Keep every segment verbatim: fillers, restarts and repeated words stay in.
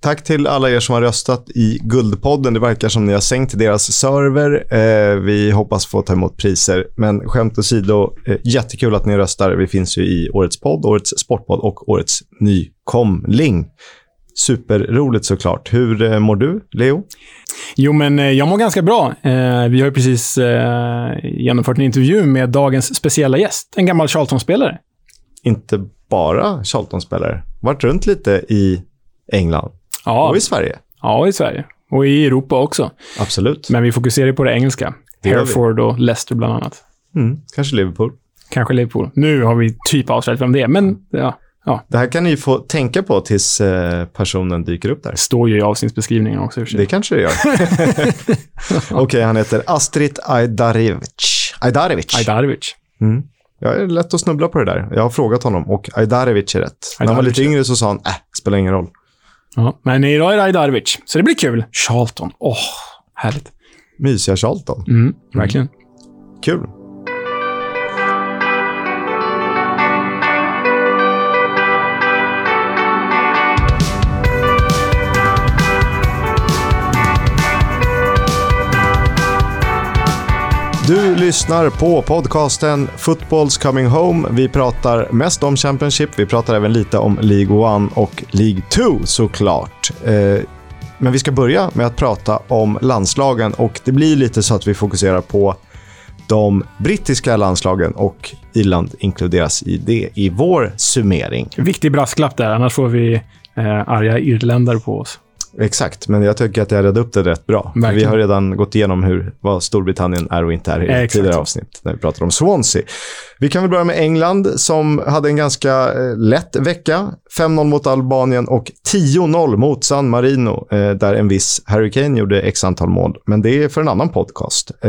Tack till alla er som har röstat i Guldpodden. Det verkar som ni har sänkt deras server. Eh, vi hoppas få ta emot priser. Men skämt åsido, eh, jättekul att ni röstar. Vi finns ju i årets podd, årets sportpodd och årets nykomling. Superroligt såklart. Hur eh, mår du, Leo? Jo, men eh, jag mår ganska bra. Eh, vi har ju precis eh, genomfört en intervju med dagens speciella gäst. En gammal Charlton-spelare. Inte bara Charlton-spelare. Varit runt lite i England. Ja. Och i Sverige. Ja, i Sverige. Och i Europa också. Absolut. Men vi fokuserar på det engelska. Det Hereford och Leicester bland annat. Mm, kanske Liverpool. Kanske Liverpool. Nu har vi typ avslöjat vem det är, men ja. ja. Det här kan ni få tänka på tills eh, personen dyker upp där. Det står ju i avsnittsbeskrivningen också. I det kanske det gör. Okej, okay, han heter Astrit Ajdarevic. Ajdarevic. Ajdarevic. Mm. Ja, det är lätt att snubbla på det där. Jag har frågat honom och Ajdarevic är rätt. Ajdarevic. När han var lite yngre så sa han, äh, spelar ingen roll. Ja, men idag är det Ajdarevic. Så det blir kul. Charlton. Åh, oh, härligt. Mysiga Charlton. Mm, verkligen. Mm. Kul. Du lyssnar på podcasten Football's Coming Home. Vi pratar mest om Championship. Vi pratar även lite om League One och League Two såklart. Eh, men vi ska börja med att prata om landslagen. Och det blir lite så att vi fokuserar på de brittiska landslagen. Och Irland inkluderas i det i vår summering. Viktig brasklapp där, annars får vi eh, arga irländare på oss. Exakt, men jag tycker att jag räddade upp det rätt bra. Vi har redan gått igenom hur, vad Storbritannien är och inte är i eh, tidigare avsnitt när vi pratar om Swansea. Vi kan väl börja med England som hade en ganska eh, lätt vecka. fem noll mot Albanien och tio noll mot San Marino eh, där en viss Harry Kane gjorde x antal mål. Men det är för en annan podcast. Eh,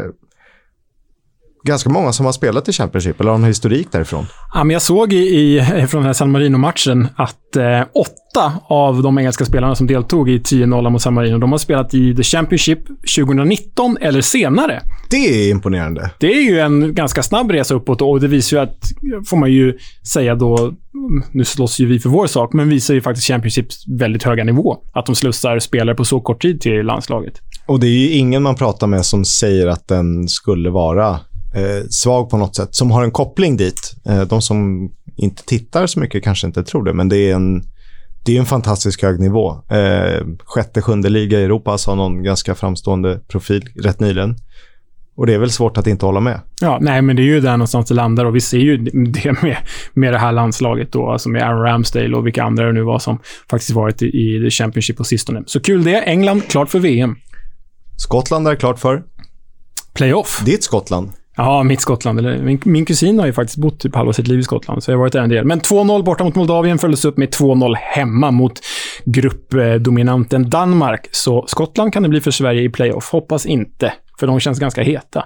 ganska många som har spelat i Championship eller har en historik därifrån. Ja, men jag såg i, i, från den här San Marino-matchen att eh, åtta av de engelska spelarna som deltog i tio noll mot San Marino, de har spelat i The Championship tjugonitton eller senare. Det är imponerande. Det är ju en ganska snabb resa uppåt och det visar ju att, får man ju säga då, nu slåss ju vi för vår sak, men visar ju faktiskt Championships väldigt höga nivå. Att de slussar spelare på så kort tid till landslaget. Och det är ju ingen man pratar med som säger att den skulle vara Eh, svag på något sätt, som har en koppling dit. Eh, de som inte tittar så mycket kanske inte tror det, men det är en, det är en fantastisk hög nivå. Eh, sjätte, sjunde liga i Europa, sa någon ganska framstående profil rätt nyligen. Och det är väl svårt att inte hålla med. Ja, nej, men det är ju där någonstans det landar och vi ser ju det med, med det här landslaget då, alltså med Aaron Ramsdale och vilka andra det nu var som faktiskt varit i, i The Championship på sistone. Så kul det. England klart för V M. Skottland är klart för playoff. Ditt Skottland. Ja, mitt Skottland. Eller, min, min kusin har ju faktiskt bott typ halva sitt liv i Skottland, så jag har varit där en del. Men två noll borta mot Moldavien följdes upp med två noll hemma mot gruppdominanten Danmark. Så Skottland kan det bli för Sverige i playoff. Hoppas inte, för de känns ganska heta.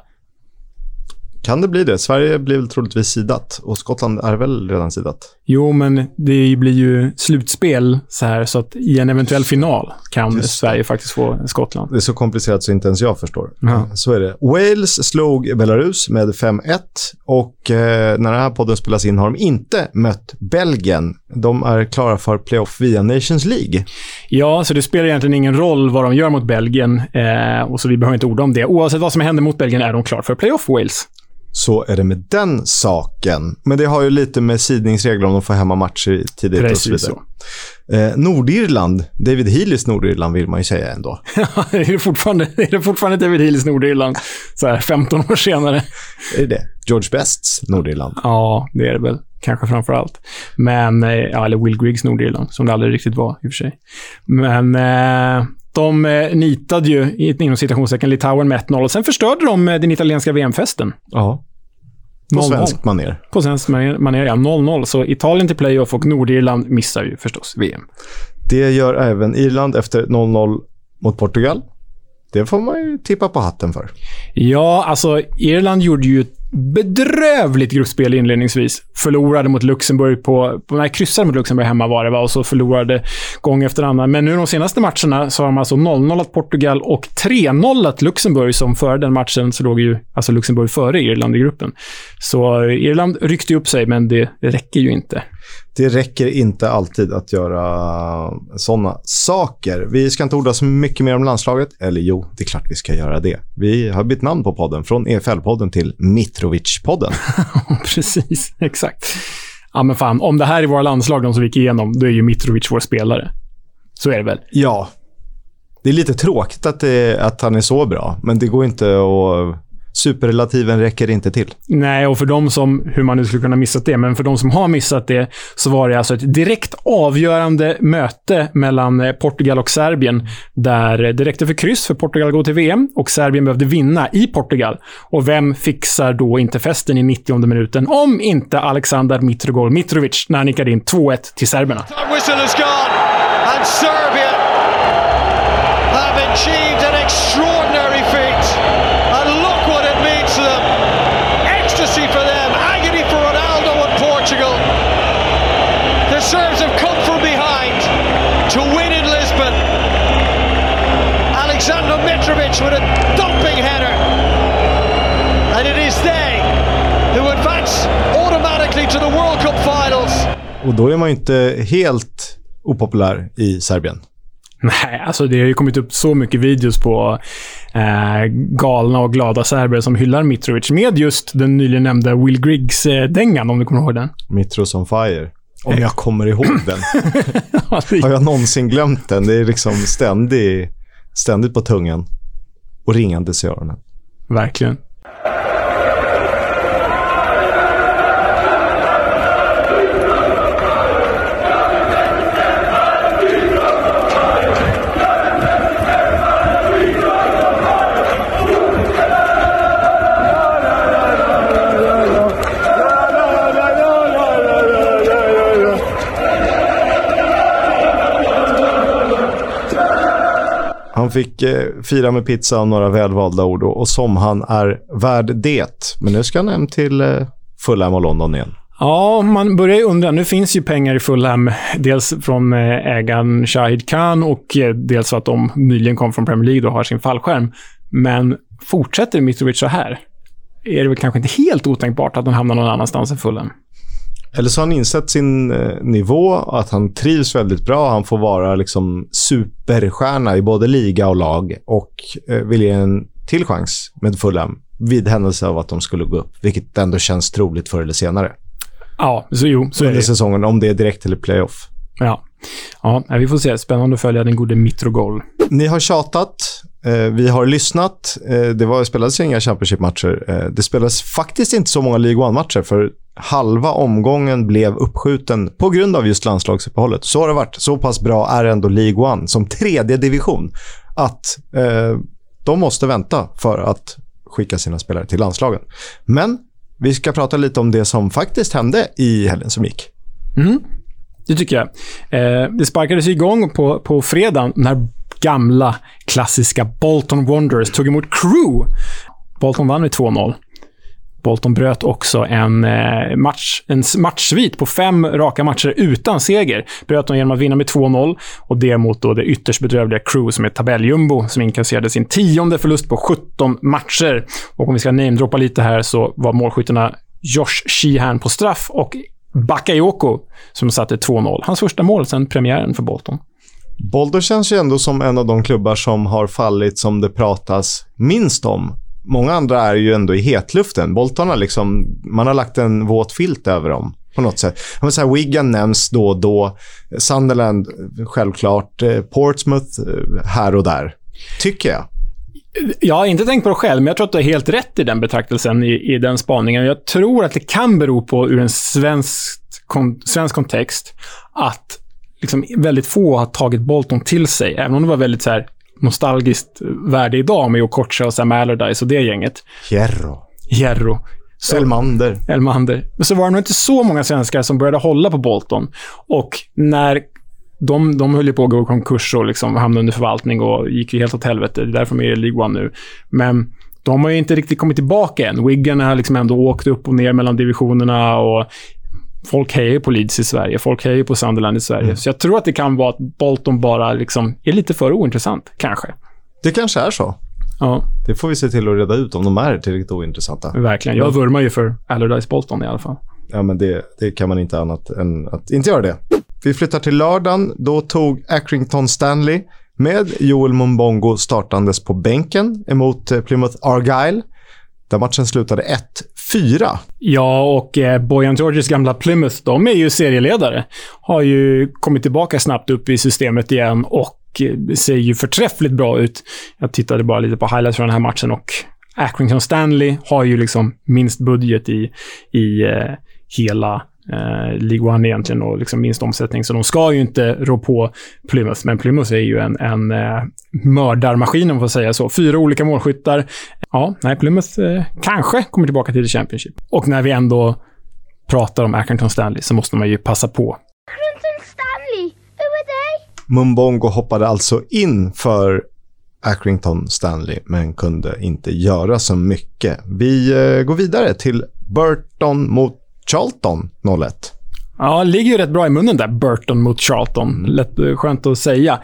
Kan det bli det? Sverige blir väl troligtvis sidat och Skottland är väl redan sidat? Jo, men det blir ju slutspel så här, så att i en eventuell final kan Sverige faktiskt få Skottland. Det är så komplicerat så inte ens jag förstår. Ja. Så är det. Wales slog Belarus med fem ett och eh, när den här podden spelas in har de inte mött Belgien. De är klara för playoff via Nations League. Ja, så det spelar egentligen ingen roll vad de gör mot Belgien eh, och så vi behöver inte orda om det. Oavsett vad som händer mot Belgien är de klara för playoff Wales. Så är det med den saken. Men det har ju lite med sidningsregler om de får hemma matcher tidigt. Precis och så vidare. Så. Eh, Nordirland, David Healeys Nordirland vill man ju säga ändå. Ja, är det fortfarande, är det fortfarande David Healeys Nordirland så här femton år senare? Är det George Bests Nordirland? Ja, det är det väl. Kanske framför allt. Men, ja, eller Will Griggs Nordirland, som det aldrig riktigt var i och för sig. Men eh, de eh, nitade ju inom citationstecken Litauen med ett noll och sen förstörde de den italienska V M-festen. Ja. På svensk manér. På svensk manér, ja. noll noll. Så Italien till playoff och Nordirland missar ju förstås V M. Det gör även Irland efter noll noll mot Portugal. Det får man ju tippa på hatten för. Ja, alltså Irland gjorde ju ett bedrövligt gruppspel inledningsvis. Förlorade mot Luxemburg på, på nej, kryssade mot Luxemburg hemma var det va, och så förlorade gång efter annan. Men nu de senaste matcherna så har de alltså noll noll Portugal och tre noll Luxemburg, som före den matchen så låg ju alltså Luxemburg före Irland i gruppen. Så Irland ryckte upp sig, men det, det räcker ju inte. det räcker inte alltid att göra sådana saker. Vi ska inte orda så mycket mer om landslaget. Eller jo, det är klart vi ska göra det. Vi har bytt namn på podden från E F L-podden till Mitrovic-podden. Precis, exakt. Ja men fan, om det här är våra landslag de som vi gick igenom, då är ju Mitrovic vår spelare. Så är det väl? Ja. Det är lite tråkigt att, det, att han är så bra, men det går inte att... Superrelativen räcker inte till. Nej, och för de som, hur man nu skulle kunna missat det, men för de som har missat det så var det alltså ett direkt avgörande möte mellan Portugal och Serbien där det räckte för kryss för Portugal att gå till V M och Serbien behövde vinna i Portugal. Och vem fixar då inte festen i nittionde minuten om inte Aleksandar Mitrogol Mitrovic när han nickade in två ett till serberna. Whistle has gone and Serbia have achieved an extraordinary feat. Ecstasy for them, agony for Ronaldo and Portugal. The Serbs have come from behind to win in Lisbon. Aleksandar Mitrovic with a dumping header. And it is they who advance automatically to the World Cup finals. Och då är man ju inte helt opopulär i Serbien. Nej, alltså det har ju kommit upp så mycket videos på eh, galna och glada serber som hyllar Mitrovic med just den nyligen nämnda Will Griggs-dängan, om du kommer ihåg den. Mitros on fire. Om jag kommer ihåg den. Har jag någonsin glömt den? Det är liksom ständigt, ständigt på tungan och ringandes i öronen. Verkligen. Han fick eh, fira med pizza och några välvalda ord och, och som han är värd det. Men nu ska han hem till eh, Fulham och London igen. Ja, man börjar ju undra. Nu finns ju pengar i Fulham. Dels från eh, ägaren Shahid Khan och eh, dels för att de nyligen kom från Premier League och har sin fallskärm. Men fortsätter Mitrovic så här är det väl kanske inte helt otänkbart att han hamnar någon annanstans än Fulham. Eller så har han insett sin eh, nivå, att han trivs väldigt bra. Han får vara liksom superstjärna i både liga och lag och eh, vill ge en till chans med Fulham vid händelse av att de skulle gå upp. Vilket ändå känns troligt förr eller senare. Ja, så jo. Så under är det. Säsongen, om det är direkt eller playoff. Ja. Ja, vi får se. Spännande att följa den gode Mitrogol. Ni har tjatat. Eh, vi har lyssnat. Eh, det var, spelades inga Championship-matcher. Eh, det spelades faktiskt inte så många League One-matcher för halva omgången blev uppskjuten på grund av just landslagsuppehållet. Så har det varit. Så pass bra är ändå League One som tredje division att eh, de måste vänta för att skicka sina spelare till landslagen. Men vi ska prata lite om det som faktiskt hände i helgen som gick. Mm, det tycker jag. Eh, det sparkades igång på, på fredagen när gamla klassiska Bolton Wanderers tog emot Crewe. Bolton vann med två noll. Bolton bröt också en eh, match, en matchsvit på fem raka matcher utan seger. Bröt de genom att vinna med två noll och det mot då det ytterst bedrövliga Crewe som är tabelljumbo som inkasserade sin tionde förlust på sjutton matcher. Och om vi ska namedroppa lite här så var målskyttarna Josh Sheehan på straff och Bakayoko som satte två noll. Hans första mål sedan premiären för Bolton. Bolton känns ju ändå som en av de klubbar som har fallit som det pratas minst om. Många andra är ju ändå i hetluften. Bolton har liksom, man har lagt en våt filt över dem på något sätt. Jag vill säga, Wigan nämns då och då. Sunderland självklart. Portsmouth här och där. Tycker jag. Jag har inte tänkt på det själv, men jag tror att du är helt rätt i den betraktelsen, i, i den spaningen. Jag tror att det kan bero på ur en svensk, kon, svensk kontext att liksom väldigt få har tagit Bolton till sig. Även om det var väldigt så här nostalgiskt värde idag med Okocha och Sam Allardyce och det gänget. Hierro. Hierro. Så, Elmander. Elmander. Men så var det nog inte så många svenskar som började hålla på Bolton. Och när de, de höll på att gå i konkurs och liksom hamnade under förvaltning och gick ju helt åt helvete. Det är därför de är i League One nu. Men de har ju inte riktigt kommit tillbaka än. Wigan har liksom ändå åkt upp och ner mellan divisionerna och folk hejar på Leeds i Sverige. Folk hejar på Sunderland i Sverige. Mm. Så jag tror att det kan vara att Bolton bara liksom är lite för ointressant, kanske. Det kanske är så. Ja. Det får vi se till att reda ut om de är tillräckligt ointressanta. Verkligen. Jag vurmar ju för Allardyce Bolton i alla fall. Ja, men det, det kan man inte annat än att inte göra det. Vi flyttar till lördagen. Då tog Accrington Stanley med Joel Mumbongo startandes på bänken emot Plymouth Argyle. Där matchen slutade ett fyra. Ja, och eh, Bojan Georges gamla Plymouth, de är ju serieledare. Har ju kommit tillbaka snabbt upp i systemet igen och eh, ser ju förträffligt bra ut. Jag tittade bara lite på highlights från den här matchen och Accrington Stanley har ju liksom minst budget i, i eh, hela eh, League One egentligen och liksom minst omsättning. Så de ska ju inte rå på Plymouth. Men Plymouth är ju en, en eh, mördarmaskin om man får säga så. Fyra olika målskyttar. Ja, nej, Plymouth eh, kanske kommer tillbaka till The Championship. Och när vi ändå pratar om Accrington Stanley så måste man ju passa på. Accrington Stanley, who are they? Mumbongo hoppade alltså in för Accrington Stanley men kunde inte göra så mycket. Vi eh, går vidare till Burton mot Charlton noll ett. Ja, ligger ju rätt bra i munnen där, Burton mot Charlton. Lätt skönt att säga.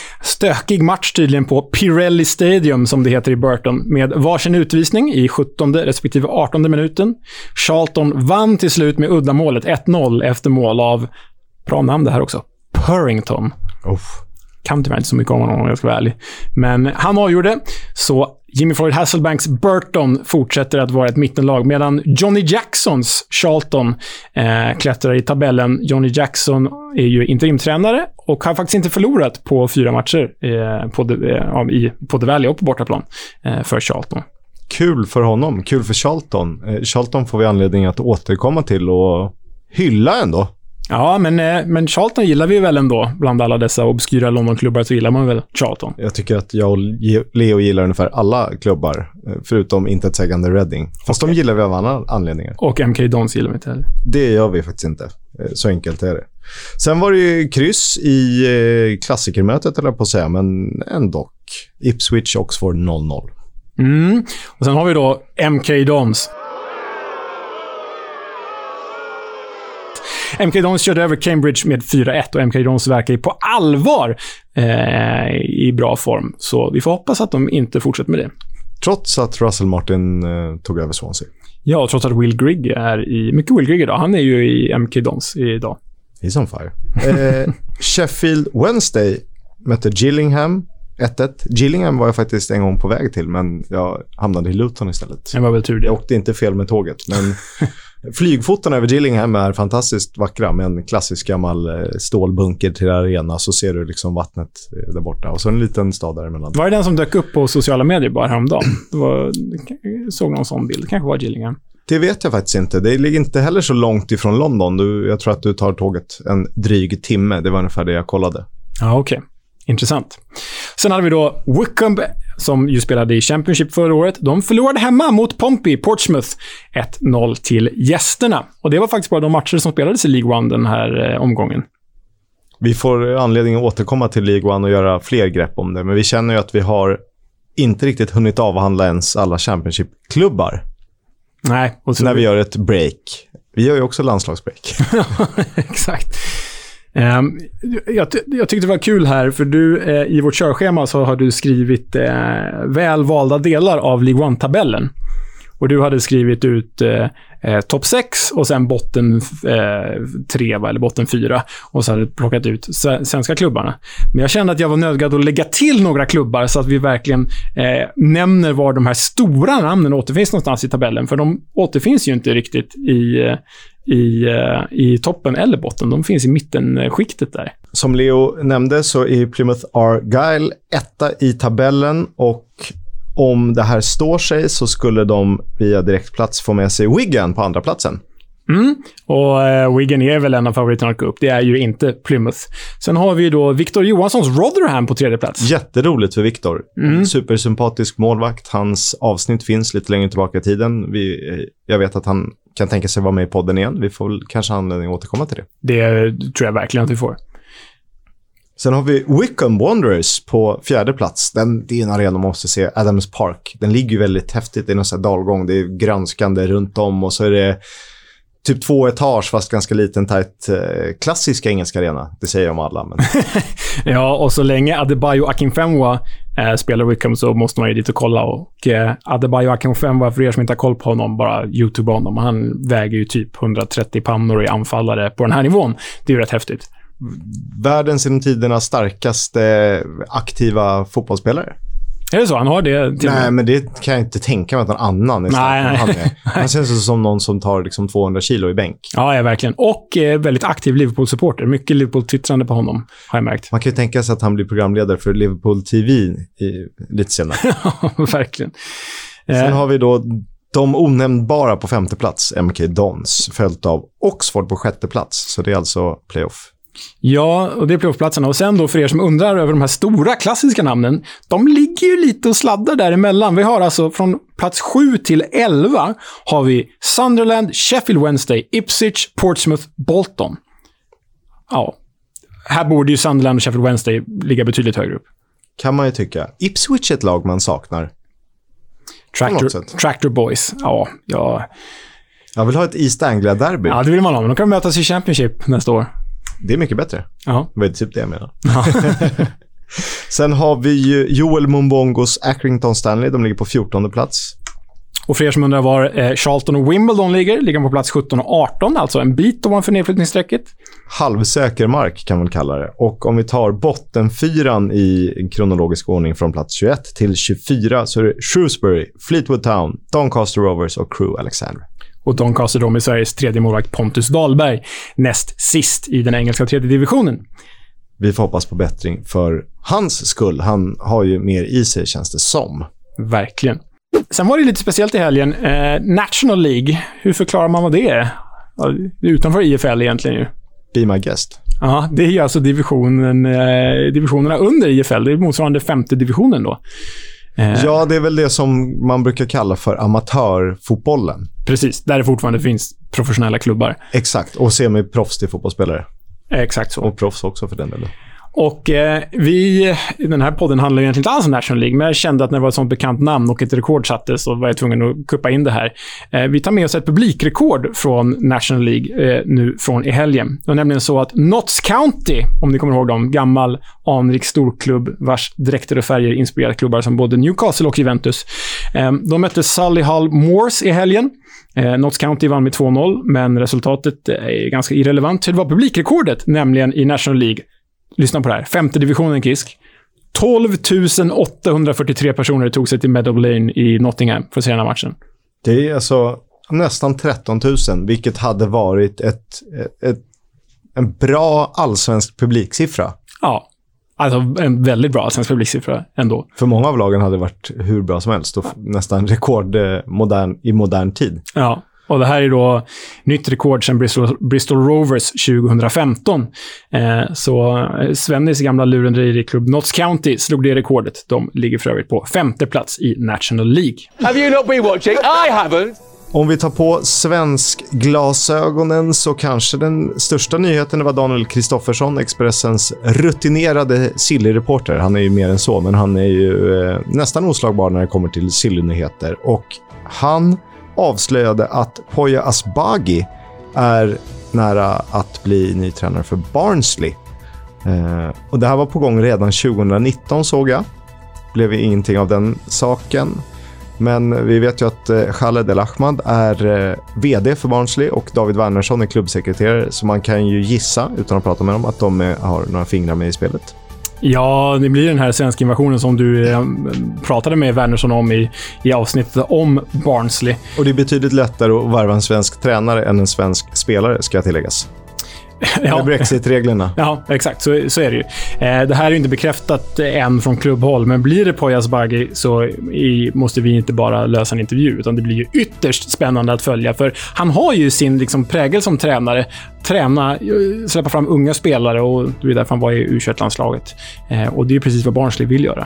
Stökig match tydligen på Pirelli Stadium, som det heter i Burton, med varsin utvisning i sjuttonde respektive artonde minuten. Charlton vann till slut med uddamålet ett noll efter mål av, bra namn det här också, Purrington. Uff. Kan tyvärr inte så mycket om honom om jag ska vara ärlig. Men han avgjorde, så Jimmy Floyd Hasselbanks Burton fortsätter att vara ett mittenlag medan Johnny Jacksons Charlton eh, klättrar i tabellen. Johnny Jackson är ju interimtränare och har faktiskt inte förlorat på fyra matcher eh, på, de, eh, i, på The Valley och på bortaplan eh, för Charlton. Kul för honom, kul för Charlton. Eh, Charlton får vi anledning att återkomma till och hylla ändå. Ja, men, men Charlton gillar vi väl ändå. Bland alla dessa obskyra London-klubbar så gillar man väl Charlton. Jag tycker att jag och Leo gillar ungefär alla klubbar, förutom intetsägande Reading. Fast okay. De gillar vi av andra anledningar. Och M K Dons gillar vi inte heller. Det gör vi faktiskt inte. Så enkelt är det. Sen var det ju kryss i klassikermötet, eller på att säga, men ändå. Ipswich Oxford noll noll. Mm. Och sen har vi då M K Dons. M K Dons körde över Cambridge med fyra ett och M K Dons verkar på allvar eh, i bra form. Så vi får hoppas att de inte fortsätter med det. Trots att Russell Martin eh, tog över Swansea. Ja, trots att Will Grigg är i... Mycket Will Grigg idag. Han är ju i M K Dons idag. He's on fire. eh, Sheffield Wednesday mötte Gillingham ett ett. Gillingham var jag faktiskt en gång på väg till, men jag hamnade i Luton istället. Det var väl tur det. Jag åkte inte fel med tåget, men... Flygfoton över Gillingham är fantastiskt vackra med en klassisk gammal stålbunker till arena, så ser du liksom vattnet där borta och så en liten stad däremellan. Var det den som dök upp på sociala medier bara häromdagen? Det var, såg någon sån bild, det kanske var Gillingham. Det vet jag faktiskt inte. Det ligger inte heller så långt ifrån London. Du, jag tror att du tar tåget en dryg timme. Det var ungefär det jag kollade. Ja, okej. Okay. Intressant. Sen hade vi då Wycombe som ju spelade i Championship förra året. De förlorade hemma mot Pompey, Portsmouth, ett noll till gästerna. Och det var faktiskt bara de matcher som spelades i League One den här eh, omgången. Vi får anledning att återkomma till League One och göra fler grepp om det. Men vi känner ju att vi har inte riktigt hunnit avhandla ens alla Championship-klubbar. Nej. Och så när vi gör ett break. Vi gör ju också landslagsbreak. Exakt. Um, jag, ty- jag tyckte det var kul här för du eh, i vårt körschema så har du skrivit eh, väl valda delar av League One-tabellen. Och du hade skrivit ut eh, eh, topp sex och sen botten eh, tre eller botten fyra. Och så hade du plockat ut sve- svenska klubbarna. Men jag kände att jag var nödgad att lägga till några klubbar så att vi verkligen eh, nämner var de här stora namnen återfinns någonstans i tabellen. För de återfinns ju inte riktigt i... Eh, I, uh, i toppen eller botten. De finns i mittenskiktet där. Som Leo nämnde så är Plymouth Argyle etta i tabellen och om det här står sig så skulle de via direktplats få med sig Wigan på andra platsen. Mm. Och uh, Wigan är väl en av favoriterna att gå upp. Det är ju inte Plymouth. Sen har vi då Victor Johanssons Rotherham på tredje plats. Jätteroligt för Victor. Mm. Supersympatisk målvakt. Hans avsnitt finns lite längre tillbaka i tiden. Vi, jag vet att han kan tänka sig vara med i podden igen. Vi får kanske anledning att återkomma till det. Det tror jag verkligen att vi får. Sen har vi Wycombe Wanderers på fjärde plats. Den, det är en arena man måste se. Adams Park. Den ligger ju väldigt häftigt. Det är någon sån här dalgång. Det är grönskande runt om och så är det typ två etage fast ganska liten, tajt, eh, klassisk engelska arena. Det säger jag om alla. Men... ja, och så länge Adebayo Akinfenwa eh, spelar Wickham så måste man ju dit och kolla. Och eh, Adebayo Akinfenwa, för er som inte har koll på honom, bara YouTube honom. Han väger ju typ hundratrettio pannor i anfallare på den här nivån. Det är ju rätt häftigt. Världens genom tiderna starkaste aktiva fotbollsspelare. Är det så? Han har det till Nej, men det kan jag inte tänka mig att någon annan är stark än han är. Han känns som någon som tar liksom tvåhundra kilo i bänk. Ja, ja verkligen. Och eh, väldigt aktiv Liverpool-supporter. Mycket Liverpool-twittrande på honom, har jag märkt. Man kan ju tänka sig att han blir programledare för Liverpool T V i, lite senare. Ja, verkligen. Sen Eh, har vi då de onämnbara på femte plats, M K Dons, följt av Oxford på sjätte plats. Så det är alltså playoff. Ja, och det är playoffplatserna. Och sen då för er som undrar över de här stora klassiska namnen, de ligger ju lite och sladdar däremellan. Vi har alltså från plats sju till elva har vi Sunderland, Sheffield Wednesday, Ipswich, Portsmouth, Bolton. Ja, här borde ju Sunderland och Sheffield Wednesday ligga betydligt högre upp. Kan man ju tycka. Ipswich är ett lag man saknar. Tractor, Tractor Boys, ja, ja. Jag vill ha ett East Anglia-derby. Ja, det vill man ha, men de kan mötas i Championship nästa år. Det är mycket bättre. Ja. Det är typ det jag menar. Ja. Sen har vi ju Joel Mumbongos Accrington Stanley. De ligger på fjortonde plats. Och för er som undrar var eh, Charlton och Wimbledon ligger, ligger på plats sjutton och arton, alltså en bit ovanför nedflyttningsstrecket. Halvsäker mark kan man kalla det. Och om vi tar bottenfyran i en kronologisk ordning från plats tjugoett till tjugofyra så är det Shrewsbury, Fleetwood Town, Doncaster Rovers och Crewe Alexandra. Och Doncaster då med Sveriges tredje målvakt Pontus Dahlberg näst sist i den engelska tredje divisionen. Vi får hoppas på bättring för hans skull. Han har ju mer i sig, känns det som. Verkligen. Sen var det lite speciellt i helgen. Eh, National League, hur förklarar man vad det är? Ja, det är utanför I F L egentligen ju. Be my guest. Ja, det är alltså divisionen, eh, divisionerna under I F L. Det är motsvarande femte divisionen då. Eh, ja, det är väl det som man brukar kalla för amatörfotbollen. Precis, där det fortfarande finns professionella klubbar. Exakt, och semi-proffs till fotbollsspelare. Eh, exakt så. Och proffs också för den delen. Och eh, vi, den här podden handlar egentligen inte alls om National League, men jag kände att när det var ett sånt bekant namn och ett rekord sattes så var jag tvungen att kuppa in det här. Eh, vi tar med oss ett publikrekord från National League eh, nu från i helgen. Det var nämligen så att Notts County, om ni kommer ihåg dem, gammal anrik storklubb vars dräkter och färger inspirerat klubbar som både Newcastle och Juventus. Eh, de mötte Solihull Moors i helgen. Eh, Notts County vann med två noll, men resultatet är ganska irrelevant. Det var publikrekordet, nämligen i National League. Lyssna på det här. Femte divisionen, Kisk. tolv tusen åttahundrafyrtiotre personer tog sig till Meadow Lane i Nottingham för att se den här matchen. Det är alltså nästan tretton tusen, vilket hade varit ett, ett, en bra allsvensk publiksiffra. Ja, alltså en väldigt bra allsvensk publiksiffra ändå. För många av lagen hade varit hur bra som helst och nästan rekord modern, i modern tid. Ja. Och det här är då nytt rekord sedan Bristol, Bristol Rovers tjugohundrafemton. Eh, så eh, Svennis gamla lurendrejeriklubb Notts County slog det rekordet. De ligger för övrigt på femte plats i National League. Have you not been watching? I haven't. Om vi tar på svensk glasögonen så kanske den största nyheten var Daniel Kristoffersson, Expressens rutinerade silly-reporter. Han är ju mer än så, men han är ju eh, nästan oslagbar när det kommer till silly-nyheter. Och han avslöjade att Poya Asbaghi är nära att bli ny tränare för Barnsley. Eh, och det här var på gång redan tjugonitton, såg jag. Blev ingenting av den saken. Men vi vet ju att eh, Khaled El Ahmad är eh, vd för Barnsley och David Wernersson är klubbsekreterare. Så man kan ju gissa, utan att prata med dem, att de eh, har några fingrar med i spelet. Ja, det blir den här svenska invasionen som du eh, pratade med Wernersson om i, i avsnittet om Barnsley. Och det är betydligt lättare att värva en svensk tränare än en svensk spelare, ska jag tilläggas. Ja. Med Brexit-reglerna. Ja, exakt. Så, så är det ju. Eh, det här är ju inte bekräftat än från klubbhåll, men blir det Poya Asbaghi så i, måste vi inte bara lösa en intervju, utan det blir ju ytterst spännande att följa. För han har ju sin liksom, prägel som tränare. Träna, släppa fram unga spelare, och det är därför han var i U tjugoett-landslaget. Eh, och det är precis vad Barnsley vill göra.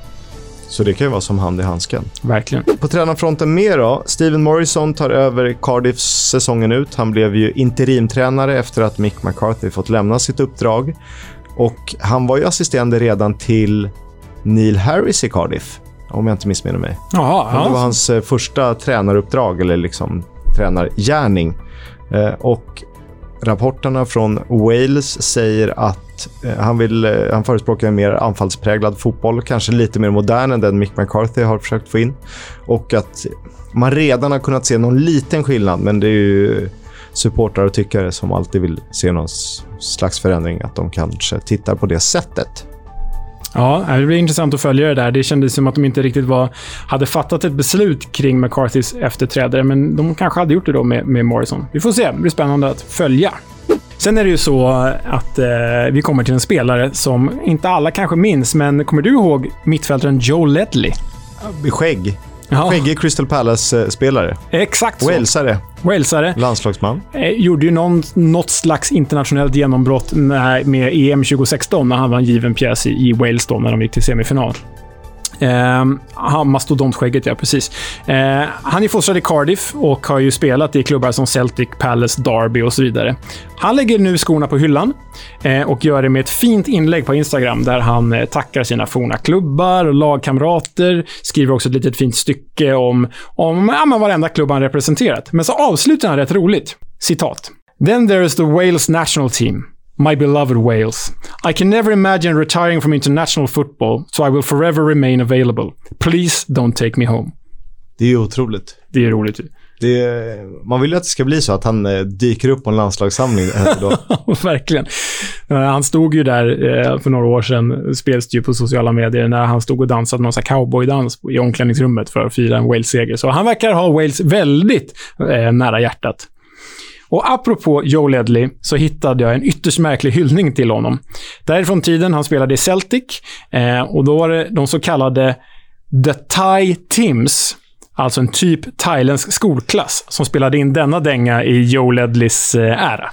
Så det kan ju vara som hand i handsken. Verkligen. På tränarfronten mer då. Steven Morrison tar över Cardiffs säsongen ut. Han blev ju interimtränare efter att Mick McCarthy fått lämna sitt uppdrag. Och han var ju assisterande redan till Neil Harris i Cardiff, om jag inte missminner mig. Jaha, ja. Det var hans första tränaruppdrag, eller liksom tränargärning. Och rapporterna från Wales säger att att han, vill, han förespråkar en mer anfallspräglad fotboll, kanske lite mer modern än den Mick McCarthy har försökt få in. Och att man redan har kunnat se någon liten skillnad, men det är ju supportrar och tyckare som alltid vill se någon slags förändring, att de kanske tittar på det sättet. Ja, det blir intressant att följa det där. Det kändes som att de inte riktigt var, hade fattat ett beslut kring McCarthys efterträdare, men de kanske hade gjort det då med, med Morrison. Vi får se, det blir spännande att följa. Sen är det ju så att eh, vi kommer till en spelare som inte alla kanske minns, men kommer du ihåg mittfältaren Joe Ledley? Skägg. Ja. Skäggig Crystal Palace-spelare. Exakt så. Walesare. Walesare. Landslagsman. Eh, gjorde ju någon, något slags internationellt genombrott när, med E M tjugo sexton när han var en given pjäs i, i Wales då, när de gick till semifinal. Eh, han mastodontskägget, ja, precis. Eh, han är fostrad i Cardiff och har ju spelat i klubbar som Celtic, Palace, Derby och så vidare. Han lägger nu skorna på hyllan eh, och gör det med ett fint inlägg på Instagram där han eh, tackar sina forna klubbar och lagkamrater. Skriver också ett litet fint stycke om, om ja, men varenda klubb han representerat. Men så avslutar han rätt roligt. Citat. Then there is the Wales national team. My beloved Wales. I can never imagine retiring from international football, so I will forever remain available. Please don't take me home. Det är ju otroligt. Det är roligt. Det är, man vill ju att det ska bli så att han eh, dyker upp på en landslagssamling. Då. Verkligen. Uh, han stod ju där uh, för några år sedan, spels ju på sociala medier, när han stod och dansade någon sån här cowboydans i omklädningsrummet för att fira en Wales-seger. Så han verkar ha Wales väldigt uh, nära hjärtat. Och apropå Joe Ledley så hittade jag en ytterst märklig hyllning till honom. Därifrån tiden han spelade i Celtic eh, och då var det de så kallade The Thai Tims, alltså en typ thailändsk skolklass som spelade in denna dänga i Joe Ledleys eh, ära.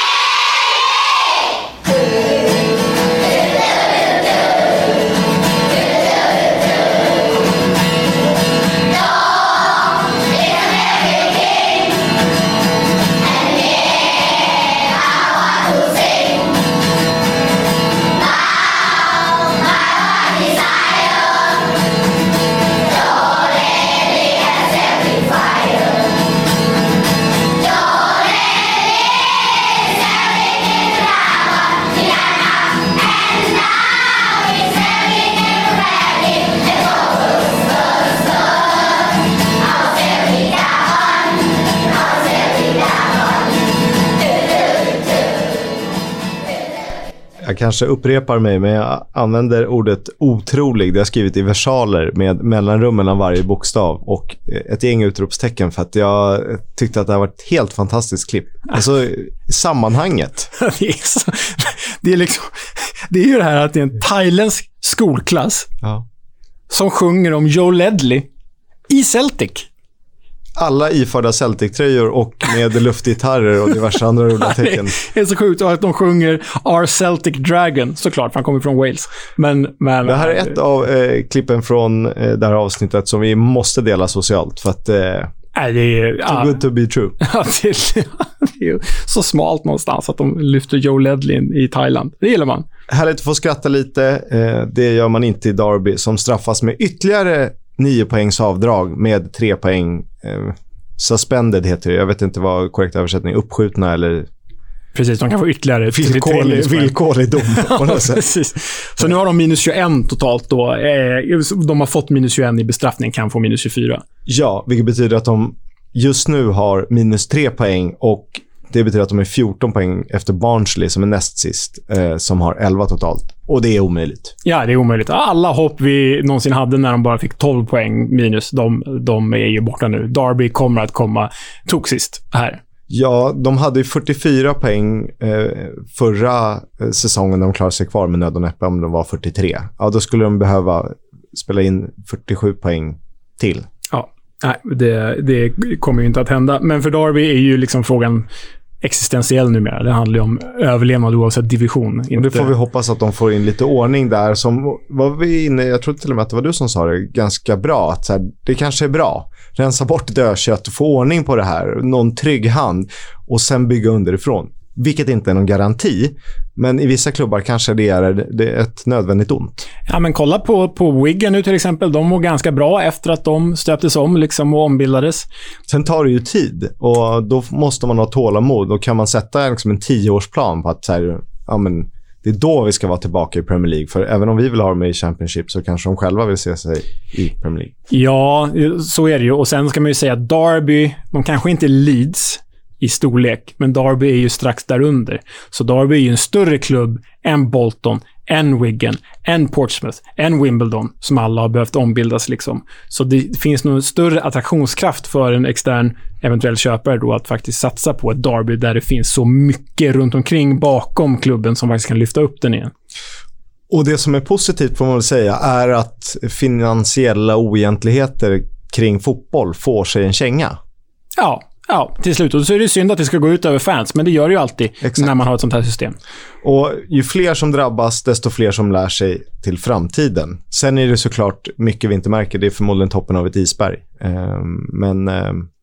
Jag kanske upprepar mig, men jag använder ordet otrolig. Det har jag skrivit i versaler med mellanrum mellan varje bokstav och ett gäng utropstecken för att jag tyckte att det har varit ett helt fantastiskt klipp. Alltså sammanhanget. det, är så, det, är liksom, det är ju det här att det är en thailändsk skolklass ja. som sjunger om Joe Ledley i Celtic. Alla iförda Celtic-tröjor och med luftgitarrer och diverse andra roliga tecken. Det är så sjukt att de sjunger Our Celtic Dragon, såklart, för han kommer från Wales. Men, men, det här är ett av eh, klippen från eh, det här avsnittet som vi måste dela socialt för att eh, nej, det är too ja, good to be true. Ja, det, är, det är så smalt någonstans att de lyfter Joe Ledley i Thailand. Det gillar man. Härligt att få skratta lite. Eh, det gör man inte i Derby som straffas med ytterligare nio poängs avdrag med tre poäng. Eh, suspended heter det. Jag vet inte vad korrekt översättning. Uppskjutna eller... Precis, de kan få ytterligare villkorlig, villkorlig dom på något sätt. Precis. Så nu har de minus tjugoett totalt då. Eh, de har fått minus tjugoett i bestraffning, kan få minus tjugofyra. Ja, vilket betyder att de just nu har minus tre poäng och det betyder att de är fjorton poäng efter Barnsley som är näst sist, eh, som har elva totalt. Och det är omöjligt. Ja, det är omöjligt. Alla hopp vi någonsin hade när de bara fick tolv poäng minus, de, de är ju borta nu. Derby kommer att komma tog sist här. Ja, de hade ju fyrtiofyra poäng eh, förra eh, säsongen. De klarade sig kvar med nöd och näppe om de var fyrtiotre. Ja, då skulle de behöva spela in fyrtiosju poäng till. Ja, nej, det, det kommer ju inte att hända. Men för Derby är ju liksom frågan existentiell numera. Det handlar ju om överlevnad oavsett division. Inte... Och det får vi hoppas att de får in lite ordning där. Som var vi inne, jag tror till och med att det var du som sa det ganska bra. Att så här, det kanske är bra. Rensa bort dödkött och få ordning på det här. Någon trygg hand. Och sen bygga underifrån. Vilket inte är någon garanti. Men i vissa klubbar kanske det är, det är ett nödvändigt ont. Ja, men kolla på, på Wigan nu till exempel. De mår ganska bra efter att de stöptes om liksom, och ombildades. Sen tar det ju tid. Och då måste man ha tålamod. Och kan man sätta liksom en tioårsplan på att så här, ja, men, det är då vi ska vara tillbaka i Premier League. För även om vi vill ha dem i Championship så kanske de själva vill se sig i Premier League. Ja, så är det ju. Och sen ska man ju säga att Derby, de kanske inte Leeds i storlek, men Derby är ju strax därunder. Så Derby är ju en större klubb än Bolton, än Wigan, än Portsmouth, än Wimbledon, som alla har behövt ombildas liksom. Så det finns nog en större attraktionskraft för en extern eventuell köpare då att faktiskt satsa på ett Derby där det finns så mycket runt omkring bakom klubben som faktiskt kan lyfta upp den igen. Och det som är positivt får man väl säga är att finansiella oegentligheter kring fotboll får sig en känga. Ja, ja, till slut. Och så är det synd att det ska gå ut över fans, men det gör det ju alltid. Exakt. När man har ett sånt här system. Och ju fler som drabbas, desto fler som lär sig till framtiden. Sen är det såklart mycket vi inte märker. Det är förmodligen toppen av ett isberg. Men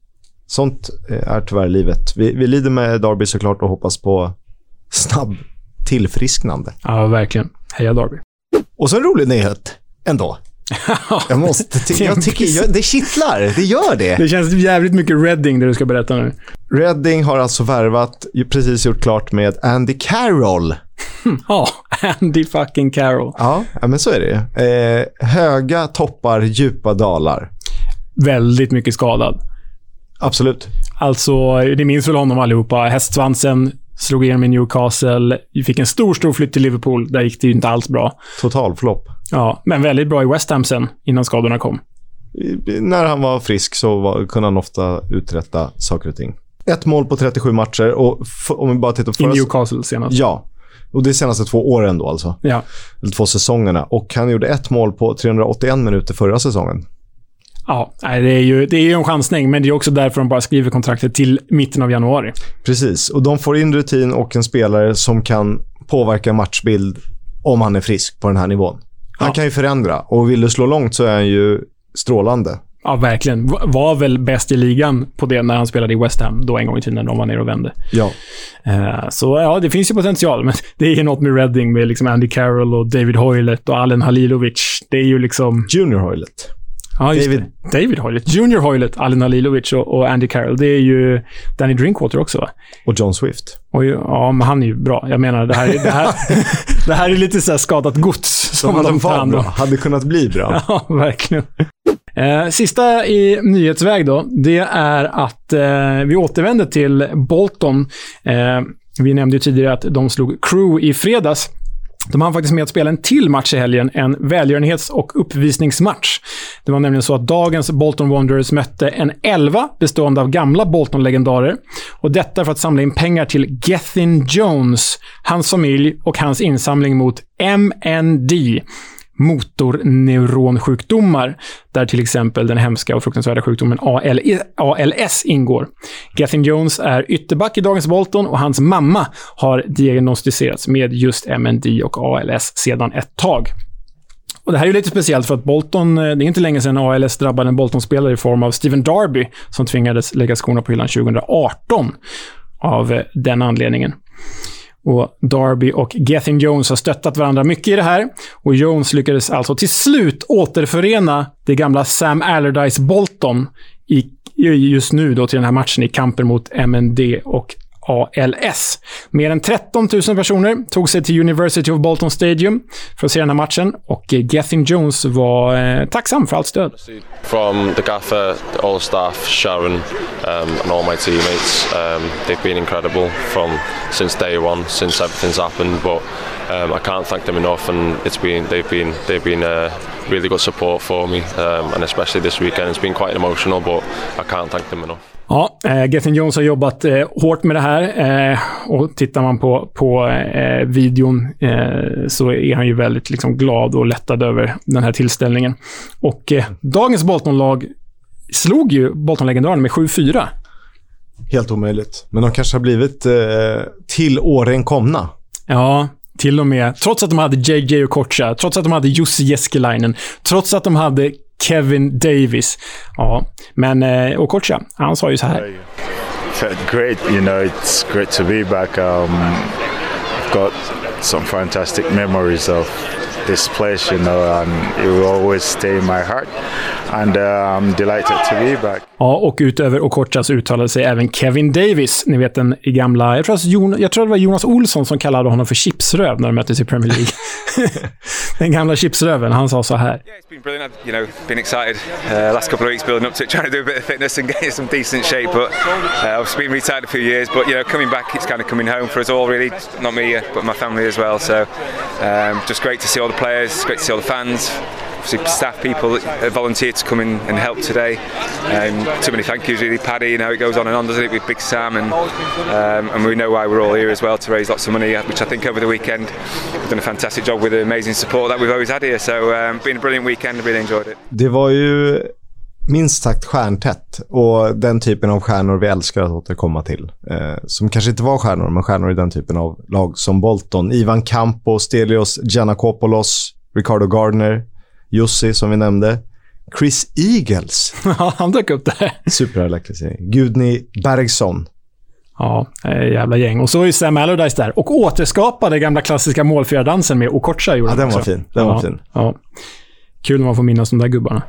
sånt är tyvärr livet. Vi, vi lider med Derby såklart och hoppas på snabb tillfrisknande. Ja, verkligen. Heja Derby. Och så en rolig nyhet ändå. Jag måste t- jag tycker jag, det kittlar, det gör det. Det känns jävligt mycket Reading det du ska berätta nu. Reading har alltså värvat, precis gjort klart med Andy Carroll. Ja, Andy fucking Carroll. Ja, men så är det. Eh, höga toppar, djupa dalar. Väldigt mycket skadad. Absolut. Alltså, det minns väl honom allihopa. Hästsvansen slog igenom i Newcastle. Vi fick en stor, stor flytt till Liverpool. Där gick det ju inte alls bra. Total flopp. Ja, men väldigt bra i West Ham sen, innan skadorna kom. I, när han var frisk så var, kunde han ofta uträtta saker och ting. Ett mål på trettiosju matcher. Och f- om vi bara tittar på I Newcastle senast. Ja, och det är senaste två åren då alltså. Ja. Eller två säsongerna. Och han gjorde ett mål på trehundraåttioen minuter förra säsongen. Ja, det är ju, det är ju en chansning, men det är också därför de bara skriver kontraktet till mitten av januari. Precis, och de får in rutin och en spelare som kan påverka matchbild om han är frisk på den här nivån. Han ja. kan ju förändra, och vill du slå långt så är han ju strålande. Ja, verkligen. Var väl bäst i ligan på det när han spelade i West Ham då en gång i tiden när de var nere och vände. Ja. Uh, så ja, det finns ju potential, men det är ju något med Reading med liksom Andy Carroll och David Hoylett och Alen Halilovic. Det är ju liksom... Junior Hoylett. Ja, just David. Det. David Hoylett. Junior Hoylett, Alen Halilovic och, och Andy Carroll. Det är ju Danny Drinkwater också, va? Och John Swift. Och, ja, men han är ju bra. Jag menar, det här, det här, det här är lite så här skadat gods som de tar hand om. Hade kunnat bli bra. Ja, verkligen. Eh, sista i nyhetsväg då, det är att eh, vi återvänder till Bolton. Eh, vi nämnde ju tidigare att de slog Crewe i fredags. De har faktiskt med att spela en till match i helgen, en välgörenhets- och uppvisningsmatch. Det var nämligen så att dagens Bolton Wanderers mötte en elva bestående av gamla Bolton-legendarer. Och detta för att samla in pengar till Gethin Jones, hans familj och hans insamling mot M N D. Motorneuronsjukdomar, där till exempel den hemska och fruktansvärda sjukdomen A L S ingår. Gethin Jones är ytterback i dagens Bolton och hans mamma har diagnostiserats med just M N D och A L S sedan ett tag. Och det här är ju lite speciellt för att Bolton, det är inte länge sedan A L S drabbade en Bolton-spelare i form av Steven Darby som tvingades lägga skorna på hyllan tjugoarton av den anledningen. Och Darby och Gethin Jones har stöttat varandra mycket i det här. Och Jones lyckades alltså till slut återförena det gamla Sam Allardyce Bolton i, just nu då till den här matchen i kampen mot M N D och A L S. Mer än tretton tusen personer tog sig till University of Bolton Stadium för att se den här matchen, och Gethin Jones var eh, tacksam för allt stöd. From the gaffer, all staff, Sharon um, and all my teammates, um, they've been incredible from since day one, since everything's happened, but um, I can't thank them enough, and it's been they've been they've been uh, really good support for me, um, and especially this weekend it's been quite emotional, but I can't thank them enough. Ja, eh, Gethin Jones har jobbat eh, hårt med det här, eh, och tittar man på, på eh, videon eh, så är han ju väldigt liksom, glad och lättad över den här tillställningen. Och eh, dagens Bolton-lag slog ju Bolton-legendaren med sju fyra. Helt omöjligt. Men de kanske har blivit eh, till åren komna. Ja, till och med. Trots att de hade J J och Kocha, trots att de hade Jussi Jeskelainen, trots att de hade Kevin Davis. Ja, men eh, och Kocha, han sa ju så här. Felt great, you know, it's great to be back. Um, I've got some fantastic memories of this place, you know, and it will always stay in my heart. And uh, I'm delighted to be back. Ja, och utöver Okocha så uttalade sig även Kevin Davis. Ni vet den gamla, jag tror, att Jon, jag tror det var Jonas Olsson som kallade honom för chipsröv när de möttes i Premier League. Den gamla chipsröven, han sa så här. Yeah, it's been brilliant. I've, you know, been excited uh, last couple of weeks building up to it, trying to do a bit of fitness and get in some decent shape. But uh, I've been retired a few years, but you know, coming back, it's kind of coming home for us all, really. Not me, uh, but my family as well. So um, just great to see all the players, great to see all the fans. Staff people that volunteered to come in and help today. Um, too many thank yous really, Paddy. You know, it goes on and on, doesn't it, with Big Sam, and um, and we know why we're all here as well, to raise lots of money, which I think over the weekend we've done a fantastic job with the amazing support that we've always had here. So um, been a brilliant weekend, really enjoyed it. Det var ju minst sagt stjärntätt, och den typen av stjärnor vi älskar att återkomma till. Eh, som kanske inte var stjärnor, men stjärnor i den typen av lag som Bolton. Ivan Campo, Stelios Giannakopoulos, Ricardo Gardner, Jussi som vi nämnde, Chris Eagles. Ja, han dök upp där. Superelektrisk. Gudni Bergson. Ja, jävla gäng. Och så är ju Sam Allardyce där. Och återskapade gamla klassiska målfjärdansen med Okocha. Ja, den var fin. Den ja, var fin. Ja. Kul när man får minnas de där gubbarna.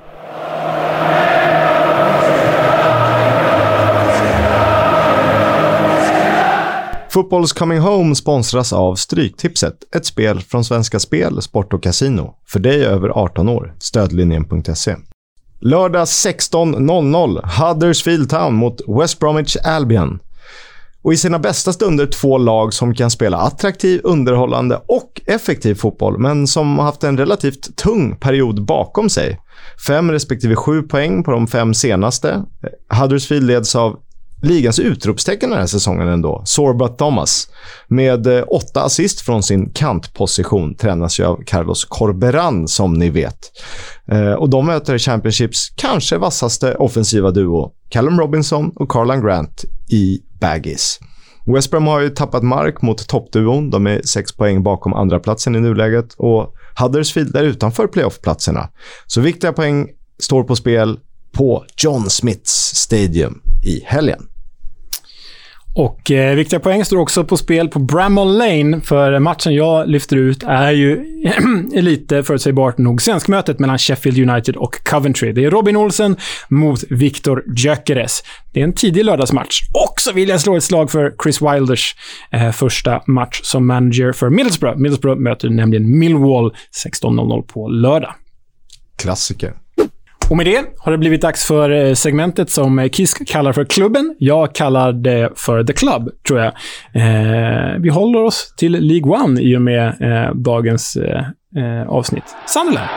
Football's Coming Home sponsras av Stryktipset, ett spel från Svenska Spel, Sport och Casino. För dig över arton år. Stödlinjen punkt se. Lördag sexton noll noll, Huddersfield Town mot West Bromwich Albion. Och i sina bästa stunder två lag som kan spela attraktiv, underhållande och effektiv fotboll, men som har haft en relativt tung period bakom sig. Fem respektive sju poäng på de fem senaste. Huddersfield leds av ligans utropstecken den här säsongen ändå, Sorba Thomas, med eh, åtta assist från sin kantposition, tränas ju av Carlos Corberan som ni vet. Eh, och de möter Championships kanske vassaste offensiva duo, Callum Robinson och Karlan Grant i Baggies. West Brom har ju tappat mark mot toppduon, de är sex poäng bakom andra platsen i nuläget, och Huddersfield är utanför playoffplatserna. Så viktiga poäng står på spel på John Smiths Stadium i helgen. Och eh, viktiga poäng står också på spel på Bramall Lane, för matchen jag lyfter ut är ju lite förutsägbart nog svenskmötet mellan Sheffield United och Coventry. Det är Robin Olsen mot Victor Gyökeres. Det är en tidig lördagsmatch. Och så vill jag slå ett slag för Chris Wilders eh, första match som manager för Middlesbrough. Middlesbrough möter nämligen Millwall sexton noll noll på lördag. Klassiker. Och med det har det blivit dags för segmentet som Kiss kallar för klubben. Jag kallar det för The Club, tror jag. Eh, vi håller oss till League One i och med eh, dagens eh, avsnitt. Sunderland.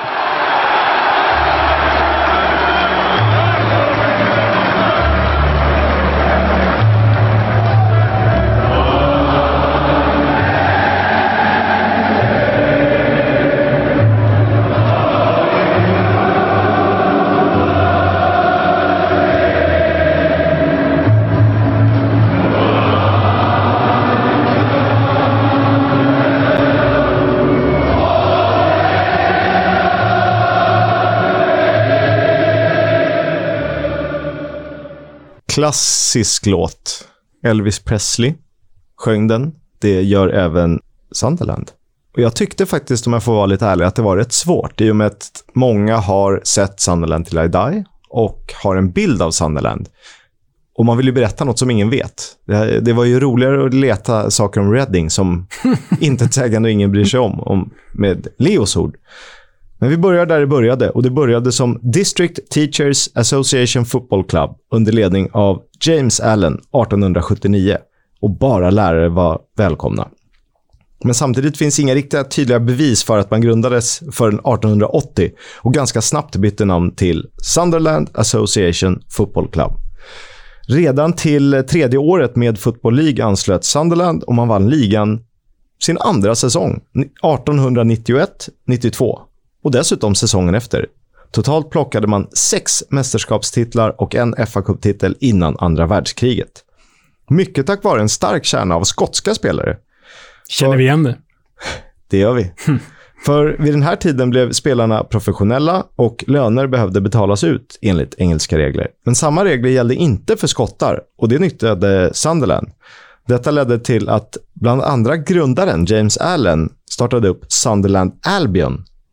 Klassisk låt. Elvis Presley sjöng den. Det gör även Sunderland. Och jag tyckte faktiskt, om jag får vara lite ärlig, att det var rätt svårt. I och med att många har sett Sunderland till I Die och har en bild av Sunderland. Och man vill ju berätta något som ingen vet. Det, det var ju roligare att leta saker om Reading som inte sägande och ingen bryr sig om, om med Leos ord. Men vi börjar där det började, och det började som District Teachers Association Football Club under ledning av James Allen arton sjuttionio, och bara lärare var välkomna. Men samtidigt finns inga riktigt tydliga bevis för att man grundades förrän arton åttio och ganska snabbt bytte namn till Sunderland Association Football Club. Redan till tredje året med Football League anslöt Sunderland, och man vann ligan sin andra säsong, arton nittioett nittiotvå. Och dessutom säsongen efter. Totalt plockade man sex mästerskapstitlar och en F A-cuptitel innan andra världskriget. Mycket tack vare en stark kärna av skotska spelare. Känner vi igen det? Det gör vi. För vid den här tiden blev spelarna professionella och löner behövde betalas ut enligt engelska regler. Men samma regler gällde inte för skottar, och det nyttjade Sunderland. Detta ledde till att bland andra grundaren James Allen startade upp Sunderland Albion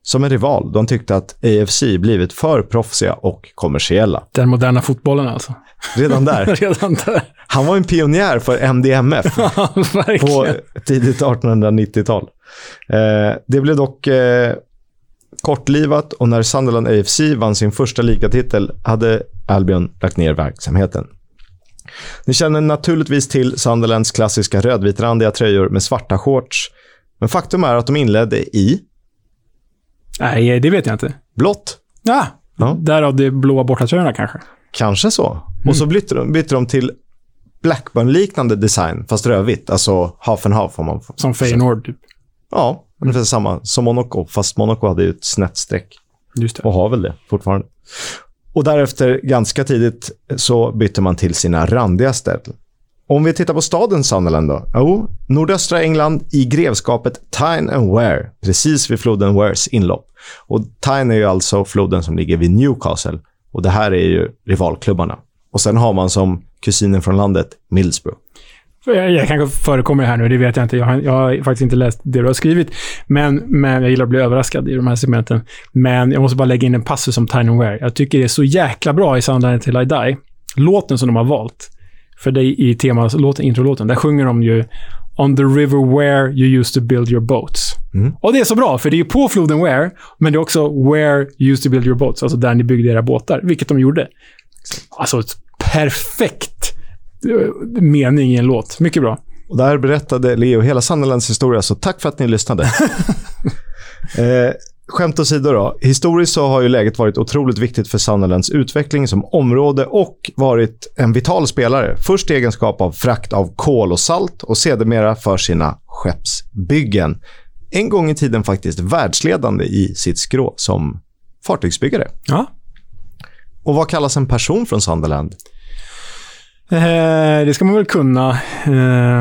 som en rival. De tyckte att A F C blivit för proffsiga och kommersiella. Den moderna fotbollen alltså. Redan där. Redan där. Han var en pionjär för M D M F Ja, på tidigt artonhundranittiotal. Eh, det blev dock eh, kortlivat och när Sunderland A F C vann sin första ligatitel hade Albion lagt ner verksamheten. Ni känner naturligtvis till Sunderlands klassiska rödvitrandiga tröjor med svarta shorts. Men faktum är att de inledde i... Nej, det vet jag inte. Blått. Ja, ja. Därav det blåa bortatröjorna kanske. Kanske så. Mm. Och så bytte de, bytte de till Blackburn-liknande design, fast rödvitt. Alltså half and half. Om man får. Som Feyenoord typ. Ja, ungefär samma som Monaco. Fast Monaco hade ju ett snett streck. Just det. Och har väl det fortfarande. Och därefter, ganska tidigt, så bytte man till sina randiga städer. Om vi tittar på staden Sunderland då. Jo, nordöstra England i grevskapet Tyne and Wear. Precis vid floden Wears inlopp. Och Tyne är ju alltså floden som ligger vid Newcastle. Och det här är ju rivalklubbarna. Och sen har man som kusinen från landet Middlesbrough. Jag, jag kanske förekommer här nu, det vet jag inte. Jag har, jag har faktiskt inte läst det du har skrivit. Men, men jag gillar att bli överraskad i de här segmenten. Men jag måste bara lägga in en passus om Tyne and Wear. Jag tycker det är så jäkla bra i Sunderland Till I Die. Låten som de har valt. För det i temas låten, introlåten, där sjunger de ju On the river where you used to build your boats. Mm. Och det är så bra, för det är ju på floden Where, men det är också where you used to build your boats, alltså där ni byggde era båtar, vilket de gjorde. Alltså ett perfekt mening i en låt. Mycket bra. Och där berättade Leo hela Sunderlands historia, så tack för att ni lyssnade. eh, Skämt åsido då. Historiskt så har ju läget varit otroligt viktigt för Sunderlands utveckling som område och varit en vital spelare. Först i egenskap av frakt av kol och salt och sedermera för sina skeppsbyggen. En gång i tiden faktiskt världsledande i sitt skrå som fartygsbyggare. Ja. Och vad kallas en person från Sunderland? Eh, det ska man väl kunna. Eh,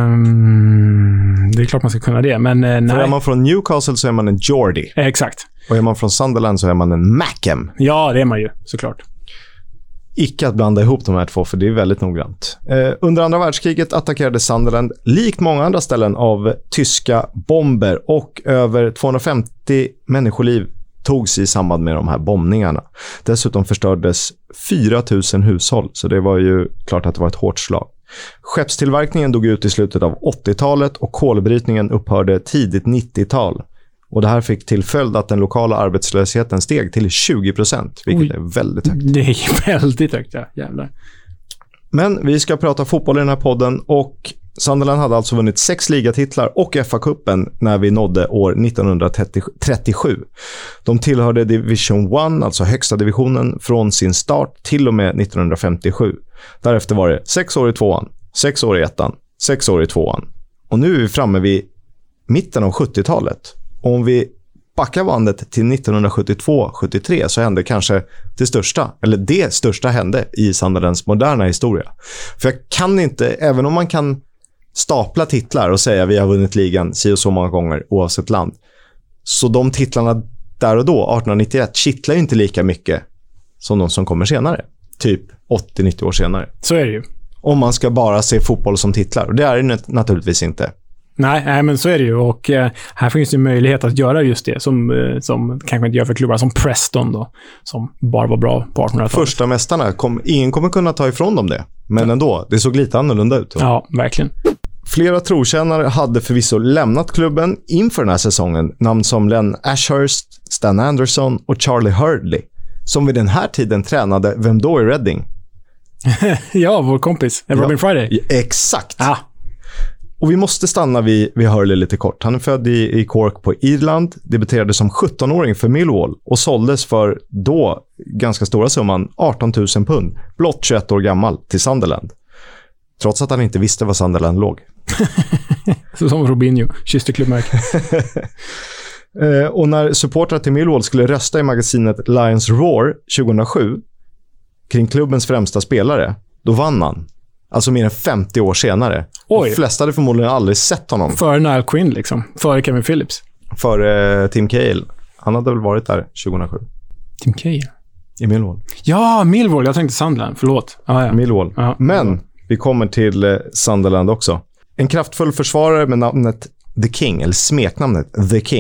det är klart man ska kunna det, men eh, nej. För är man från Newcastle så är man en Geordie. Eh, exakt. Och är man från Sunderland så är man en Mackem. Ja, det är man ju, såklart. Icke att blanda ihop de här två, för det är väldigt noggrant. Eh, under andra världskriget attackerade Sunderland, likt många andra ställen, av tyska bomber och över tvåhundrafemtio människoliv togs i samband med de här bombningarna. Dessutom förstördes fyra tusen hushåll, så det var ju klart att det var ett hårt slag. Skeppstillverkningen dog ut i slutet av åttiotalet och kolbrytningen upphörde tidigt nittiotal. Och det här fick till följd att den lokala arbetslösheten steg till tjugo procent, vilket Oj. är väldigt högt. Det är väldigt högt, ja. Jävlar. Men vi ska prata fotboll i den här podden och Sunderland hade alltså vunnit sex ligatitlar och F A-cupen när vi nådde år nittonhundratrettiosju. De tillhörde Division ett, alltså högsta divisionen, från sin start till och med nittonhundrafemtiosju. Därefter var det sex år i tvåan, sex år i ettan, sex år i tvåan. Och nu är vi framme vid mitten av sjuttiotalet. Och om vi backar bandet till nittonhundrasjuttiotvå sjuttiotre så hände kanske det största, eller det största hände i Sunderlands moderna historia. För jag kan inte, även om man kan stapla titlar och säga vi har vunnit ligan si och så många gånger oavsett land, så de titlarna där och då, artonhundranittioett, kittlar ju inte lika mycket som de som kommer senare. Typ åttio nittio år senare. Så är det ju. Om man ska bara se fotboll som titlar. Och det är det naturligtvis inte. Nej, nej, men så är det ju. Och eh, här finns det möjlighet att göra just det som, eh, som kanske inte gör för klubbar som Preston då, som bara var bra på artonhundratalet. Första mästarna, kom, ingen kommer kunna ta ifrån dem det. Men ja. ändå, det såg lite annorlunda ut. Så. Ja, verkligen. Flera trotjänare hade förvisso lämnat klubben inför den här säsongen. Namn som Len Ashurst, Stan Anderson och Charlie Hurdley. Som vid den här tiden tränade vem då i Reading? Ja, vår kompis. Robin ja, Friday. Exakt. Ah. Och vi måste stanna vid, vid Hurley lite kort. Han är född i, i Cork på Irland, debuterade som sjuttonåring för Millwall och såldes för då ganska stora summan arton tusen pund, blott tjugoett år gammal, till Sunderland. Trots att han inte visste var Sunderland låg. Så som Robinho, kysste klubbmärke. eh, och när supportrar till Millwall skulle rösta i magasinet Lions Roar tjugohundrasju kring klubbens främsta spelare, då vann han. Alltså mer än femtio år senare. Oj. De flesta hade förmodligen aldrig sett honom. Före Niall Quinn liksom. Före Kevin Phillips. Före eh, Tim Cahill. Han hade väl varit där tjugohundrasju. Tim Cahill? I Millwall. Ja, Millwall. Jag tänkte Sunderland. Förlåt. Ah, ja. Millwall. Ah, Men vi kommer till eh, Sunderland också. En kraftfull försvarare med namnet The King, eller smeknamnet The King.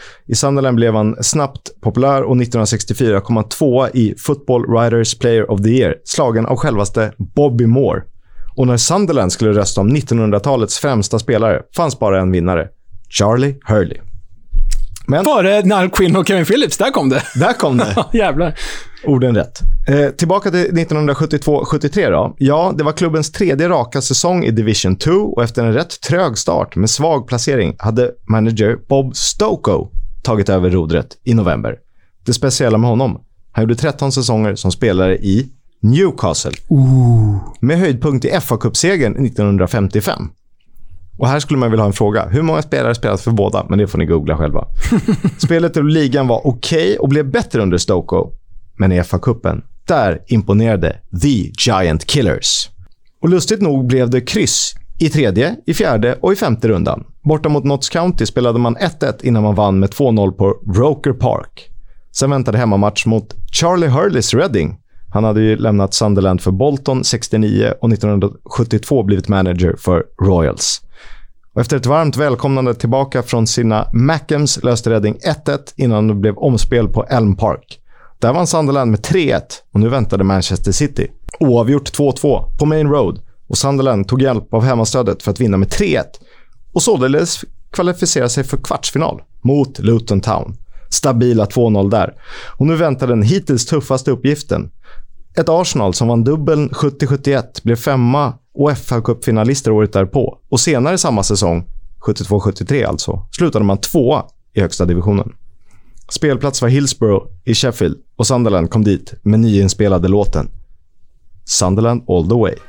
I Sunderland blev han snabbt populär och nittonhundrasextiofyra kom han tvåa i Football Writers Player of the Year, slagen av självaste Bobby Moore. Och när Sunderland skulle rösta om nittonhundratalets främsta spelare fanns bara en vinnare, Charlie Hurley. Men före Niall Quinn och Kevin Phillips, där kom det. Där kom det. Jävlar. Orden rätt. Eh, tillbaka till nittonhundrasjuttiotvå sjuttiotre då. Ja, det var klubbens tredje raka säsong i Division två och efter en rätt trög start med svag placering hade manager Bob Stokoe tagit över rodret i november. Det speciella med honom, han gjorde tretton säsonger som spelare i Newcastle. Ooh. Med höjdpunkt i F A-cupsegern nittonhundrafemtiofem. Och här skulle man vilja ha en fråga. Hur många spelare spelat för båda? Men det får ni googla själva. Spelet i ligan var okej okay och blev bättre under Stokoe. Men i F A-cupen, där imponerade The Giant Killers. Och lustigt nog blev det kryss i tredje, i fjärde och i femte rundan. Borta mot Notts County spelade man ett ett innan man vann med två noll på Roker Park. Sen väntade hemmamatch mot Charlie Hurleys Reading. Han hade ju lämnat Sunderland för Bolton sextionio och nittonhundrasjuttiotvå blivit manager för Royals. Och efter ett varmt välkomnande tillbaka från sina Mackems löste Reading ett ett innan det blev omspel på Elm Park. Där vann Sunderland med tre ett och nu väntade Manchester City. Oavgjort två två på Main Road och Sunderland tog hjälp av hemmastödet för att vinna med tre ett och således kvalificera sig för kvartsfinal mot Luton Town. Stabila två noll där. Och nu väntar den hittills tuffaste uppgiften. Ett Arsenal som vann dubbeln sjuttio sjuttioett blev femma och F A-cupfinalister året därpå. Och senare samma säsong, sjuttiotvå sjuttiotre alltså, slutade man tvåa i högsta divisionen. Spelplats var Hillsborough i Sheffield och Sunderland kom dit med nyinspelade låten Sunderland All the Way.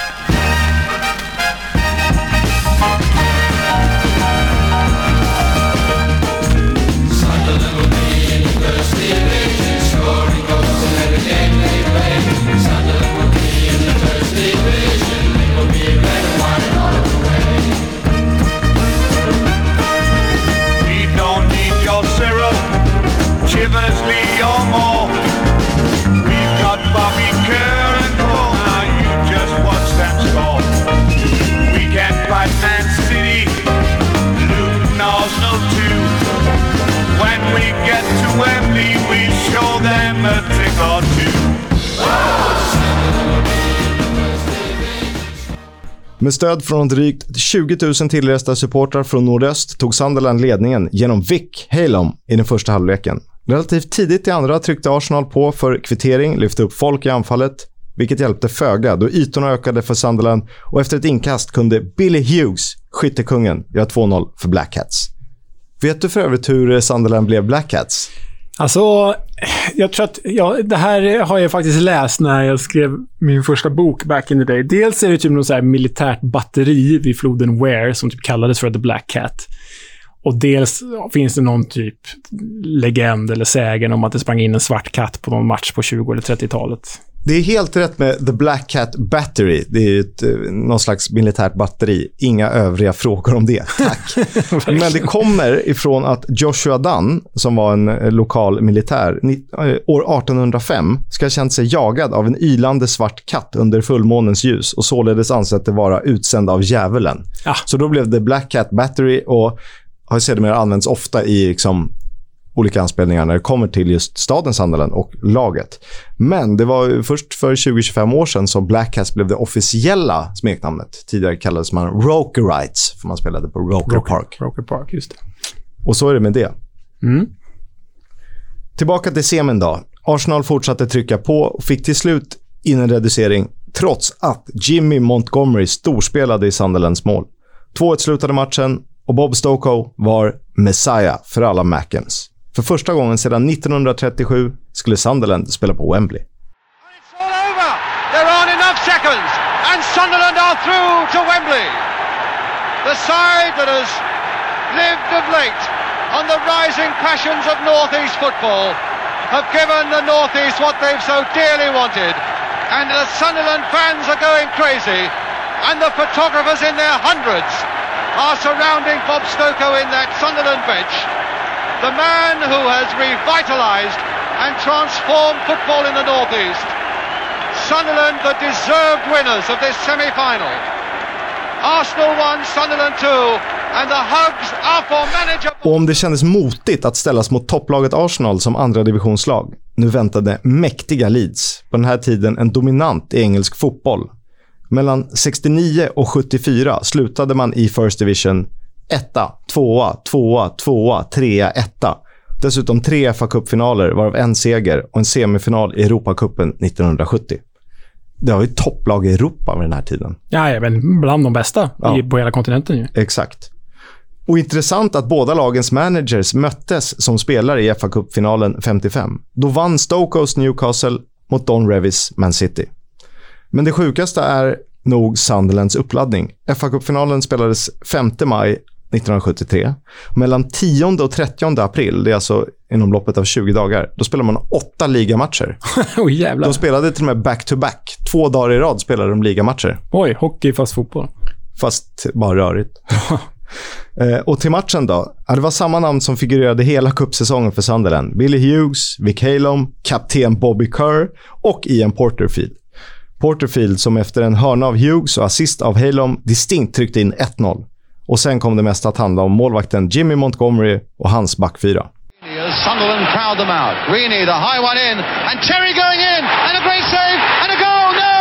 Med stöd från drygt tjugo tusen tillresta supportrar från nordöst tog Sunderland ledningen genom Vic Hallam i den första halvleken. Relativt tidigt i andra tryckte Arsenal på för kvittering, lyfte upp folk i anfallet, vilket hjälpte föga då ytorna ökade för Sunderland och efter ett inkast kunde Billy Hughes, skyttekungen, göra två noll för Black Cats. Vet du för övrigt hur Sunderland blev Black Cats? Alltså, jag tror att ja, det här har jag faktiskt läst när jag skrev min första bok back in the day. Dels är det typ något så här militärt batteri vid floden Ware som typ kallades för The Black Cat. Och dels finns det någon typ legend eller sägen om att det sprang in en svart katt på någon match på tjugo- eller trettiotalet. Det är helt rätt med The Black Cat Battery. Det är ju ett, någon slags militärt batteri. Inga övriga frågor om det. Tack. Men det kommer ifrån att Joshua Dunn, som var en lokal militär, år artonhundrafem ska ha känt sig jagad av en ylande svart katt under fullmånens ljus och således ansett det vara utsänd av djävulen. Ah. Så då blev det Black Cat Battery och har sedermera använts ofta i liksom olika anspelningar när det kommer till just staden Sunderland och laget. Men det var först för tjugo till tjugofem år sedan som Black Cats blev det officiella smeknamnet. Tidigare kallades man Rokerites för man spelade på Roker, Roker Park. Roker Park, just det. Och så är det med det. Mm. Tillbaka till semin då. Arsenal fortsatte trycka på och fick till slut in en reducering trots att Jimmy Montgomery storspelade i Sunderlands mål. två ett slutade matchen och Bob Stokoe var Messiah för alla Mackems. För första gången sedan nittonhundratrettiosju skulle Sunderland spela på Wembley. It's all over. There aren't enough seconds and Sunderland are through to Wembley. The side that has lived of late on the rising passions of North East football have given the North East what they've so dearly wanted. And the Sunderland fans are going crazy and the photographers in their hundreds are surrounding Bob Stokoe in that Sunderland bench. The man who has revitalised and transformed football in the North East. Sunderland, the deserved winners of this semi-final. Arsenal one, Sunderland two. And the hugs are for manager. Och om det kändes motigt att ställas mot topplaget Arsenal som andra divisionslag, nu väntade mäktiga Leeds, på den här tiden en dominant i engelsk fotboll. Mellan sextionio och sjuttiofyra slutade man i First Division etta, tvåa, tvåa, tvåa, trea, etta. Dessutom tre F A-cupfinaler, varav en seger och en semifinal i Europacupen nittonhundrasjuttio. Det var ju topplag i Europa vid den här tiden. Ja, men bland de bästa ja. i, på hela kontinenten ju. Exakt. Och intressant att båda lagens managers möttes som spelare i F A-cupfinalen femtiofem. Då vann Stoke Coast Newcastle mot Don Revis Man City. Men det sjukaste är nog Sunderlands uppladdning. F A-cupfinalen spelades femte maj nittonhundrasjuttiotre. Mellan tionde och trettionde april, det är alltså inom loppet av tjugo dagar, då spelar man åtta ligamatcher. Oj, jävlar. De spelade till och med back-to-back. Två dagar i rad spelade de ligamatcher. Oj, hockey fast fotboll. Fast bara rörigt. eh, och till matchen då. Det var samma namn som figurerade hela cupsäsongen för Sunderland. Billy Hughes, Vic Hallam, kapten Bobby Kerr och Ian Porterfield. Porterfield som efter en hörna av Hughes och assist av Hallam distinkt tryckte in ett noll. Och sen kom det mesta att handla om målvakten Jimmy Montgomery och hans backfyra. Sunderland crowd them out. Greeny, the high one in, and Terry going in, and a great save, and a goal. No!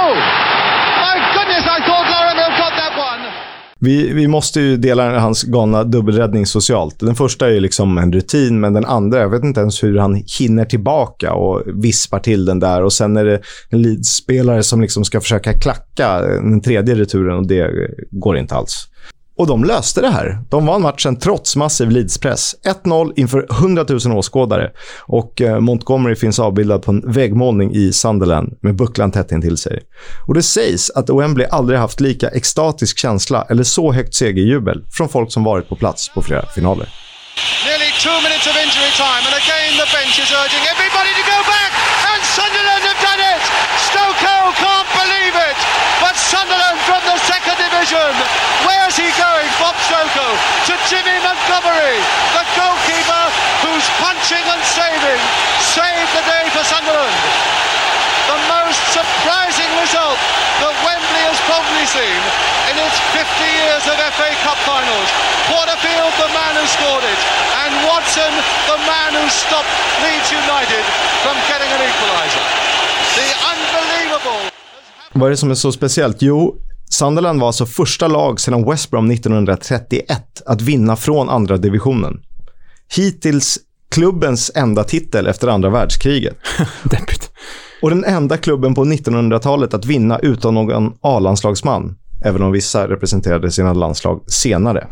My goodness, I thought Laramie got that one. Vi, vi måste ju dela hans galna dubbelräddning socialt. Den första är ju liksom en rutin, men den andra, jag vet inte ens hur han hinner tillbaka och vispar till den där. Och sen är det en Leeds-spelare som liksom ska försöka klacka den tredje returen och det går inte alls. Och de löste det här. De vann matchen trots massiv Leeds-press. ett noll inför hundratusen åskådare. Och eh, Montgomery finns avbildad på en väggmålning i Sunderland med bucklan tätt in till sig. Och det sägs att Wembley aldrig haft lika extatisk känsla eller så högt segerjubel från folk som varit på plats på flera finaler. Nearly two minutes of injury time, and again the bench is urging everybody to go back, and Sunderland have done it! Stoke can't believe it, but Sunderland from the second division. Where's he going, Bob Stoke? To Jimmy Montgomery, the goalkeeper who's punching and saving, saved the day for Sunderland. The most surprising result that Wembley has probably seen in its fifty years of F A Cup finals. Porterfield, the man who scored it, and Watson, the man who stopped Leeds United from getting an equaliser. The unbelievable. Vad är det som är så speciellt? Jo, Sunderland var alltså första lag sedan West Brom nittonhundratrettioett att vinna från andra divisionen. Hittills klubbens enda titel efter andra världskriget. Deppigt. Och den enda klubben på nittonhundratalet att vinna utan någon A-landslagsman, även om vissa representerade sina landslag senare.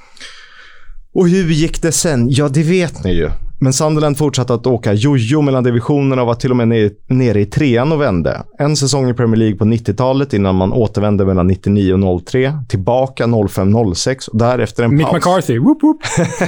Och hur gick det sen? Ja, det vet ni ju. Men Sunderland fortsatte att åka jojo mellan divisionerna och var till och med nere i trean och vände. En säsong i Premier League på nittiotalet innan man återvände mellan nittionio och noll tre. Tillbaka noll fem noll sex och därefter en Mick paus. Mick McCarthy, whoop whoop.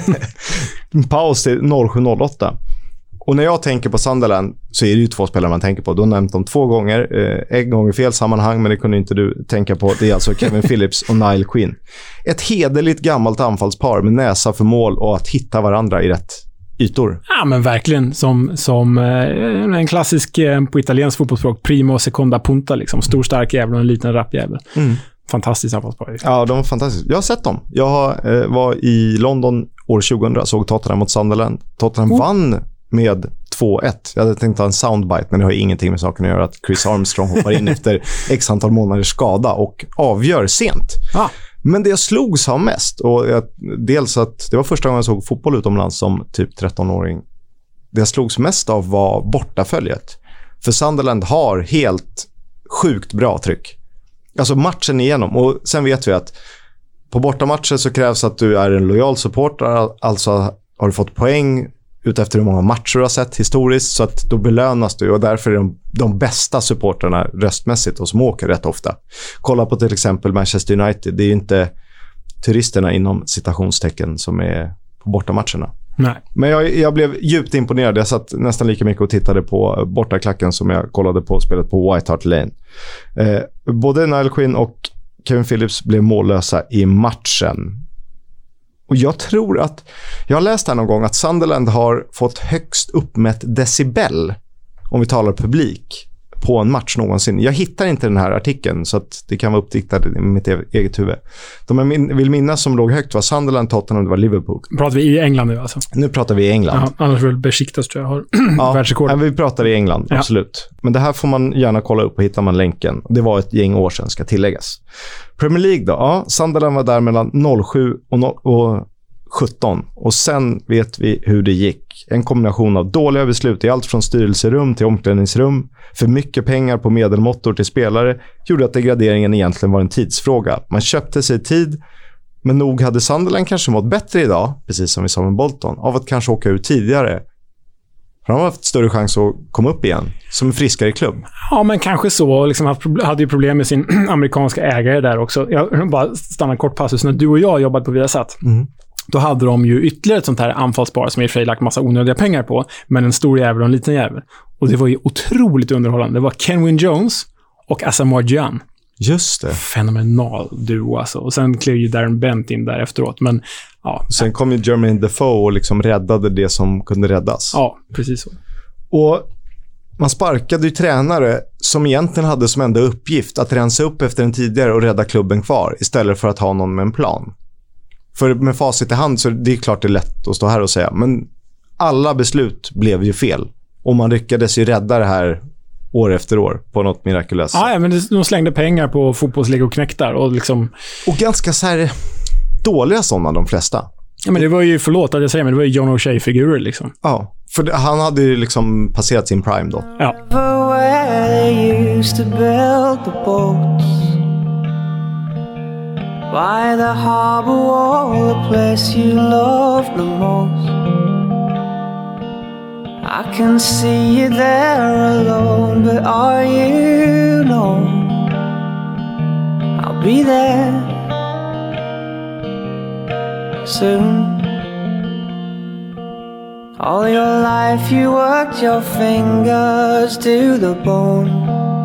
En paus till noll sju noll åtta. Och när jag tänker på Sunderland så är det ju två spelare man tänker på. Du har nämnt dem två gånger. Eh, en gång i fel sammanhang, men det kunde inte du tänka på. Det är alltså Kevin Phillips och Niall Quinn. Ett hederligt gammalt anfallspar med näsa för mål och att hitta varandra i rätt ytor. Ja, men verkligen. Som, som eh, en klassisk eh, på italiensk fotbollsspråk. Primo seconda punta. Liksom. Stor, stark jävel och en liten rapp jävel. Mm. Fantastiskt anfallspar. Liksom. Ja, de var fantastiska. Jag har sett dem. Jag eh, var i London år tjugohundra. Såg Tottenham mot Sunderland. Tottenham oh. vann med två ett. Jag hade tänkt ta en soundbite, men det har ingenting med saken att göra att Chris Armstrong hoppar in efter x antal månaders skada och avgör sent. Ah. Men det jag slogs av mest, och jag, dels att det var första gången jag såg fotboll utomlands som typ tretton-åring. Det jag slogs mest av var bortaföljet. För Sunderland har helt sjukt bra tryck. Alltså matchen igenom. Och sen vet vi att på bortamatcher så krävs att du är en lojal supporter, alltså har du fått poäng utefter hur många matcher du har sett historiskt, så att då belönas du, och därför är de, de bästa supporterna röstmässigt och som åker rätt ofta. Kolla på till exempel Manchester United, det är ju inte turisterna inom citationstecken som är på bortamatcherna. Nej. Men jag, jag blev djupt imponerad. Jag satt nästan lika mycket och tittade på bortaklacken som jag kollade på spelet på White Hart Lane. Eh, både Niall Quinn och Kevin Phillips blev mållösa i matchen. Och jag tror att, jag har läst här någon gång att Sunderland har fått högst uppmätt decibel, om vi talar publik, på en match någonsin. Jag hittar inte den här artikeln så att det kan vara uppdiktat i mitt eget huvud. De jag min- vill minnas som låg högt var Sunderland, Tottenham, det var Liverpool. Pratar vi i England nu alltså? Nu pratar vi i England. Ja, annars vill Besiktas tror jag har ja, världsrekord. Ja, vi pratar i England, ja. absolut. Men det här får man gärna kolla upp och hittar man länken. Det var ett gäng år sedan, ska tilläggas. Premier League då? Ja, Sunderland var där mellan noll sju och, no- och sjutton. Och sen vet vi hur det gick. En kombination av dåliga beslut i allt från styrelserum till omklädningsrum, för mycket pengar på medelmåttor till spelare, gjorde att degraderingen egentligen var en tidsfråga. Man köpte sig tid, men nog hade Sunderland kanske mått bättre idag, precis som vi sa med Bolton, av att kanske åka ut tidigare. För de har haft större chans att komma upp igen som en friskare klubb. Ja, men kanske så. Liksom hade ju problem med sin amerikanska ägare där också. Jag bara stannar kort passus. När du och jag jobbade på Viasat, mm. då hade de ju ytterligare ett sånt här anfallspar som i och för sig lagt massa onödiga pengar på, men en stor jävel och en liten jävel. Och det var ju otroligt underhållande. Det var Kenwyne Jones och Asamoah Gyan. Just det. Fenomenal duo alltså. Och sen klev ju Darren Bent in där efteråt. Men ja. Sen kom ju Jermaine Defoe och liksom räddade det som kunde räddas. Ja, precis så. Och man sparkade ju tränare som egentligen hade som enda uppgift att rensa upp efter en tidigare och rädda klubben kvar istället för att ha någon med en plan. För med facit i hand så det är klart det är lätt att stå här och säga. Men alla beslut blev ju fel. Och man lyckades ju rädda det här år efter år på något mirakulöst. Ja, men de slängde pengar på fotbollslegoknektar och liksom... Och ganska så här dåliga sådana de flesta. Ja, men det var ju, förlåt att jag säger, men det var ju John O'Shea-figurer liksom. Ja, för det, han hade ju liksom passerat sin prime då. Ja. By the harbor wall, the place you love the most. I can see you there alone, but are you known? I'll be there soon. All your life you worked your fingers to the bone.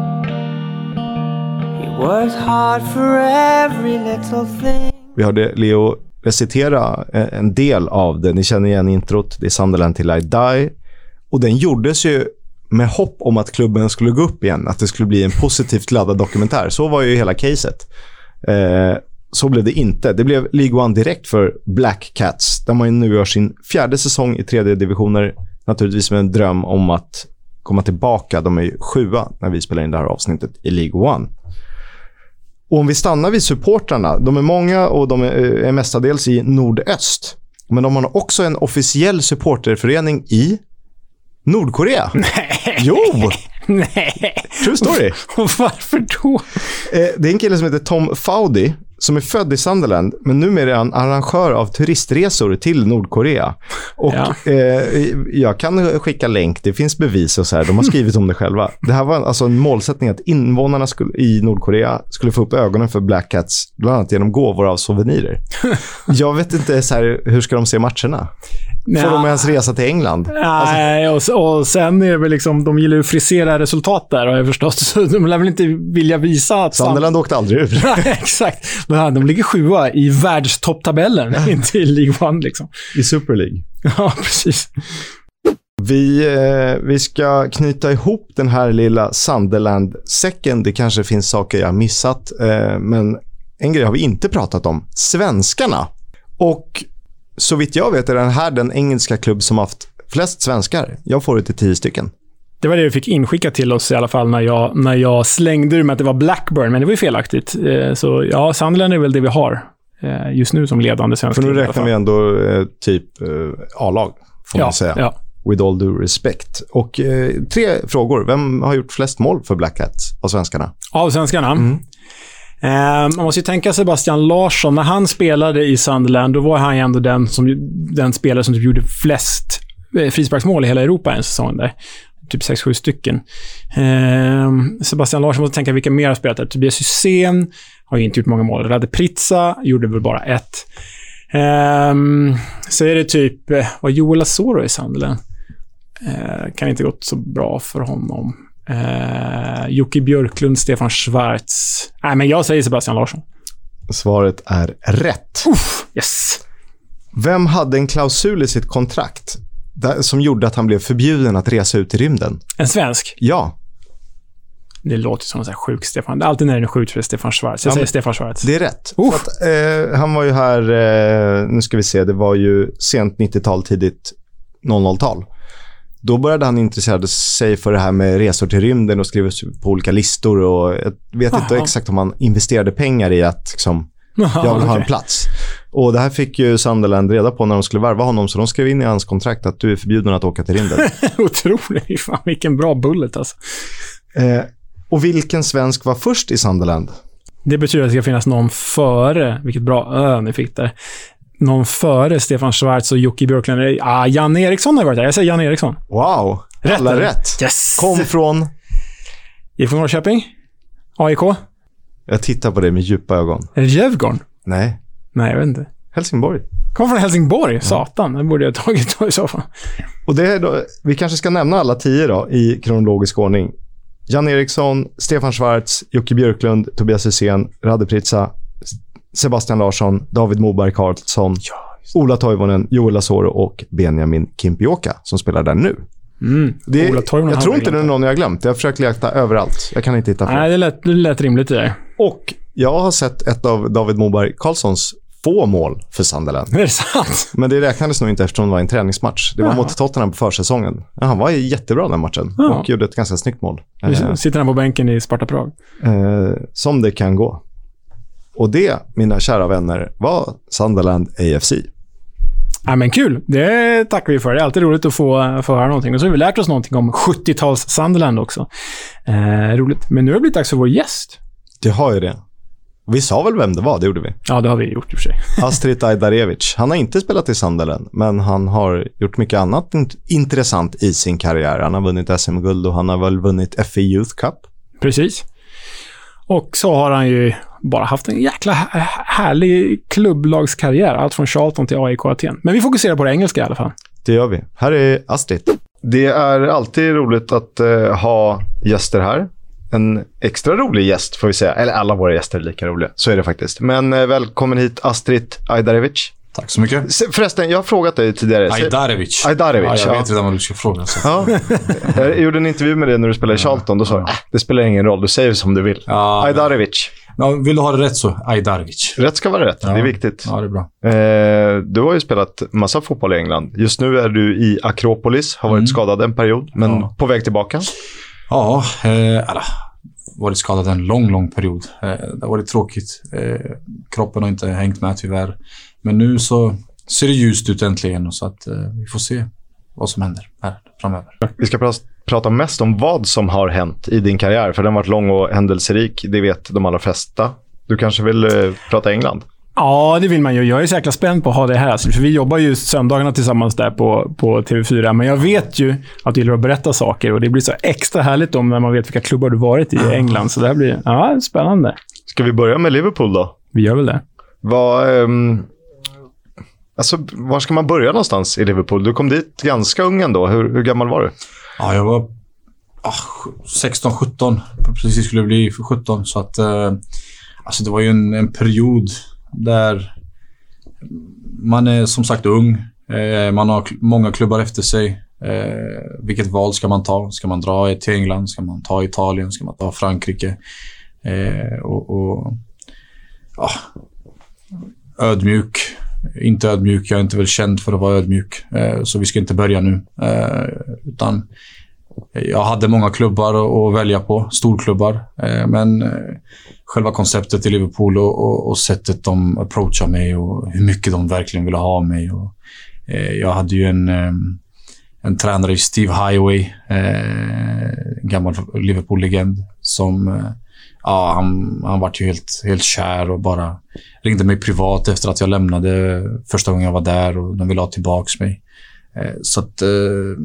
Worked hard for every little thing. Vi hörde Leo recitera en del av det. Ni känner igen introt. Det är Sunderland till I Die. Och den gjordes ju med hopp om att klubben skulle gå upp igen. Att det skulle bli en positivt laddad dokumentär. Så var ju hela caset. Eh, så blev det inte. Det blev League One direkt för Black Cats. Där man nu gör sin fjärde säsong i tredje divisioner. Naturligtvis med en dröm om att komma tillbaka. De är ju sjua när vi spelar in det här avsnittet i League One. Och om vi stannar vid supportrarna, de är många och de är, är mestadels i nordöst. Men de har också en officiell supporterförening i Nordkorea. Nej. Jo! Nej. True story. Och varför då? Eh, det är en kille som heter Tom Fowdy som är född i Sunderland, men numera är han arrangör av turistresor till Nordkorea. Och ja. eh, jag kan skicka länk, det finns bevis och så här, de har skrivit om det själva. Det här var alltså en målsättning att invånarna skulle, i Nordkorea skulle få upp ögonen för Black Cats, bland annat genom gåvor av souvenirer. Jag vet inte så här, hur ska de se matcherna? Får ja. de ens resa till England? Nej, alltså. och, och sen är det väl liksom, de gillar ju frisera resultat där, har jag förstått. Så de lär väl inte vilja visa att... Sunderland sam- åkte aldrig ur. Nej, exakt. Men de ligger sjua i världstopptabellen, inte i League One liksom. I Super League. Ja, precis. Vi, eh, vi ska knyta ihop den här lilla Sunderland-säcken. Det kanske finns saker jag har missat, eh, men en grej har vi inte pratat om. Svenskarna. Och så vitt jag vet är den här den engelska klubb som haft flest svenskar. Jag får det till tio stycken. Det var det vi fick inskicka till oss i alla fall när jag, när jag slängde ur med att det var Blackburn, men det var ju felaktigt. Så ja, Sunderland är väl det vi har just nu som ledande svensk. För nu räknar vi ändå eh, typ eh, A-lag, får ja, man säga. Ja. With all due respect. Och eh, tre frågor. Vem har gjort flest mål för Black Cats av svenskarna? Av svenskarna? Mm. Eh, man måste ju tänka Sebastian Larsson. När han spelade i Sunderland, då var han ju ändå den, som, den spelare som typ gjorde flest eh, frisparksmål i hela Europa en säsong där. Typ sex sju stycken. Eh, Sebastian Larsson måste tänka vilka mer har spelat där. Tobias Hysén har ju inte gjort många mål. Rade Pritsa gjorde väl bara ett. Eh, så är det typ eh, vad Joel Asoro i Sunderland. Eh, kan inte gått så bra för honom. Eh, Jocke Björklund, Stefan Schwarz. Nej, men jag säger Sebastian Larsson. Svaret är rätt. Uff, yes. Vem hade en klausul i sitt kontrakt där, som gjorde att han blev förbjuden att resa ut i rymden? En svensk? Ja. Det låter som en sån här sjuk Stefan. Alltid när det är sjukt för Stefan Schwarz. Jag ja, säger Stefan Schwarz. Det är rätt. För att, eh, han var ju här, eh, nu ska vi se, det var ju sent nittiotal, tidigt noll noll-tal. Då började han intressera sig för det här med resor till rymden och skriva på olika listor. Och jag vet Aha. inte exakt om han investerade pengar i att liksom, Aha, jag vill ha okay. en plats. Och det här fick ju Sunderland reda på när de skulle värva honom. Så de skrev in i hans kontrakt att du är förbjuden att åka till rymden. Otroligt. Fan, vilken bra bullet alltså. Eh, och vilken svensk var först i Sunderland? Det betyder att det ska finnas någon före. Vilket bra ö ni fick där. Någon före Stefan Schwarz och Jocke Björklund. Ah, Jan Eriksson har varit där. Jag säger Jan Eriksson. Wow. Rätt, alla rätt. Yes. Kom från... Ifrån Norrköping. A I K. Jag tittar på det med djupa ögon. Är det Djurgården? Nej. Nej, jag vet inte. Helsingborg. Kom från Helsingborg? Ja. Satan, det borde jag ha tagit då i så fall. Och det är då, vi kanske ska nämna alla tio då i kronologisk ordning. Jan Eriksson, Stefan Schwarz, Jocke Björklund, Tobias Hysén, Rade Pritsa, Sebastian Larsson, David Moberg Karlsson, ja, Ola Toivonen, Joel Asoro och Benjamin Kimpioka som spelar där nu. Mm. Det, jag tror inte det är någon jag har glömt. Jag har försökt leta överallt. Jag kan inte hitta fram. Nej, det lät, det lät rimligt det där. Och jag har sett ett av David Moberg Karlssons få mål för Sunderland. Det är sant. Men det räknades nog inte eftersom det var en träningsmatch. Det var Jaha. mot Tottenham på försäsongen. Ja, han var jättebra den matchen Jaha. och gjorde ett ganska snyggt mål. Sitter han på bänken i Sparta Prag? Eh, som det kan gå. Och det, mina kära vänner, var Sunderland A F C. Ja, men kul. Det tackar vi för. Det är alltid roligt att få, få höra någonting. Och så har vi lärt oss någonting om sjuttio-tals Sunderland också. Eh, roligt. Men nu har det blivit dags för vår gäst. Det har ju det. Vi sa väl vem det var, det gjorde vi. Ja, det har vi gjort i och för sig. Astrit Ajdarevic. Han har inte spelat i Sunderland, men han har gjort mycket annat int- intressant i sin karriär. Han har vunnit S M-guld och han har väl vunnit F A Youth Cup. Precis. Och så har han ju bara haft en jäkla härlig klubblagskarriär. Allt från Charlton till A I K Aten. Men vi fokuserar på det engelska i alla fall. Det gör vi. Här är Astrid. Det är alltid roligt att uh, ha gäster här. En extra rolig gäst får vi säga. Eller alla våra gäster är lika roliga. Så är det faktiskt. Men uh, välkommen hit Astrid Ajdarevic. Tack så mycket. Förresten, jag har frågat dig tidigare. Ajdarevic. Ajdarevic, ja. Jag ja. vet redan vad du ska fråga. Så. Ja. Jag gjorde en intervju med dig när du spelade i Charlton. Då sa du, äh, det spelar ingen roll. Du säger som du vill. Ja, Ajdarevic. Ja, vill du ha det rätt så? Ajdarevic. Rätt ska vara rätt. Ja. Det är viktigt. Ja, det är bra. Eh, du har ju spelat massa fotboll i England. Just nu är du i Akropolis. Har varit mm. skadad en period. Men ja. på väg tillbaka. Ja, eh, alla. Varit skadad en lång, lång period. Eh, det har varit tråkigt. Eh, kroppen har inte hängt med tyvärr. Men nu så ser det ljust ut äntligen, så att eh, vi får se vad som händer här framöver. Vi ska pr- prata mest om vad som har hänt i din karriär, för den har varit lång och händelserik. Det vet de allra flesta. Du kanske vill eh, prata England? Ja, det vill man ju. Jag är så jäkla spänd på att ha det här. För vi jobbar ju söndagarna tillsammans där på, på T V fyra. Men jag vet ju att du gillar att berätta saker. Och det blir så extra härligt om när man vet vilka klubbar du varit i England. Så det här blir ja, spännande. Ska vi börja med Liverpool då? Vi gör väl det. Vad... Um... Alltså, var ska man börja någonstans i Liverpool? Du kom dit ganska ung ändå. Hur, hur gammal var du? Ja, jag var ah, sexton sjutton. Precis skulle bli för sjutton. Så att, eh, alltså det var ju en, en period där man är som sagt ung. Eh, man har många klubbar efter sig. Eh, vilket val ska man ta? Ska man dra till England? Ska man ta Italien? Ska man ta Frankrike? Eh, och, och ja, ödmjuk. Inte ödmjuk, jag är inte väl känd för att vara ödmjuk. Eh, så vi ska inte börja nu. Eh, utan jag hade många klubbar att välja på, storklubbar. Eh, men eh, själva konceptet i Liverpool och, och, och sättet de approachar mig och hur mycket de verkligen ville ha mig. Och, eh, jag hade ju en, eh, en tränare i Steve Highway, eh, en gammal Liverpool-legend som... Eh, Ja, han, han var ju helt, helt kär och bara ringde mig privat efter att jag lämnade första gången jag var där och de ville ha tillbaks mig. Eh, så att eh,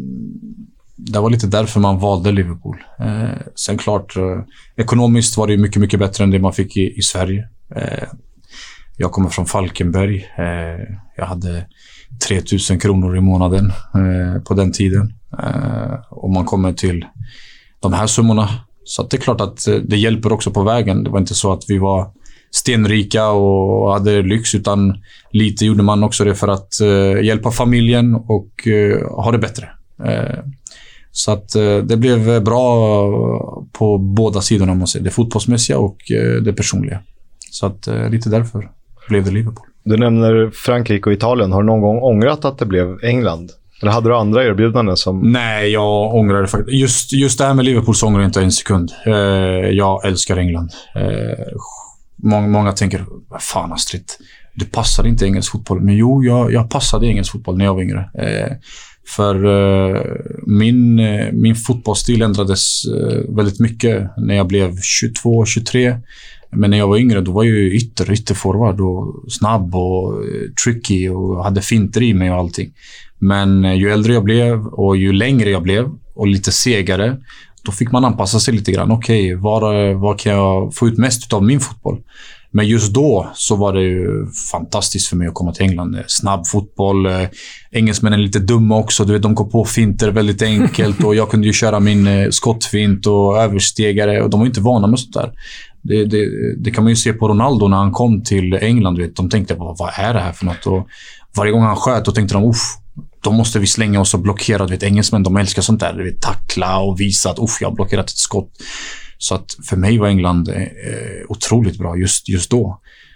det var lite därför man valde Liverpool. Eh, sen klart, eh, ekonomiskt var det mycket, mycket bättre än det man fick i, i Sverige. Eh, jag kommer från Falkenberg. Eh, jag hade tre tusen kronor i månaden eh, på den tiden. Eh, och man kommer till de här summorna. Så att det är klart att det hjälper också på vägen. Det var inte så att vi var stenrika och hade lyx, utan lite gjorde man också det för att uh, hjälpa familjen och uh, ha det bättre. Uh, Så att eh, det blev bra på båda sidorna, måste jag säga. Det fotbollsmässiga och eh, det personliga. Så att eh, lite därför blev det Liverpool. Du nämner Frankrike och Italien. Har du någon gång ångrat att det blev England? Eller hade du andra erbjudanden som... Nej, jag ångrar det faktiskt. Just, just det här med Liverpool så ångrar jag inte en sekund. Eh, jag älskar England. Eh, många, många tänker, vad fan Astrid, du passade inte engelsk fotboll. Men jo, jag, jag passade engelsk fotboll när jag var yngre. Eh, för eh, min, eh, min fotbollsstil ändrades eh, väldigt mycket när jag blev tjugotvå tjugotre. Men när jag var yngre, då var jag ju ytter, ytterforward och snabb och eh, tricky och hade finter i mig och allting. Men ju äldre jag blev och ju längre jag blev och lite segare, då fick man anpassa sig lite grann. Okej, okay, var, var kan jag få ut mest av min fotboll? Men just då så var det ju fantastiskt för mig att komma till England. Snabb fotboll, eh, engelsmännen är lite dumma också. Du vet, de går på finter väldigt enkelt och jag kunde ju köra min eh, skottfint och överstegare och de var inte vana med sånt där. Det, det, det kan man ju se på Ronaldo när han kom till England. Vet, de tänkte, vad, vad är det här för något? Och varje gång han sköt, då tänkte de, uff, då måste vi slänga oss och blockera. Du vet, engelsmän, de älskar sånt där. Du vet, tackla och visa att uff, jag har blockerat ett skott. Så att för mig var England eh, otroligt bra just, just då.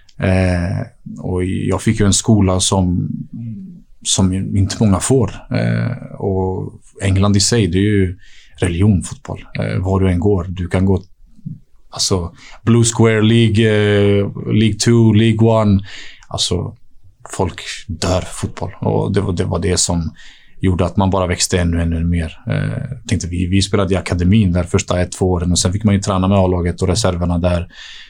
Eh, och jag fick ju en skola som, som inte många får. Eh, och England i sig, det är ju religion, fotboll. Eh, var du än går. Du kan gå alltså Blue Square League, eh, League två, League ett. Alltså folk dör för fotboll. Och det var, det var det som gjorde att man bara växte ännu, ännu mer. Eh, tänkte vi, vi spelade i akademin där första ett, två åren och sen fick man ju träna med A-laget och reserverna där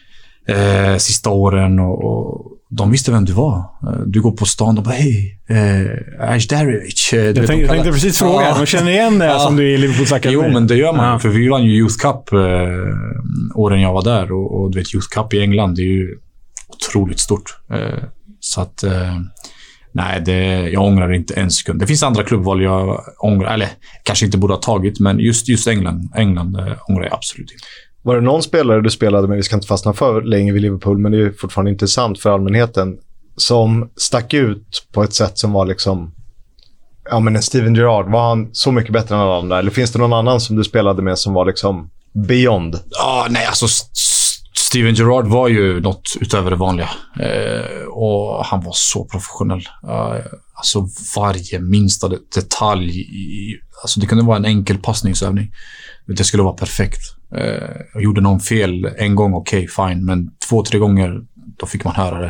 eh, sista åren och, och de visste vem du var. Eh, du går på stan och bara, hej, eh, Ajdarevic. Eh, jag tänkte, tänkte precis fråga, ja. De känner igen det som du är i Liverpools akademi. Jo, men det gör man. Ja. För vi vann ju Youth Cup eh, åren jag var där och, och du vet, Youth Cup i England, det är ju otroligt stort. Eh, så att eh, nej, det, jag ångrar inte en sekund. Det finns andra klubbval jag ångrar, eller kanske inte borde ha tagit, men just, just England, England äh, ångrar jag absolut inte. Var det någon spelare du spelade med, vi ska inte fastna för länge vid Liverpool, men det är ju fortfarande intressant för allmänheten, som stack ut på ett sätt som var liksom, ja men en Steven Gerrard, var han så mycket bättre än alla andra? Eller finns det någon annan som du spelade med som var liksom beyond? Ja, nej, alltså Steven Gerrard var ju något utöver det vanliga. Eh, och han var så professionell. Eh, alltså varje minsta detalj. I, alltså det kunde vara en enkel passningsövning. Det skulle vara perfekt. Eh, jag gjorde någon fel en gång, okej, okay, fine. Men två, tre gånger, då fick man höra det.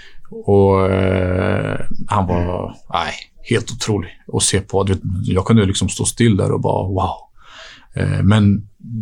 Och eh, han var nej, helt otrolig att se på. Jag kunde liksom stå still där och bara wow. Eh, men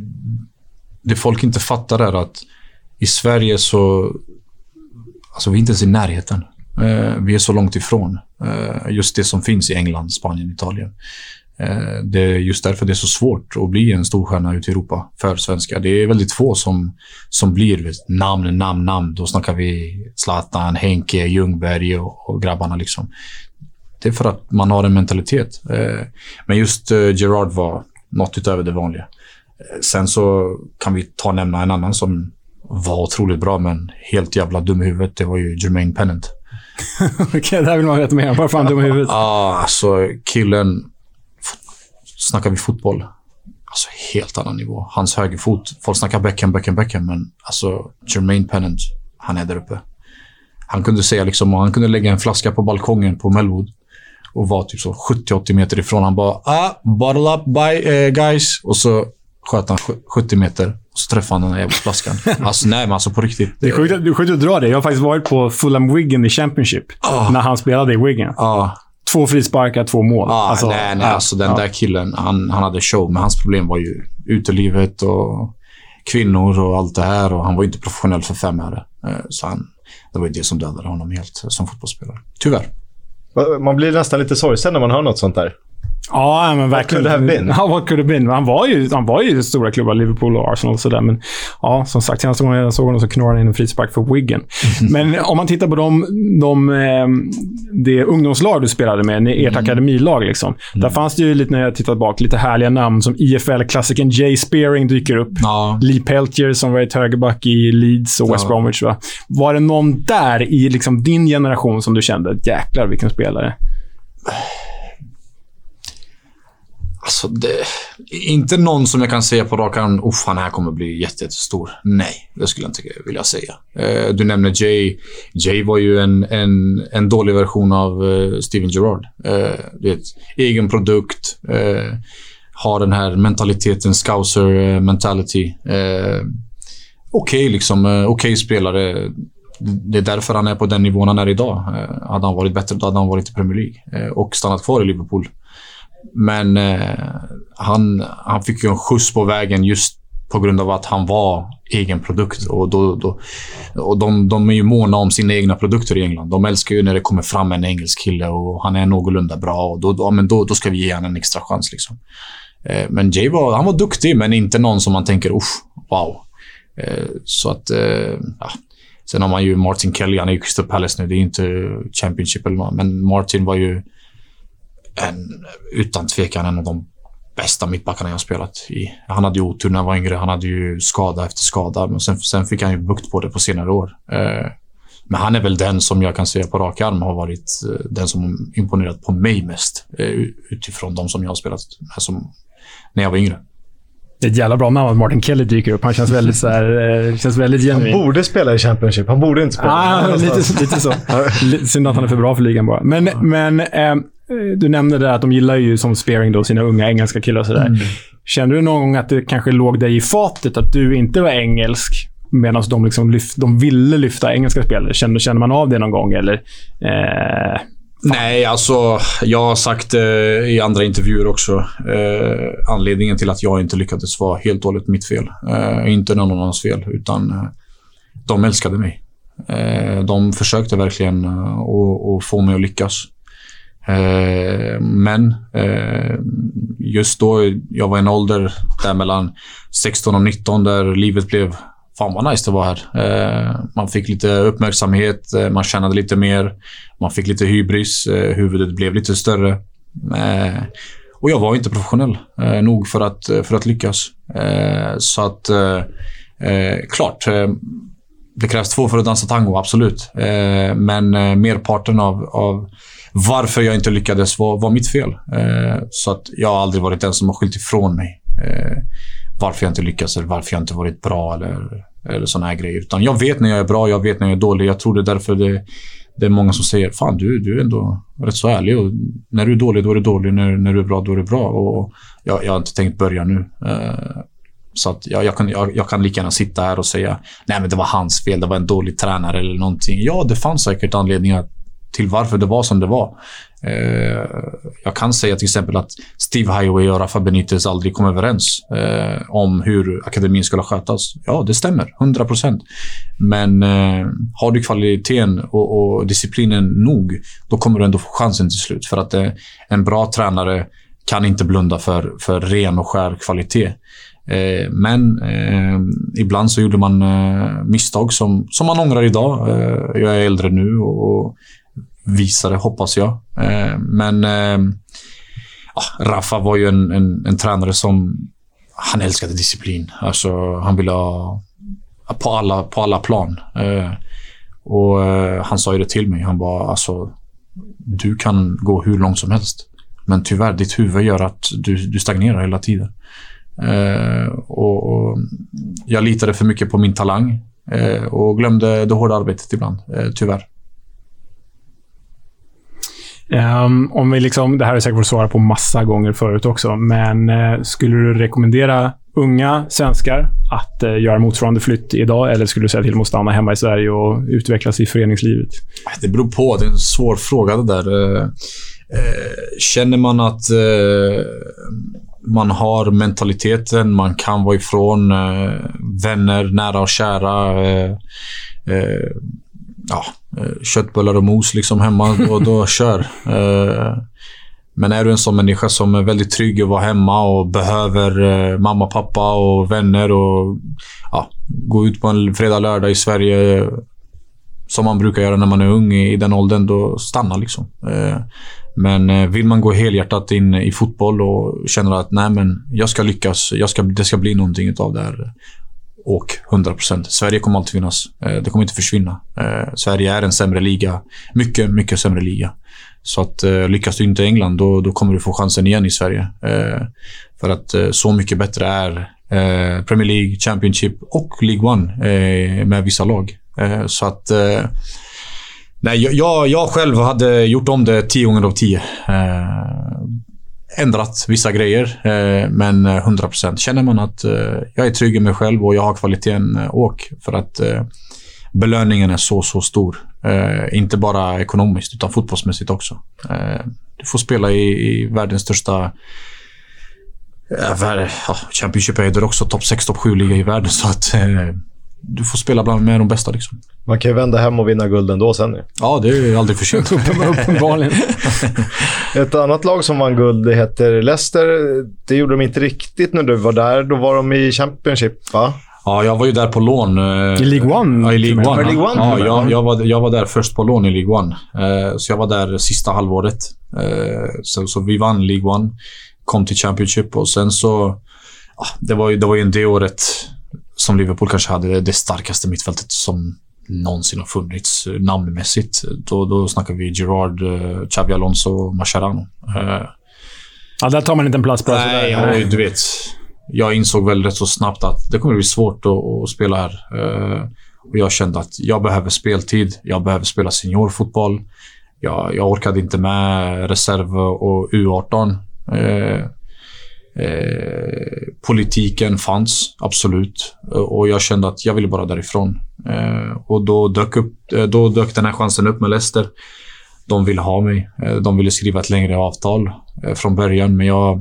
det folk inte fattar är att i Sverige så alltså vi är inte ens i närheten. Eh, vi är så långt ifrån eh, just det som finns i England, Spanien, Italien. Eh, det är just därför det är så svårt att bli en storstjärna ute i Europa för svenskar. Det är väldigt få som, som blir vet, namn, namn, namn. Då snackar vi Zlatan, Henke, Ljungberg och, och grabbarna liksom. Det är för att man har en mentalitet. Eh, men just eh, Gerrard var något utöver det vanliga. Eh, sen så kan vi ta nämna en annan som var otroligt bra men helt jävla dum i huvudet. Det var ju Jermaine Pennant. Okej, okay, där vill man veta mer. Varför han dum i huvudet? Ja, ah, alltså killen, snackar vi fotboll, alltså helt annan nivå. Hans högerfot, folk snackar Beckham, Beckham, Beckham, men alltså Jermaine Pennant, han är där uppe. Han kunde säga liksom, han kunde lägga en flaska på balkongen på Melwood och var typ så sjuttio till åttio meter ifrån. Han bara, ah, bottle up, bye uh, guys. Och så sköt han sjuttio meter och så träffade han den här jävla flaskan. Alltså nej, men alltså på riktigt. Det är sjukt, det är sjukt att dra det. Jag har faktiskt varit på Fulham Wigan i Championship oh. när han spelade i Wigan. Oh. Två frisparkar, två mål. Ah, alltså, nej, nej, ja, alltså den ja. där killen, han, han hade show, men hans problem var ju utelivet och kvinnor och allt det här, och han var inte professionell för fem år. Så han, det var ju det som dödade honom helt som fotbollsspelare. Tyvärr. Man blir nästan lite sorgsen när man hör något sånt där. Ja, men verkligen. What could have been? Ja, what could have been? Han var ju, han var ju stora klubbar, Liverpool och Arsenal och sådär. Men ja, som sagt, senaste gången jag såg honom så knorrade han in en frispark för Wigan. Men om man tittar på de, de, det ungdomslag du spelade med, ert mm. akademilag liksom. Mm. Där fanns det ju lite, när jag tittat bak, lite härliga namn som I F L-klassikern Jay Spearing dyker upp. Ja. Lee Peltier som var ett högerback i Leeds och West ja. Bromwich, va? Var det någon där i liksom din generation som du kände, jäklar vilken spelare? Alltså det, Inte någon som jag kan säga på rak arm, uff, han här kommer bli jättestor. Nej, det skulle jag inte vilja säga. Eh, du nämner Jay. Jay var ju en, en, en dålig version av eh, Steven Gerrard. Eh, det är ett egen produkt. Eh, har den här mentaliteten, scouser mentality. Eh, Okej okay, liksom, eh, okej okay spelare. Det är därför han är på den nivån han är idag. Eh, hade han varit bättre, då hade han varit i Premier League. Eh, och stannat kvar i Liverpool. Men eh, han, han fick ju en skjuts på vägen just på grund av att han var egen produkt. Och, då, då, och de, de är ju måna om sina egna produkter i England. De älskar ju när det kommer fram en engelsk kille och han är någorlunda bra. Och då, då, men då, då ska vi ge han en extra chans. Liksom. Eh, men Jay var, han var duktig, men inte någon som man tänker, uff, wow. Eh, så att, eh, ja. Sen har man ju Martin Kelly, han är ju Crystal Palace nu. Det är inte Championship eller något. Men Martin var ju en, utan tvekan en av de bästa mittbackarna jag har spelat i. Han hade ju otur när han var yngre. Han hade ju skada efter skada. Men sen, sen fick han ju bukt på det på senare år. Eh, men han är väl den som jag kan säga på rak arm har varit eh, den som imponerat på mig mest. Eh, utifrån de som jag har spelat med som, när jag var yngre. Det är ett jävla bra namn att Martin Kelly dyker upp. Han känns väldigt så här, eh, känns väldigt genuin. Han borde spela i Championship. Han borde inte spela. Ah, lite, lite så. Synd att han är för bra för ligan bara. Men, ja. men eh, du nämnde det att de gillar ju som Spearing då sina unga engelska killar och sådär. Mm. Kände du någon gång att det kanske låg dig i fatet att du inte var engelsk medan de, liksom lyft, de ville lyfta engelska spelare? Kände, kände man av det någon gång? Eller... Eh, Nej, alltså jag har sagt eh, i andra intervjuer också eh, anledningen till att jag inte lyckades var helt och hållet mitt fel. Eh, inte någon annans fel, utan eh, de älskade mig. Eh, de försökte verkligen eh, och, och få mig att lyckas. Eh, men eh, just då, jag var i en ålder där mellan sexton och nitton där livet blev fan vad nice det var här. Eh, man fick lite uppmärksamhet, eh, man tjänade lite mer, man fick lite hybris, eh, huvudet blev lite större. Eh, och jag var inte professionell eh, nog för att, för att lyckas. Eh, så att, eh, eh, klart, eh, det krävs två för att dansa tango, absolut. Eh, men eh, merparten av, av varför jag inte lyckades var, var mitt fel. Eh, så att jag har aldrig varit den som har skyllt ifrån mig. Eh, varför jag inte lyckas eller varför jag inte varit bra eller, eller såna här grejer. Utan jag vet när jag är bra, jag vet när jag är dålig. Jag tror det är därför det, det är många som säger fan du, du är ändå rätt så ärlig. Och när du är dålig, då är du dålig. När, när du är bra, då är du bra. Och jag, jag har inte tänkt börja nu. Eh, så att jag, jag, kan, jag, jag kan lika gärna sitta här och säga nej men det var hans fel, det var en dålig tränare eller någonting. Ja, det fanns säkert anledningar till varför det var som det var. Eh, jag kan säga till exempel att Steve Highway och Rafa Benitez aldrig kom överens eh, om hur akademin skulle skötas. Ja, det stämmer, hundra procent. Men eh, har du kvaliteten och, och disciplinen nog, då kommer du ändå få chansen till slut. För att eh, en bra tränare kan inte blunda för, för ren och skär kvalitet. Eh, men eh, ibland så gjorde man eh, misstag som, som man ångrar idag. Eh, jag är äldre nu och, och visare, hoppas jag. Eh, men eh, ah, Rafa var ju en, en, en tränare som han älskade disciplin. Alltså, han ville ha på alla, på alla plan. Eh, och eh, han sa ju det till mig. Han bara, alltså, du kan gå hur långt som helst. Men tyvärr, ditt huvud gör att du, du stagnerar hela tiden. Eh, och, och jag litade för mycket på min talang. Eh, och glömde det hårda arbetet ibland, eh, tyvärr. Um, om vi liksom, det här är säkert att svara på massa gånger förut också, men uh, skulle du rekommendera unga svenskar att uh, göra motsvarande flytt idag, eller skulle du säga till dem att stanna hemma i Sverige och utvecklas i föreningslivet? Det beror på, det är en svår fråga det där. Uh, uh, känner man att uh, man har mentaliteten, man kan vara ifrån uh, vänner, nära och kära, uh, uh, ja, köttbullar och mos liksom hemma och då kör. Men är du en sån människa som är väldigt trygg att vara hemma och behöver mamma, pappa och vänner och ja, gå ut på en fredag, lördag i Sverige som man brukar göra när man är ung i den åldern, då stanna liksom. Men vill man gå helhjärtat in i fotboll och känner att nej men jag ska lyckas, jag ska, det ska bli någonting av det här, och hundra procent. Sverige kommer alltid finnas. Det kommer inte försvinna. Sverige är en sämre liga. Mycket, mycket sämre liga. Så att lyckas du inte i England, då, då kommer du få chansen igen i Sverige. För att eh, så mycket bättre är eh, Premier League, Championship och League One eh, med vissa lag. Eh, så att eh, nej, jag, jag själv hade gjort om det tio gånger av tio. Eh, ändrat vissa grejer, eh, men hundra procent känner man att eh, jag är trygg i mig själv och jag har kvaliteten, eh, åk. För att eh, belöningen är så, så stor. Eh, inte bara ekonomiskt utan fotbollsmässigt också. Eh, du får spela i, i världens största eh, ja, Championship är det också topp sex, topp sju liga i världen. Så att eh, du får spela bland med de bästa liksom. Man kan ju vända hem och vinna gulden då sen. Ja, det är aldrig för sent. Uppenbarligen. Ett annat lag som vann guld, det heter Leicester. Det gjorde de inte riktigt när du var där. Då var de i Championship, va? Ja, jag var ju där på lån. I League One? Ja, i League One. Ja, League One. Ja, jag, jag, var, jag var där först på lån i League One. Så jag var där sista halvåret. Så, så vi vann League One. Kom till Championship och sen så... Ja, det var ju det, var ju det året som Liverpool kanske hade det starkaste mittfältet som någonsin har funnits namnmässigt. Då, då snackar vi Gerrard, Xabi Alonso och Mascherano. Ja, där tar man inte en plats på. Nej, ja, du vet... Jag insåg väl rätt så snabbt att det kommer bli svårt att, att spela här. Uh, och jag kände att jag behöver speltid. Jag behöver spela seniorfotboll. Jag, jag orkade inte med reserv och U arton. Uh, uh, politiken fanns, absolut. Uh, och jag kände att jag ville bara därifrån. Uh, och då dök, upp, uh, då dök den här chansen upp med Leicester. De ville ha mig. Uh, de ville skriva ett längre avtal uh, från början. Men jag...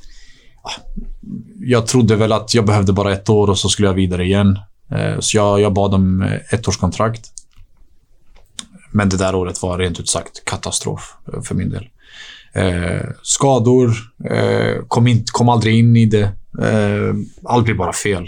Jag trodde väl att jag behövde bara ett år och så skulle jag vidare igen. Så jag, jag bad om ett års kontrakt. Men det där året var rent ut sagt katastrof för min del. Eh, skador, eh, kom, in, kom aldrig in i det. Eh, allt blev bara fel.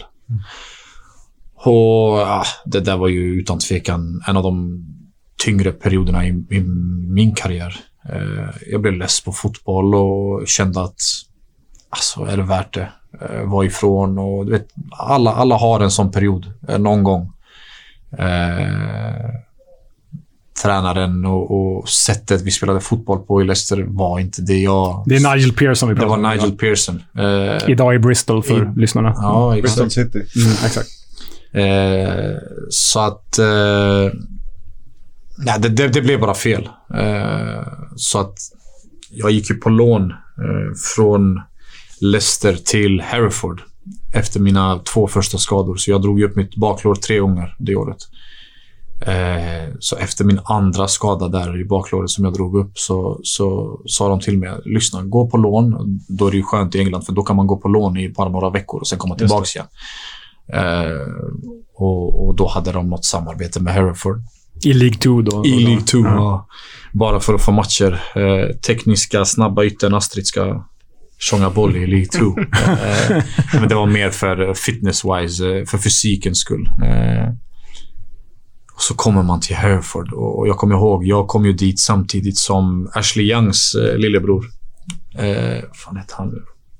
Och ja, det där var ju utan tvekan en av de tyngre perioderna i, i min karriär. Eh, jag blev less på fotboll och kände att alltså, är det värt det? Eh, var ifrån och du vet, alla, alla har en sån period eh, någon gång. Eh, tränaren och, och sättet vi spelade fotboll på i Leicester var inte det jag... Det är Nigel Pearson vi pratar om. Det var Nigel ja. Pearson. Eh, Idag i Bristol för i, lyssnarna. Ja, Bristol City. Mm, exakt. Eh, så att... Eh, nej, det, det, det blev bara fel. Eh, så att jag gick ju på lån eh, från Leicester till Hereford efter mina två första skador. Så jag drog upp mitt baklår tre gånger det året. Eh, så efter min andra skada där i baklåret som jag drog upp så, så sa de till mig, lyssna, gå på lån. Då är det ju skönt i England för då kan man gå på lån i bara några veckor och sen komma tillbaka igen. Eh, och, och då hade de något samarbete med Hereford. I League två då? I League två, ja. Ja. Bara för att få matcher. Eh, tekniska, snabba ytten, Astrid ska sjunga boll i League två. eh, men det var mer för fitness-wise, för fysikens skull. Eh, och så kommer man till Hereford. Och jag kommer ihåg, jag kom ju dit samtidigt som Ashley Youngs eh, lillebror. Eh, vad fan heter han nu?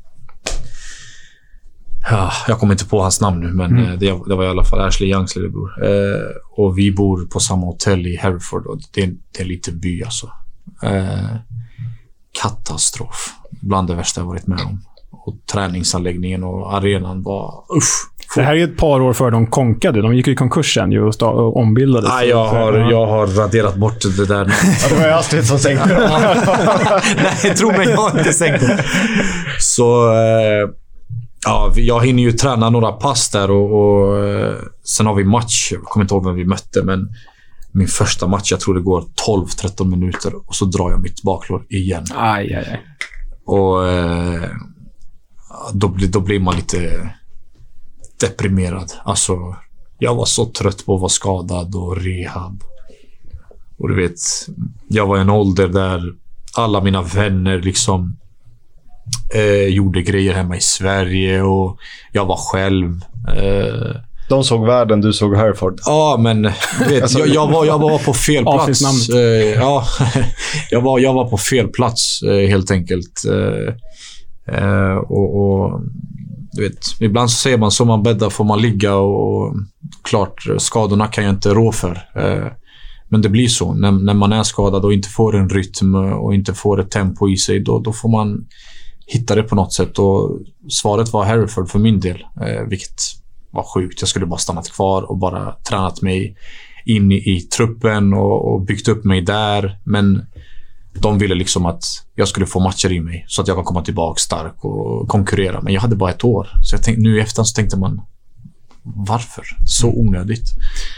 Ja, jag kommer inte på hans namn nu, men mm. det, det var i alla fall Ashley Youngs lillebror. Eh, och vi bor på samma hotell i Hereford och det, det är en liten by alltså. Eh, katastrof. Bland det värsta jag varit med om. Och träningsanläggningen och arenan var usch. Det här är ett par år före de konkade. De gick i konkursen ju och, och ombildades. Nej, jag har, jag har raderat bort det där. Ja, det var ju Astrid som sänkte dem. Nej, tro mig, jag har inte sänkt dem. Så... Eh, ja, jag hinner ju träna några pass där och, och sen har vi match. Jag kommer inte ihåg vem vi mötte, men min första match, jag tror det går tolv tretton minuter och så drar jag mitt baklår igen. Aj, aj, aj. Och eh, då, blir, då blir man lite deprimerad. Alltså, jag var så trött på att vara skadad och rehab. Och du vet, jag var i en ålder där alla mina vänner liksom Eh, gjorde grejer hemma i Sverige och jag var själv. Eh, De såg världen, du såg Hereford. Ja, men vet, jag, jag, var, jag var på fel plats. Eh, ja, jag, var, jag var på fel plats eh, helt enkelt. Eh, eh, och, och du vet, ibland så säger man så man bäddar får man ligga och klart, skadorna kan jag inte rå för. Eh, men det blir så. När, när man är skadad och inte får en rytm och inte får ett tempo i sig, då, då får man hittade på något sätt och svaret var Hereford för min del, eh, vilket var sjukt. Jag skulle bara stannat kvar och bara tränat mig in i, i truppen och, och byggt upp mig där, men de ville liksom att jag skulle få matcher i mig så att jag kan komma tillbaka stark och konkurrera, men jag hade bara ett år, så jag tänkte, nu i efterhand så tänkte man, varför? Så onödigt.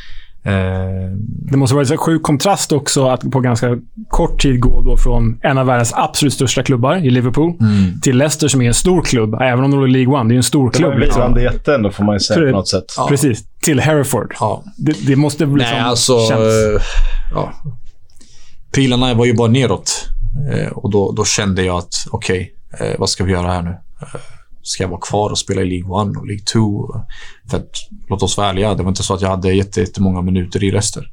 Det måste vara en sjuk kontrast också att på ganska kort tid gå då från en av världens absolut största klubbar i Liverpool mm. till Leicester som är en stor klubb, även om de är League One, det är en stor klubb. Det var en liksom. jätten då får man ju säga på något sätt. Ja. Precis, till Hereford. Ja. Det, det måste bli Nej, alltså, känns. Ja. Pilarna var ju bara neråt och då, då kände jag att okej, okay, vad ska vi göra här nu? Ska jag vara kvar och spela i League One och League Two? För att, låt oss vara ärliga, det var inte så att jag hade jättemånga minuter i Leicester.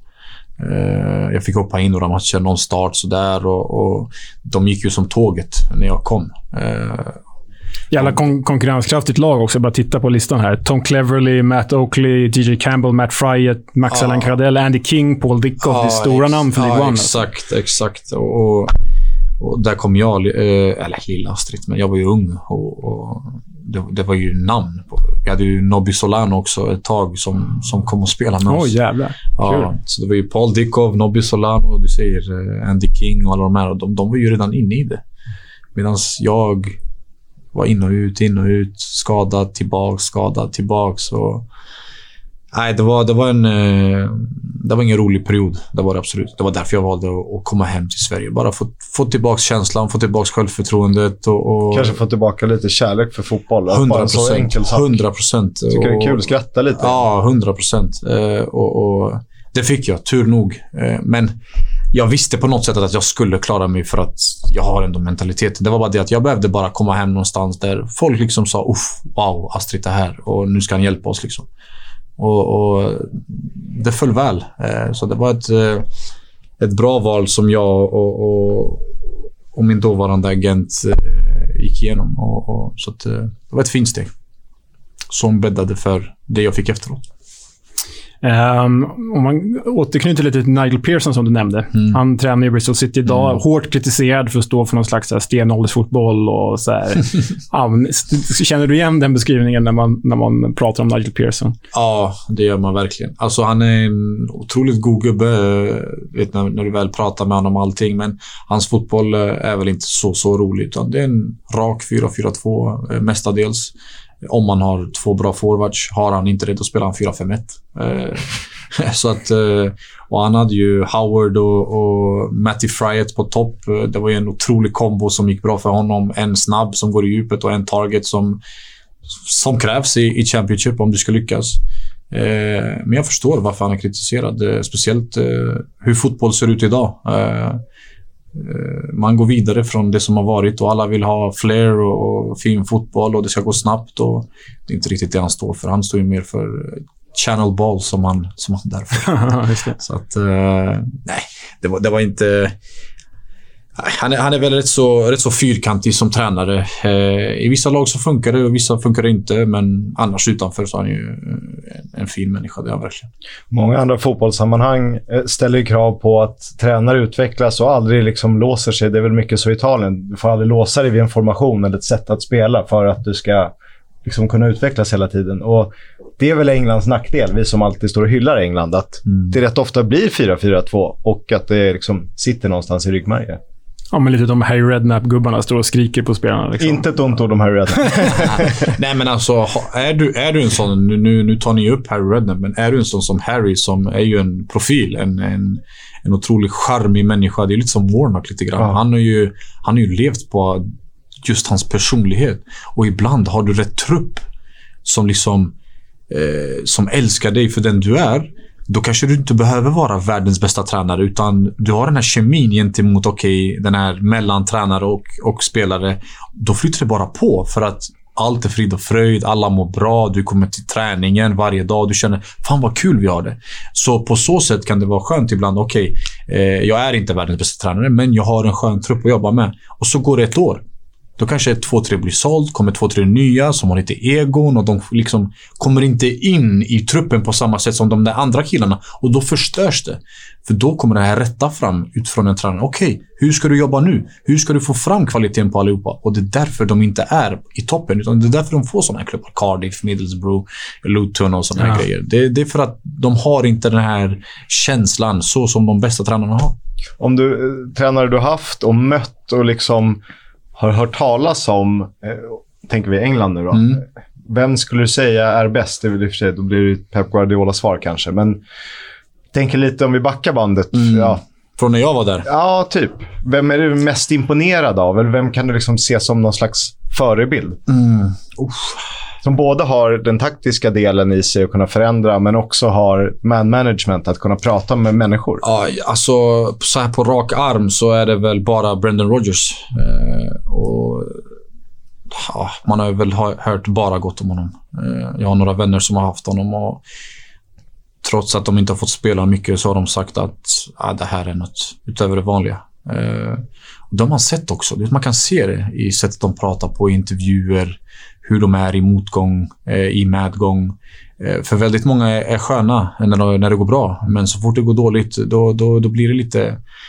Uh, jag fick hoppa in några matcher, någon start sådär och, och de gick ju som tåget när jag kom. Uh, Jävla kon- konkurrenskraftigt lag också, bara titta på listan här. Tom Cleverley, Matt Oakley, D J Campbell, Matt Fryatt, Max ah. Allen Cradell, Andy King, Paul Dickoff, ah, det är stora ex- namn för League ah, One. Exakt, alltså. exakt. Och, och, och där kom jag, eh, eller lilla Astrid, men jag var ju ung och, och det, det var ju namn på. Vi hade ju Nobby Solano också ett tag som, som kom och spelade med oss. Åh, oh, jävlar. Ja, så det var ju Paul Dickoff, Nobby Solano, du säger Andy King och alla de här. Och de, de var ju redan inne i det. Medan jag var in och ut, in och ut, skadad, tillbaks, skadad, tillbaks. Och nej, det var, det var en det var ingen rolig period. Det var det absolut. Det var därför jag valde att komma hem till Sverige. Bara få, få tillbaka känslan, få tillbaka självförtroendet. Och, och kanske få tillbaka lite kärlek för fotboll. hundra procent. hundra procent. Tycker och, det är kul att skratta lite. Ja, hundra procent. Och, och det fick jag, tur nog. Men jag visste på något sätt att jag skulle klara mig för att jag har ändå mentaliteten. Det var bara det att jag behövde bara komma hem någonstans där folk liksom sa, uff, wow, Astrid är här och nu ska han hjälpa oss liksom. Och, och det föll väl. Så det var ett, ett bra val som jag och, och, och min dåvarande agent gick igenom. Och, och, så att, det var ett fint steg som bäddade för det jag fick efteråt. Um, om man återknyter lite till Nigel Pearson som du nämnde. Mm. Han tränar i Bristol City idag. Mm. Hårt kritiserad för att stå för någon slags stenåldersfotboll och så här. Ja, känner du igen den beskrivningen när man, när man pratar om Nigel Pearson? Ja, det gör man verkligen. Alltså han är en otroligt god gubbe, vet, när, när du väl pratar med honom och allting. Men hans fotboll är väl inte så, så rolig. Utan det är en rak fyra fyra två mestadels. Om man har två bra forwards har han inte rätt att spela en fyra fem ett. Eh, så att, eh, och han hade ju Howard och, och Matty Fryatt på topp. Det var ju en otrolig kombo som gick bra för honom. En snabb som går i djupet och en target som, som krävs i, i Championship om du ska lyckas. Eh, men jag förstår varför han är kritiserad. Eh, speciellt eh, hur fotboll ser ut idag. Eh, Man går vidare från det som har varit och alla vill ha flair och, och fin fotboll och det ska gå snabbt och det är inte riktigt det han står för. Han står ju mer för channel ball som han, som han därför. Så att, uh, nej, det var, det var inte... Han är, han är väl rätt så, rätt så fyrkantig som tränare. Eh, I vissa lag så funkar det och vissa funkar det inte, men annars utanför så är han ju en, en fin människa, det är han verkligen. Många andra fotbollssammanhang ställer ju krav på att tränare utvecklas och aldrig liksom låser sig. Det är väl mycket så i Italien. Du får aldrig låsa dig vid en formation eller ett sätt att spela för att du ska liksom kunna utvecklas hela tiden. Och det är väl Englands nackdel, vi som alltid står och hyllar England, att mm. det rätt ofta blir fyra fyra två och att det liksom sitter någonstans i ryggmärgen. Ja, men lite de Harry Redknapp-gubbarna står och skriker på spelarna. Liksom. Inte ett ont ord om Harry Redknapp. Nej, men alltså, är du, är du en sån, nu, nu tar ni upp Harry Redknapp, men är du en sån som Harry som är ju en profil, en, en, en otroligt charmig människa, det är lite som Warnock lite grann. Ja. Han har ju, han har ju levt på just hans personlighet och ibland har du rätt trupp som liksom eh, som älskar dig för den du är. Då kanske du inte behöver vara världens bästa tränare utan du har den här kemin gentemot okej, den här mellantränare och, och spelare. Då flyttar det bara på för att allt är frid och fröjd, alla mår bra, du kommer till träningen varje dag, du känner fan vad kul vi har det. Så på så sätt kan det vara skönt ibland, okej, eh, jag är inte världens bästa tränare men jag har en skön trupp att jobba med. Och så går det ett år Då kanske två, tre blir såld, kommer två, tre nya som har lite egon och de liksom kommer inte in i truppen på samma sätt som de där andra killarna och då förstörs det. För då kommer det här rätta fram utifrån en tränare. Okej, okay, hur ska du jobba nu? Hur ska du få fram kvaliteten på allihopa? Och det är därför de inte är i toppen, utan det är därför de får sådana här klubbar. Cardiff, Middlesbrough, Luton och sådana ja. här grejer. Det, det är för att de har inte den här känslan så som de bästa tränarna har. Om du tränare du haft och mött och liksom har hört talas om, eh, tänker vi England nu då. Mm. Vem skulle du säga är bäst? Det vill i och för sig, då blir det Pep Guardiolas svar kanske. Men tänker lite om vi backar bandet. Mm. Ja. Från när jag var där? Ja, typ. Vem är du mest imponerad av? Eller vem kan du liksom se som någon slags förebild? Mm. Som både har den taktiska delen i sig att kunna förändra, men också har man management att kunna prata med människor. Ja, alltså så här på rak arm så är det väl bara Brendan Rodgers. Eh, och ja, man har väl hört bara gott om honom. Eh, jag har några vänner som har haft honom och trots att de inte har fått spela mycket så har de sagt att ah, det här är något utöver det vanliga. Eh, och de har sett också. Man kan se det i sättet de pratar på, i intervjuer, hur de är i motgång, eh, i medgång. Eh, för väldigt många är, är sköna när det, när det går bra. Men så fort det går dåligt, då, då, då blir det lite...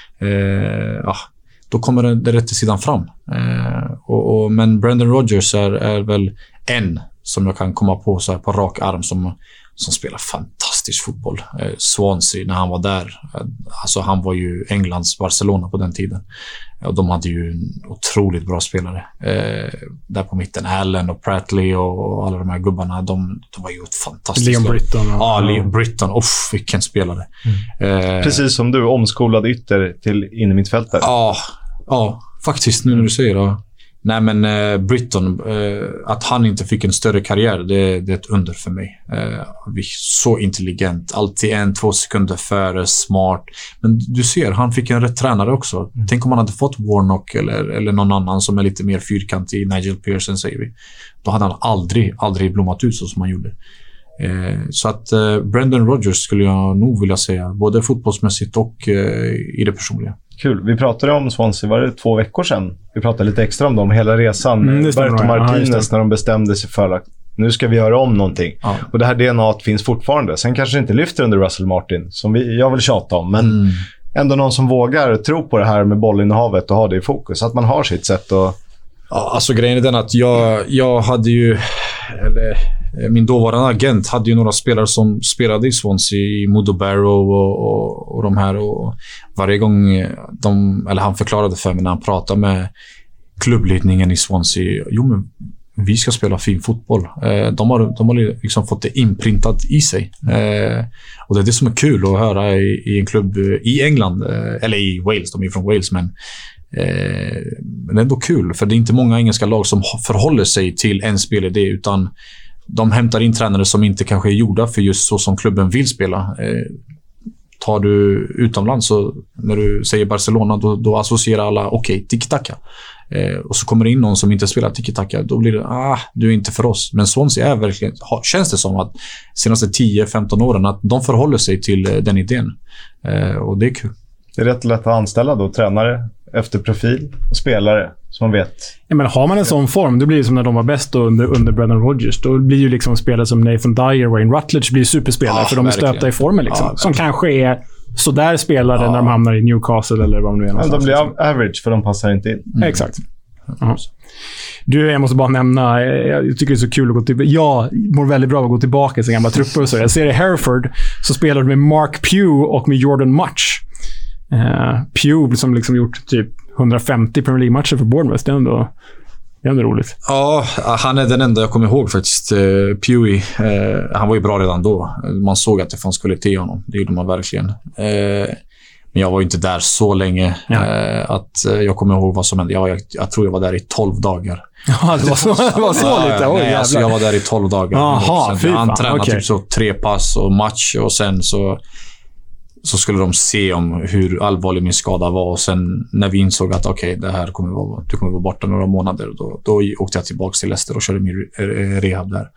Eh, ja, då kommer det, det rätt till sidan fram. Eh, och, och, men Brendan Rodgers är, är väl en som jag kan komma på så här på rak arm som, som spelar fantastisk fotboll. Eh, Swansea, när han var där. Eh, alltså han var ju Englands Barcelona på den tiden. Och de hade ju en otroligt bra spelare. Eh, där på mitten, Allen och Pratley och, och alla de här gubbarna, de, de var ju ett fantastiskt Leon Britton. Och, ja, Leon Britton. Uff, vilken spelare. Mm. Eh, Precis som du, omskolad ytter till innermittfältare. Ja, ja, faktiskt nu när du säger det. Nej, men eh, Britton, eh, att han inte fick en större karriär, det, det är ett under för mig. Eh, så intelligent, alltid en, två sekunder före, smart. Men du ser, han fick en rätt tränare också. Mm. Tänk om han hade fått Warnock eller, eller någon annan som är lite mer fyrkantig, Nigel Pearson säger vi. Då hade han aldrig, aldrig blommat ut så som han gjorde. Eh, så att eh, Brendan Rodgers skulle jag nog vilja säga, både fotbollsmässigt och eh, i det personliga. Kul. Vi pratade om Swansea, var det två veckor sedan? Vi pratade lite extra om dem, hela resan. Mm, Berto Martinez när de bestämde sig för att nu ska vi göra om någonting. Ja. Och det här D N A finns fortfarande. Sen kanske det inte lyfter under Russell Martin, som vi, jag vill tjata om. Men mm. ändå någon som vågar tro på det här med bollinnehavet och ha det i fokus. Att man har sitt sätt att... Ja, alltså grejen är den att jag, jag hade ju... Eller... Min dåvarande agent hade ju några spelare som spelade i Swansea, i Mudo Barrow och, och, och de här. Och varje gång de, eller han förklarade för mig när han pratade med klubbledningen i Swansea, jo men vi ska spela fin fotboll. Eh, de har, de har liksom fått det inprintat i sig. Eh, och det är det som är kul att höra i, i en klubb i England, eh, eller i Wales, de är från Wales, men eh, men det är ändå kul, för det är inte många engelska lag som förhåller sig till en spelidé, utan de hämtar in tränare som inte kanske är gjorda för just så som klubben vill spela. Eh, tar du utomlands så när du säger Barcelona, då, då associerar alla, okej, okay, tiki-taka. Eh, och så kommer det in någon som inte spelar tiki-taka, då blir det, ah, du är inte för oss. Men Swansea är verkligen, känns det som att senaste tio femton åren att de förhåller sig till den idén. Eh, och det är kul. Det är rätt lätt att anställa då tränare efter profil och spelare som man vet. Ja, men har man en sån form, då blir det som när de var bäst under, under Brendan Rodgers. Då blir ju liksom spelare som Nathan Dyer, Wayne Rutledge blir superspelare, ja, för de är verkligen stöpta i formen liksom. Ja, som kanske är så där spelare ja. när de hamnar i Newcastle eller vad de nu är. Men de blir liksom average för de passar inte in. Mm. Exakt. Uh-huh. Du, jag måste bara nämna, jag tycker det är så kul att gå tillbaka. Jag mår väldigt bra att gå tillbaka till gamla trupper och så. Jag ser i Hereford så spelar de med Mark Pugh och med Jordan Much. Uh, Pugh som liksom gjort typ hundrafemtio Premier League-matcher för Bournemouth. Det är ändå, det är ändå roligt. Ja, han är den enda jag kommer ihåg faktiskt. Uh, Pugh, uh, han var ju bra redan då. Man såg att det fanns kvalitet i honom. Det gjorde man verkligen. Uh, men jag var ju inte där så länge ja. uh, att uh, jag kommer ihåg vad som hände. Jag, jag, jag tror jag var där i tolv dagar. Ja, det var så, det var så uh, lite. Oj, nej, alltså, jag var där i tolv dagar. Aha, sen, han tränade okay. typ så tre pass och match, och sen så så skulle de se om hur allvarlig min skada var, och sen när vi insåg att okej, okay, det här kommer vara, du kommer vara borta några månader, då, då åkte jag tillbaka till Leicester och körde min rehab där.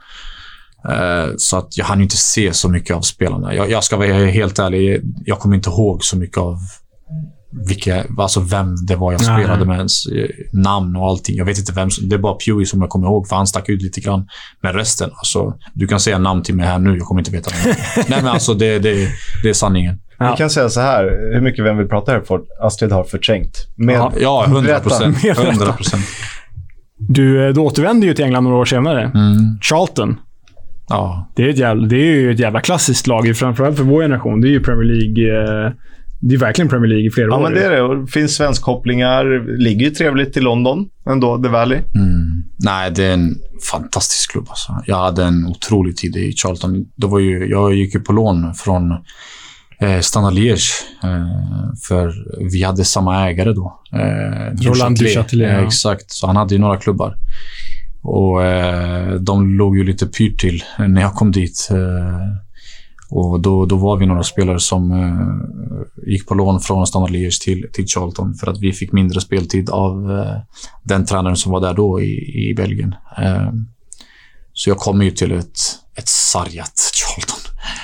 Uh, så att jag hann inte se så mycket av spelarna. Jag, jag ska vara helt ärlig, jag kommer inte ihåg så mycket av vilka, alltså vem det var jag spelade Nej. med, ens namn och allting. Jag vet inte vem, det är bara Pewey som jag kommer ihåg, för han stack ut lite grann. Men resten, alltså, du kan säga namn till mig här nu, jag kommer inte veta det. Nej, men alltså, det, det, det är sanningen. Ja. Vi kan säga så här, hur mycket vem vill prata här för Astrid har förträngt. Med, ja, hundra procent. hundra procent. Du, du återvände ju till England några år senare. Mm. Charlton. Ja. Det är, ett jävla, det är ju ett jävla klassiskt lag, framförallt för vår generation. Det är ju Premier League. Eh, det är verkligen Premier League i flera ja, år. Ja, men det är det. Det finns svenskkopplingar. Ligger ju trevligt i London ändå, The Valley. Mm. Nej, det är en fantastisk klubb. Alltså. Jag hade en otrolig tid i Charlton. Det var ju, jag gick ju på lån från eh, Standard Liège. Eh, för vi hade samma ägare då. Eh, Roland Duchâtelet. Eh, exakt, så han hade ju några klubbar. Och eh, de låg ju lite pyrt till när jag kom dit. Eh, och då, då var vi några spelare som eh, gick på lån från Standard Liège till, till Charlton för att vi fick mindre speltid av eh, den tränaren som var där då i, i Belgien. Eh, så jag kom ju till ett, ett sargat Charlton.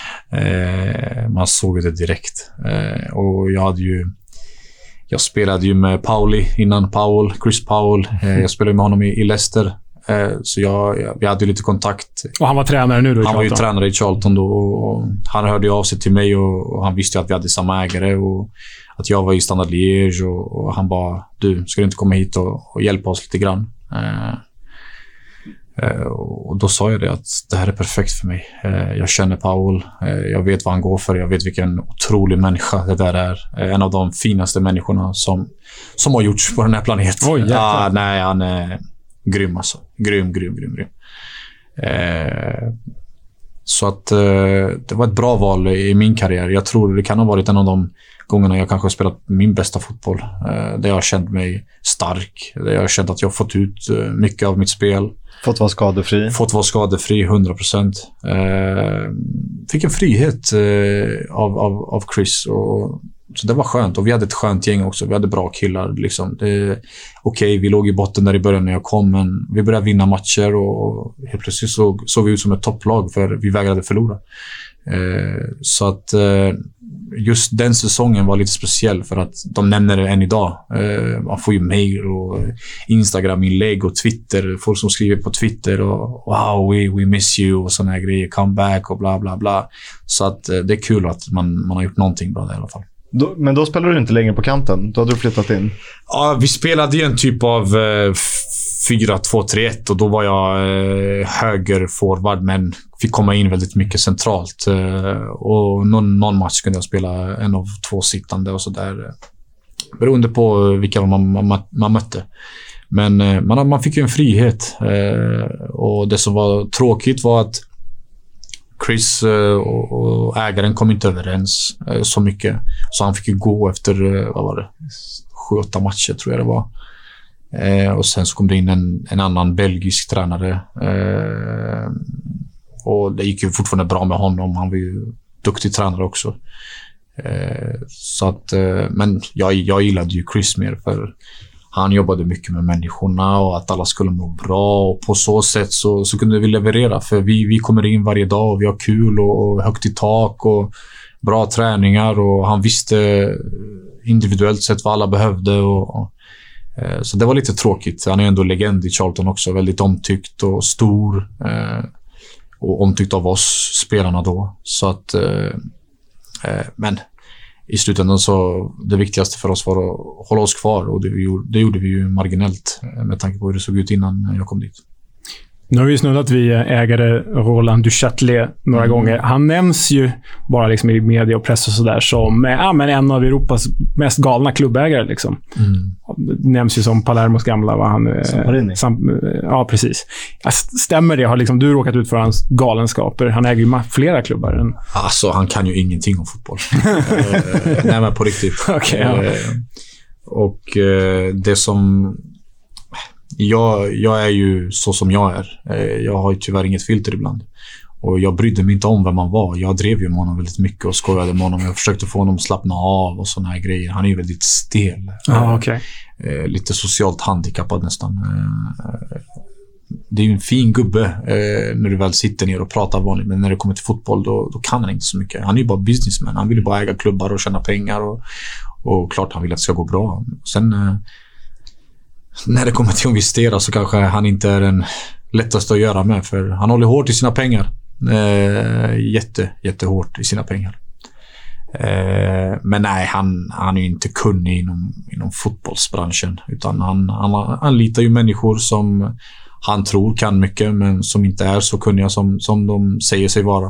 Eh, man såg det direkt. Eh, och jag hade ju jag spelade ju med Pauli innan Powell, Chris Powell. Eh, jag spelade med honom i, i Leicester. Så jag, jag, vi hade ju lite kontakt. Och han var tränare nu då i Han Charlton. var ju tränare i Charlton då. Och han hörde av sig till mig och, och han visste att vi hade samma ägare och att jag var i Standard Liège och, och han bara, du, ska du inte komma hit och, och hjälpa oss lite grann? Eh, eh, och då sa jag det att det här är perfekt för mig. Eh, jag känner Powell. Eh, jag vet vad han går för. Jag vet vilken otrolig människa det där är. Eh, en av de finaste människorna som, som har gjorts på den här planeten. Oj, ah, nej, han är grym alltså. Grym, grym, grym, grym. Eh, så att eh, det var ett bra val i min karriär. Jag tror det kan ha varit en av de gångerna jag kanske har spelat min bästa fotboll. Eh, där jag har känt mig stark. Där jag har känt att jag har fått ut eh, mycket av mitt spel. Fått vara skadefri. Fått vara skadefri, hundra procent. Eh, fick en frihet eh, av, av, av Chris och så det var skönt. Och vi hade ett skönt gäng också. Vi hade bra killar. Liksom. Okej, okay, vi låg i botten där i början när jag kom. Men vi började vinna matcher. Och helt plötsligt såg, såg vi ut som ett topplag. För vi vägrade förlora. Eh, så att eh, just den säsongen var lite speciell. För att de nämner det än idag. Eh, man får ju mail och Instagram-inlägg och Twitter. Folk som skriver på Twitter. Och wow, we, we miss you. Och såna här grejer. Come back och bla bla bla. Så att eh, det är kul att man, man har gjort någonting bra där i alla fall. Då, men då spelar du inte längre på kanten. Då hade du flyttat in. Ja, vi spelade ju en typ av eh, fyra två tre ett och då var jag eh, högerforward men fick komma in väldigt mycket centralt. Eh, och någon, någon match kunde jag spela en av två sittande och sådär. Beroende på vilka man, man, man mötte. Men eh, man, man fick ju en frihet. Eh, och det som var tråkigt var att Chris och, och ägaren kom inte överens eh, så mycket. Så han fick ju gå efter, eh, vad var det? Sju, åtta matcher tror jag det var. Eh, och sen så kom det in en, en annan belgisk tränare. Eh, och det gick ju fortfarande bra med honom. Han var ju duktig tränare också. Eh, så att, eh, men jag, jag gillade ju Chris mer för han jobbade mycket med människorna och att alla skulle må bra och på så sätt så, så kunde vi leverera för vi, vi kommer in varje dag och vi har kul och, och högt i tak och bra träningar och han visste individuellt sett vad alla behövde och, och, eh, så det var lite tråkigt. Han är ändå legend i Charlton också, väldigt omtyckt och stor eh, och omtyckt av oss spelarna då så att eh, eh, men i slutändan så det viktigaste för oss var att hålla oss kvar och det, vi gjorde, det gjorde vi ju marginellt med tanke på hur det såg ut innan jag kom dit. Nu har vi snuddat vid ägare Roland Duchâtelet några mm. gånger. Han nämns ju bara liksom i media och press och sådär som ja, men en av Europas mest galna klubbägare. Liksom. Mm. Nämns ju som Palermos gamla. Vad han, sam, ja, precis. Stämmer det? Har liksom du råkat ut för hans galenskaper? Han äger ju flera klubbar. Än... Alltså, han kan ju ingenting om fotboll. Nej, men på riktigt. Okay, ja. Och det som... Jag, jag är ju så som jag är. Jag har ju tyvärr inget filter ibland. Och jag brydde mig inte om vem man var. Jag drev ju med honom väldigt mycket och skojade med honom. Jag försökte få honom att slappna av och såna här grejer. Han är ju väldigt stel. Ah, okay. Lite socialt handikappad nästan. Det är ju en fin gubbe när du väl sitter ner och pratar vanligt. Men när det kommer till fotboll då, då kan han inte så mycket. Han är ju bara businessman. Han vill ju bara äga klubbar och tjäna pengar och Och klart han vill att det ska gå bra. Sen eh, när det kommer till att investera så kanske han inte är den lättaste att göra med. För han håller hårt i sina pengar. Eh, jätte, jättehårt i sina pengar. Eh, men nej, han, han är ju inte kunnig inom, inom fotbollsbranschen. Utan han, han, han litar ju människor som han tror kan mycket men som inte är så kunniga som, som de säger sig vara.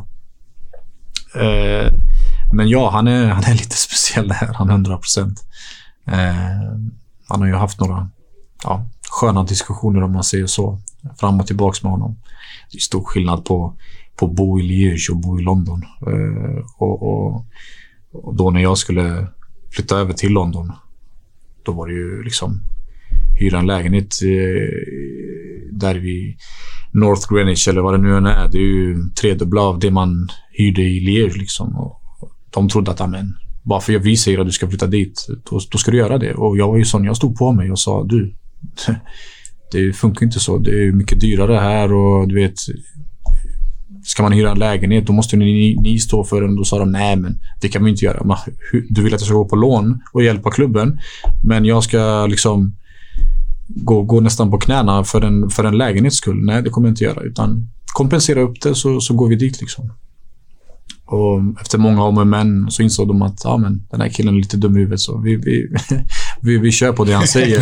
Eh, men ja, han är, han är lite speciell där, han hundra procent. Eh, han har ju haft några ja, sköna diskussioner om man säger så, fram och tillbaks med honom. Det är stor skillnad på, på att bo i Liège och bo i London. Eh, och, och, och då när jag skulle flytta över till London, då var det ju liksom hyra en lägenhet eh, där vi North Greenwich eller vad det nu än är. Det är ju tredubbla av det man hyrde i Liège liksom. Och de trodde att amen, bara för att vi säger att du ska flytta dit, då, då ska du göra det. Och jag var ju sån, jag stod på mig och sa du, det funkar inte så. Det är mycket dyrare här och du vet, ska man hyra en lägenhet då måste ni, ni stå för den. Då sa de, nej men det kan vi inte göra. Man, du vill att jag ska gå på lån och hjälpa klubben, men jag ska liksom gå, gå nästan på knäna för en, för en lägenhets skull. Nej, det kommer jag inte göra, utan kompensera upp det så, så går vi dit liksom. Och efter många om och men så insåg de att ja, men den här killen är lite dum i huvudet, så vi, vi, vi, vi kör på det han säger.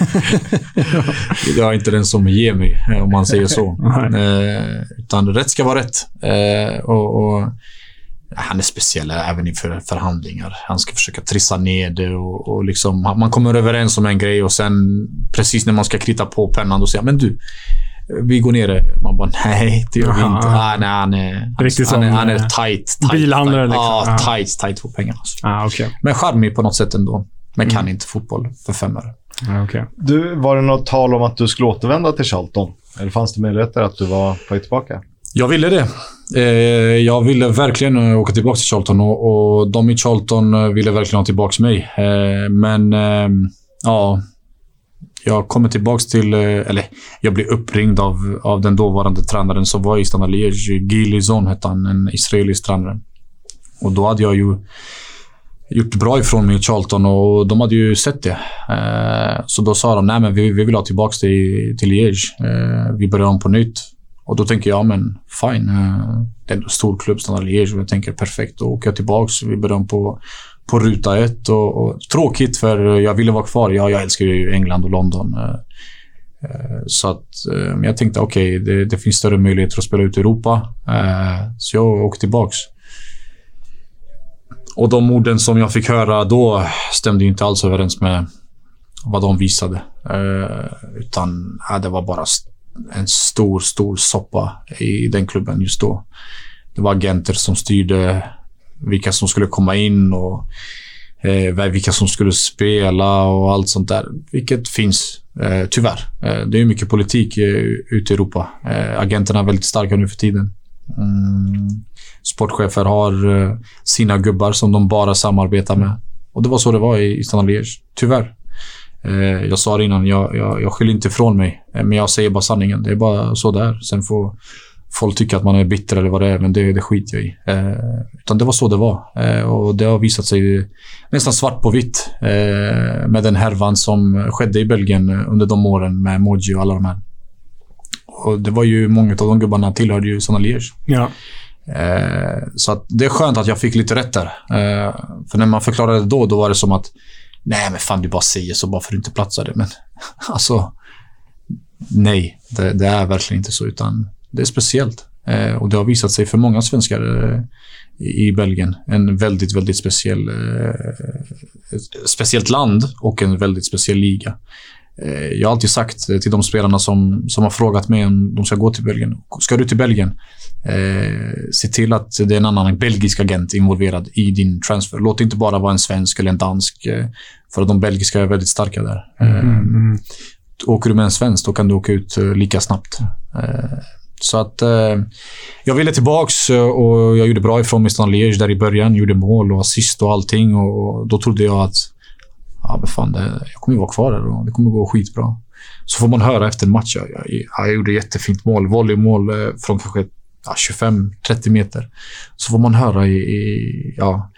Jag är inte den som ger mig, om man säger så. Eh, utan rätt ska vara rätt. Eh, och, och han är speciell även inför förhandlingar. Han ska försöka trissa ner det och, och liksom, man kommer överens om en grej och sen precis när man ska krita på pennan då säger men du, vi går ner det. Man bara, nej, det gör vi inte. Ah, nej, han är, han, han, är, han är tight, tight. Bilhandlare liksom. Ja, ah, tight, tight på pengarna. Alltså. Ah, okay. Men charmig på något sätt ändå. Men kan mm. inte fotboll för femmare. Ah, okay. Du, var det något tal om att du skulle återvända till Charlton? Eller fanns det möjligheter att du var på väg tillbaka? Jag ville det. Eh, jag ville verkligen åka tillbaka till Charlton. Och, och de i Charlton ville verkligen ha tillbaka mig. Eh, men eh, ja... Jag kommer tillbaks till, eller jag blev uppringd av, av den dåvarande tränaren som var i Standard Liège. Guy Lizon hette han, en israelisk tränare. Och då hade jag ju gjort bra ifrån mig i Charlton och de hade ju sett det. Eh, så då sa de, nej men vi, vi vill ha tillbaks till, till Liège. Eh, vi börjar om på nytt. Och då tänker jag, men fine. Eh, det är en stor klubb, Standard Liège, och jag tänker perfekt. Då åker jag tillbaks, vi börjar om på på ruta ett och, och tråkigt för jag ville vara kvar. Ja, jag älskar ju England och London. Eh, så att eh, jag tänkte okej, okay, det, det finns större möjligheter att spela ut i Europa. Eh, så jag åkte tillbaks. Och de orden som jag fick höra då stämde ju inte alls överens med vad de visade. Eh, utan ja, det var bara en stor, stor soppa i den klubben just då. Det var agenter som styrde vilka som skulle komma in och eh, vilka som skulle spela och allt sånt där. Vilket finns, eh, tyvärr. Eh, det är mycket politik eh, ute i Europa. Eh, agenterna är väldigt starka nu för tiden. Mm. Sportchefer har eh, sina gubbar som de bara samarbetar med. Och det var så det var i, i Standard Liège. Tyvärr. Eh, jag sa det innan, jag, jag, jag skyller inte ifrån mig. Eh, men jag säger bara sanningen. Det är bara så där. Sen får folk tycker att man är bitter eller vad det är, men det, det skiter jag i. Eh, utan det var så det var. Eh, och det har visat sig nästan svart på vitt eh, med den härvan som skedde i Belgien under de åren med Moji och alla de här. Och det var ju många av de gubbarna tillhörde ju Standard Liège. Ja. Eh, så att det är skönt att jag fick lite rätt där. Eh, för när man förklarade det då, då var det som att nej men fan, du bara säger så bara för att du inte platsade. Men alltså nej, det, det är verkligen inte så, utan det är speciellt. Eh, och det har visat sig för många svenskar eh, i Belgien. En väldigt, väldigt speciell eh, speciellt land och en väldigt speciell liga. Eh, jag har alltid sagt till de spelarna som, som har frågat mig om de ska gå till Belgien. Ska du till Belgien? Eh, se till att det är en annan belgisk agent involverad i din transfer. Låt det inte bara vara en svensk eller en dansk. Eh, för att de belgiska är väldigt starka där. Eh, mm, mm. Åker du med en svensk, då kan du åka ut eh, lika snabbt. Eh, Så att eh, jag ville tillbaks och jag gjorde bra ifrån mig Standard Liège där i början. Gjorde mål och assist och allting. Och då trodde jag att ja, men fan, det, jag kommer ju vara kvar där och det kommer gå skitbra. Så får man höra efter en match. Jag, jag, jag gjorde jättefint mål. Volleymål eh, från kanske ja, tjugofem trettio meter. Så får man höra i, i, ja,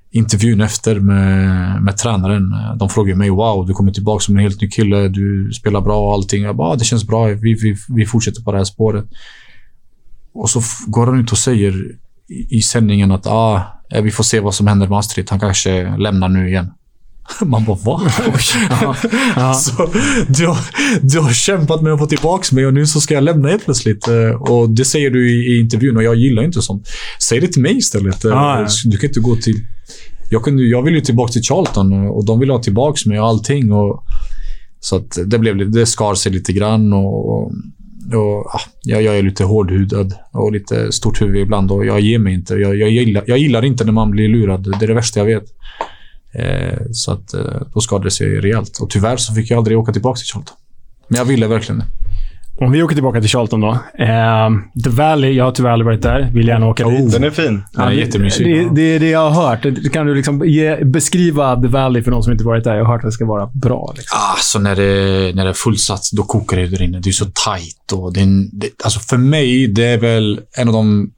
intervjun efter med, med tränaren. De frågar mig, wow, du kommer tillbaka som en helt ny kille, du spelar bra och allting. Jag bara, ah, det känns bra, vi, vi, vi fortsätter på det här spåret. Och så går han ut och säger i, i sändningen att ah, vi får se vad som händer med Astrid. Han kanske lämnar nu igen. Man bara, va? Ja, ja. Så, du, har, du har kämpat med att få tillbaka mig och nu så ska jag lämna helt plötsligt. Och det säger du i, i intervjun och jag gillar inte sånt. Säg det till mig istället. Ja, ja. Du kan inte gå till... Jag, kunde, jag vill ju tillbaka till Charlton och de vill ha tillbaka mig och allting. Och, så att det, blev, det skar sig lite grann och... och Och, ja, jag är lite hårdhudad och lite stort huvud ibland och jag ger mig inte. Jag, jag, gillar, jag gillar inte när man blir lurad. Det är det värsta jag vet. Eh, så att eh, då skadade det sig rejält. Och tyvärr så fick jag aldrig åka tillbaka till Charlton. Men jag ville verkligen det. Om vi åker tillbaka till Charlton då. Eh, The Valley, jag har tyvärr aldrig varit där. Vill gärna åka dit. Den är fin. Ja, den är jättemysig. Det, det, det är det jag har hört. Det, kan du liksom ge, beskriva The Valley för de som inte varit där? Jag har hört att det ska vara bra. Liksom. Ah, så när det, när det är fullsatt, då kokar det där inne. Det är så tajt. Och det, det, alltså för mig, det är väl en av de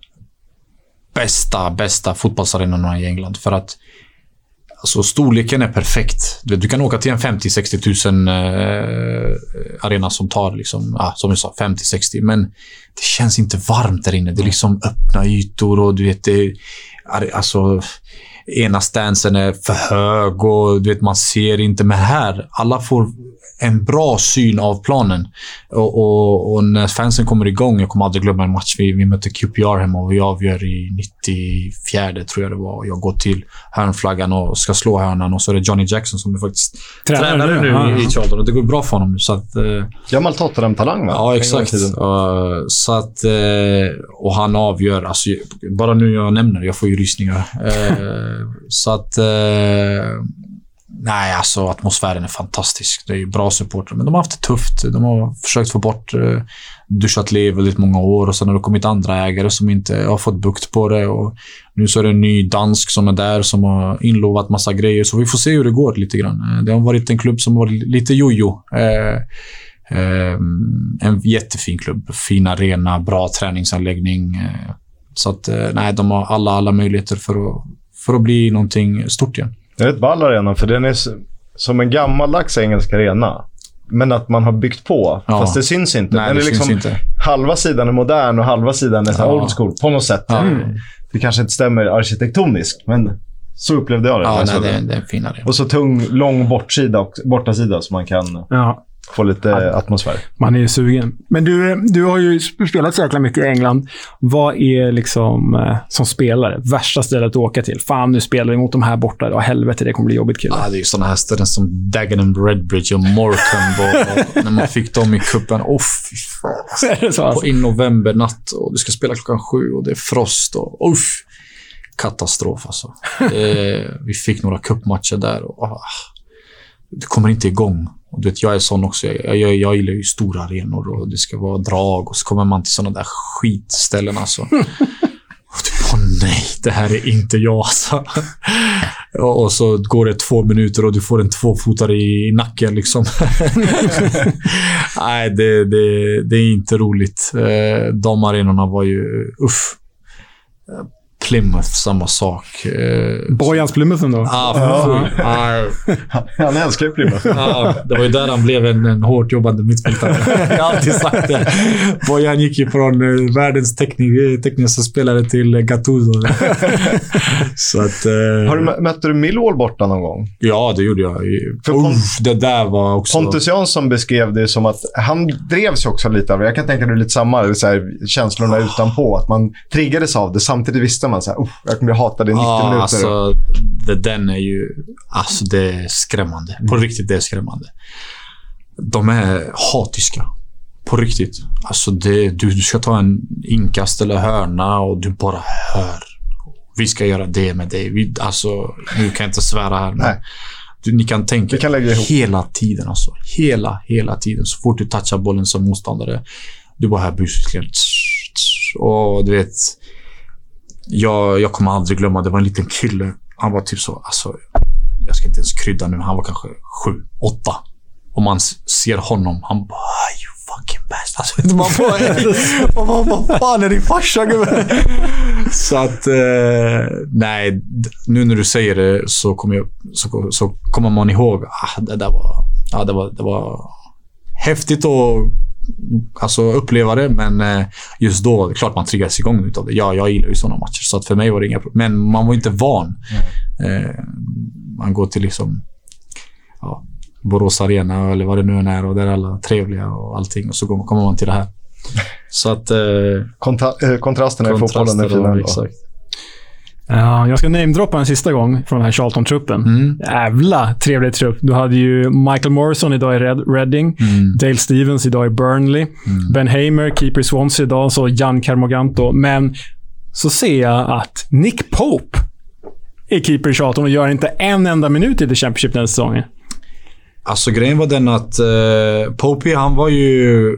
bästa, bästa fotbollsarenorna i England. För att alltså, storleken är perfekt. Du, du kan åka till en femtio till sextio tusen eh, arena som tar liksom, ah, som jag sa, femtio till sextio. Men det känns inte varmt där inne. Det är liksom öppna ytor och du vet, det, alltså, ena stansen är för hög och du vet, man ser inte. Men här, alla får en bra syn av planen. Och, och, och när fansen kommer igång, jag kommer aldrig glömma en match. Vi, vi mötte Q P R hemma och vi avgör i nittiofyra tror jag det var. Jag går till hörnflaggan och ska slå hörnan och så är det Johnny Jackson som är faktiskt tränare, tränare nu ja, i, i Charlton. Och det går bra för honom nu. Så att, eh, gammal Tottenham-talang va? Ja, exakt. Uh, så att, uh, och han avgör, alltså, bara nu jag nämner det, jag får ju rysningar. Uh, så att uh, nej, alltså atmosfären är fantastisk. Det är ju bra supporter, men de har haft det tufft. De har försökt få bort uh, Duchatlet väldigt många år och sen har det kommit andra ägare som inte har fått bukt på det och nu så är det en ny dansk som är där som har inlovat massa grejer, så vi får se hur det går lite grann. Det har varit en klubb som var lite jojo. Uh, uh, en jättefin klubb, fin arena, bra träningsanläggning. Uh, så att uh, nej, de har alla, alla möjligheter för att, för att bli någonting stort igen. Det är ett ball arena för den är som en gammaldags engelsk arena. Men att man har byggt på. Ja. Fast det syns inte. Nej, den är liksom inte. Halva sidan är modern och halva sidan är så ja. old school. På något sätt. Ja. Det kanske inte stämmer arkitektoniskt. Men så upplevde jag det. Ja, nej, det, det är finare. Och så tung, lång bortsida och borta sida så man kan... Ja. Få lite ja. atmosfär. Man är ju sugen. Men du, du har ju spelat så jäkla mycket i England. Vad är liksom eh, som spelare värsta stället att åka till? Fan, nu spelar vi mot de här borta. Ja, helvete, det kommer bli jobbigt kul. Ja, det är ju sådana här ställen som Dagenham, Redbridge och Morecambe. och, och när man fick dem i kuppen. Åh, oh, fy fan. Alltså. På in novembernatt och du ska spela klockan sju och det är frost. Och, oh, katastrof alltså. eh, vi fick några kuppmatcher där och oh, det kommer inte igång. Och du vet, jag är sån också. Jag, jag, jag gillar ju stora arenor och det ska vara drag och så kommer man till sådana där skitställen alltså. Och typ, åh nej, det här är inte jag alltså. och, och så går det två minuter och du får en tvåfotare i, i nacken liksom. Nej, det, det, det är inte roligt. De arenorna var ju uff. Plymouth, samma sak. Bojans Plymouth ändå. Ah, ja. ah. Han älskar ju Plymouth. Ah, det var ju där han blev en, en hårt jobbande mittfältare. Jag har alltid sagt det. Bojan gick ju från uh, världens teknik, tekniska spelare till uh, Gattuso. Så att, uh, har du, mötte du Millwall borta någon gång? Ja, det gjorde jag. För Pont- Uff, det där var också... Pontus Jansson beskrev det som att han drevs också lite av det. Jag kan tänka det lite samma, så här, känslorna oh. utanpå. Att man triggades av det. Samtidigt visste man så här, jag kommer bli hatad i nittio ah, minuter. Alltså, det, den är ju... Alltså, det är skrämmande. På mm. riktigt, det är skrämmande. De är hatiska. På riktigt. Alltså, det, du, du ska ta en inkast eller hörna och du bara hör. Vi ska göra det med dig. Vi, alltså, nu kan jag inte svära här. Men du, ni kan tänka kan lägga ihop. Hela tiden. Alltså. Hela, hela tiden. Så fort du touchar bollen som motståndare, du bara hör busken. Och du vet... Jag, jag kommer aldrig glömma, det var en liten kille. Han var typ så, alltså, jag ska inte ens krydda nu. Han var kanske sju, åtta. Och man ser honom, han bara, you fucking best. Alltså, man får, man, vad fan är din farsa, gubben? Så att, eh, nej, nu när du säger det så kommer, jag, så, så kommer man ihåg, ah, det där var, ja, det var, det var häftigt att alltså, uppleva det, men eh, just då, det är klart man triggas igång utav det. Ja, jag gillar ju sådana matcher, så att för mig var det inga problem. Men man var inte van. Mm. Eh, man går till liksom, ja, Borås Arena eller vad det nu är och där är alla trevliga och allting, och så kommer man till det här. Så att eh, Kontra- kontrasterna i fotbollen är fina. Exakt. Ja, jag ska namedroppa en sista gång från den här Charlton-truppen. Mm. Jävla trevlig trupp. Du hade ju Michael Morrison idag i Red- Reading, Mm. Dale Stevens idag i Burnley, Mm. Ben Hamer, keeper i Swansea idag, så Jan Kermoganto. Men så ser jag att Nick Pope är keeper i Charlton och gör inte en enda minut i The Championship den säsongen. Alltså grejen var den att eh, Pope, han var ju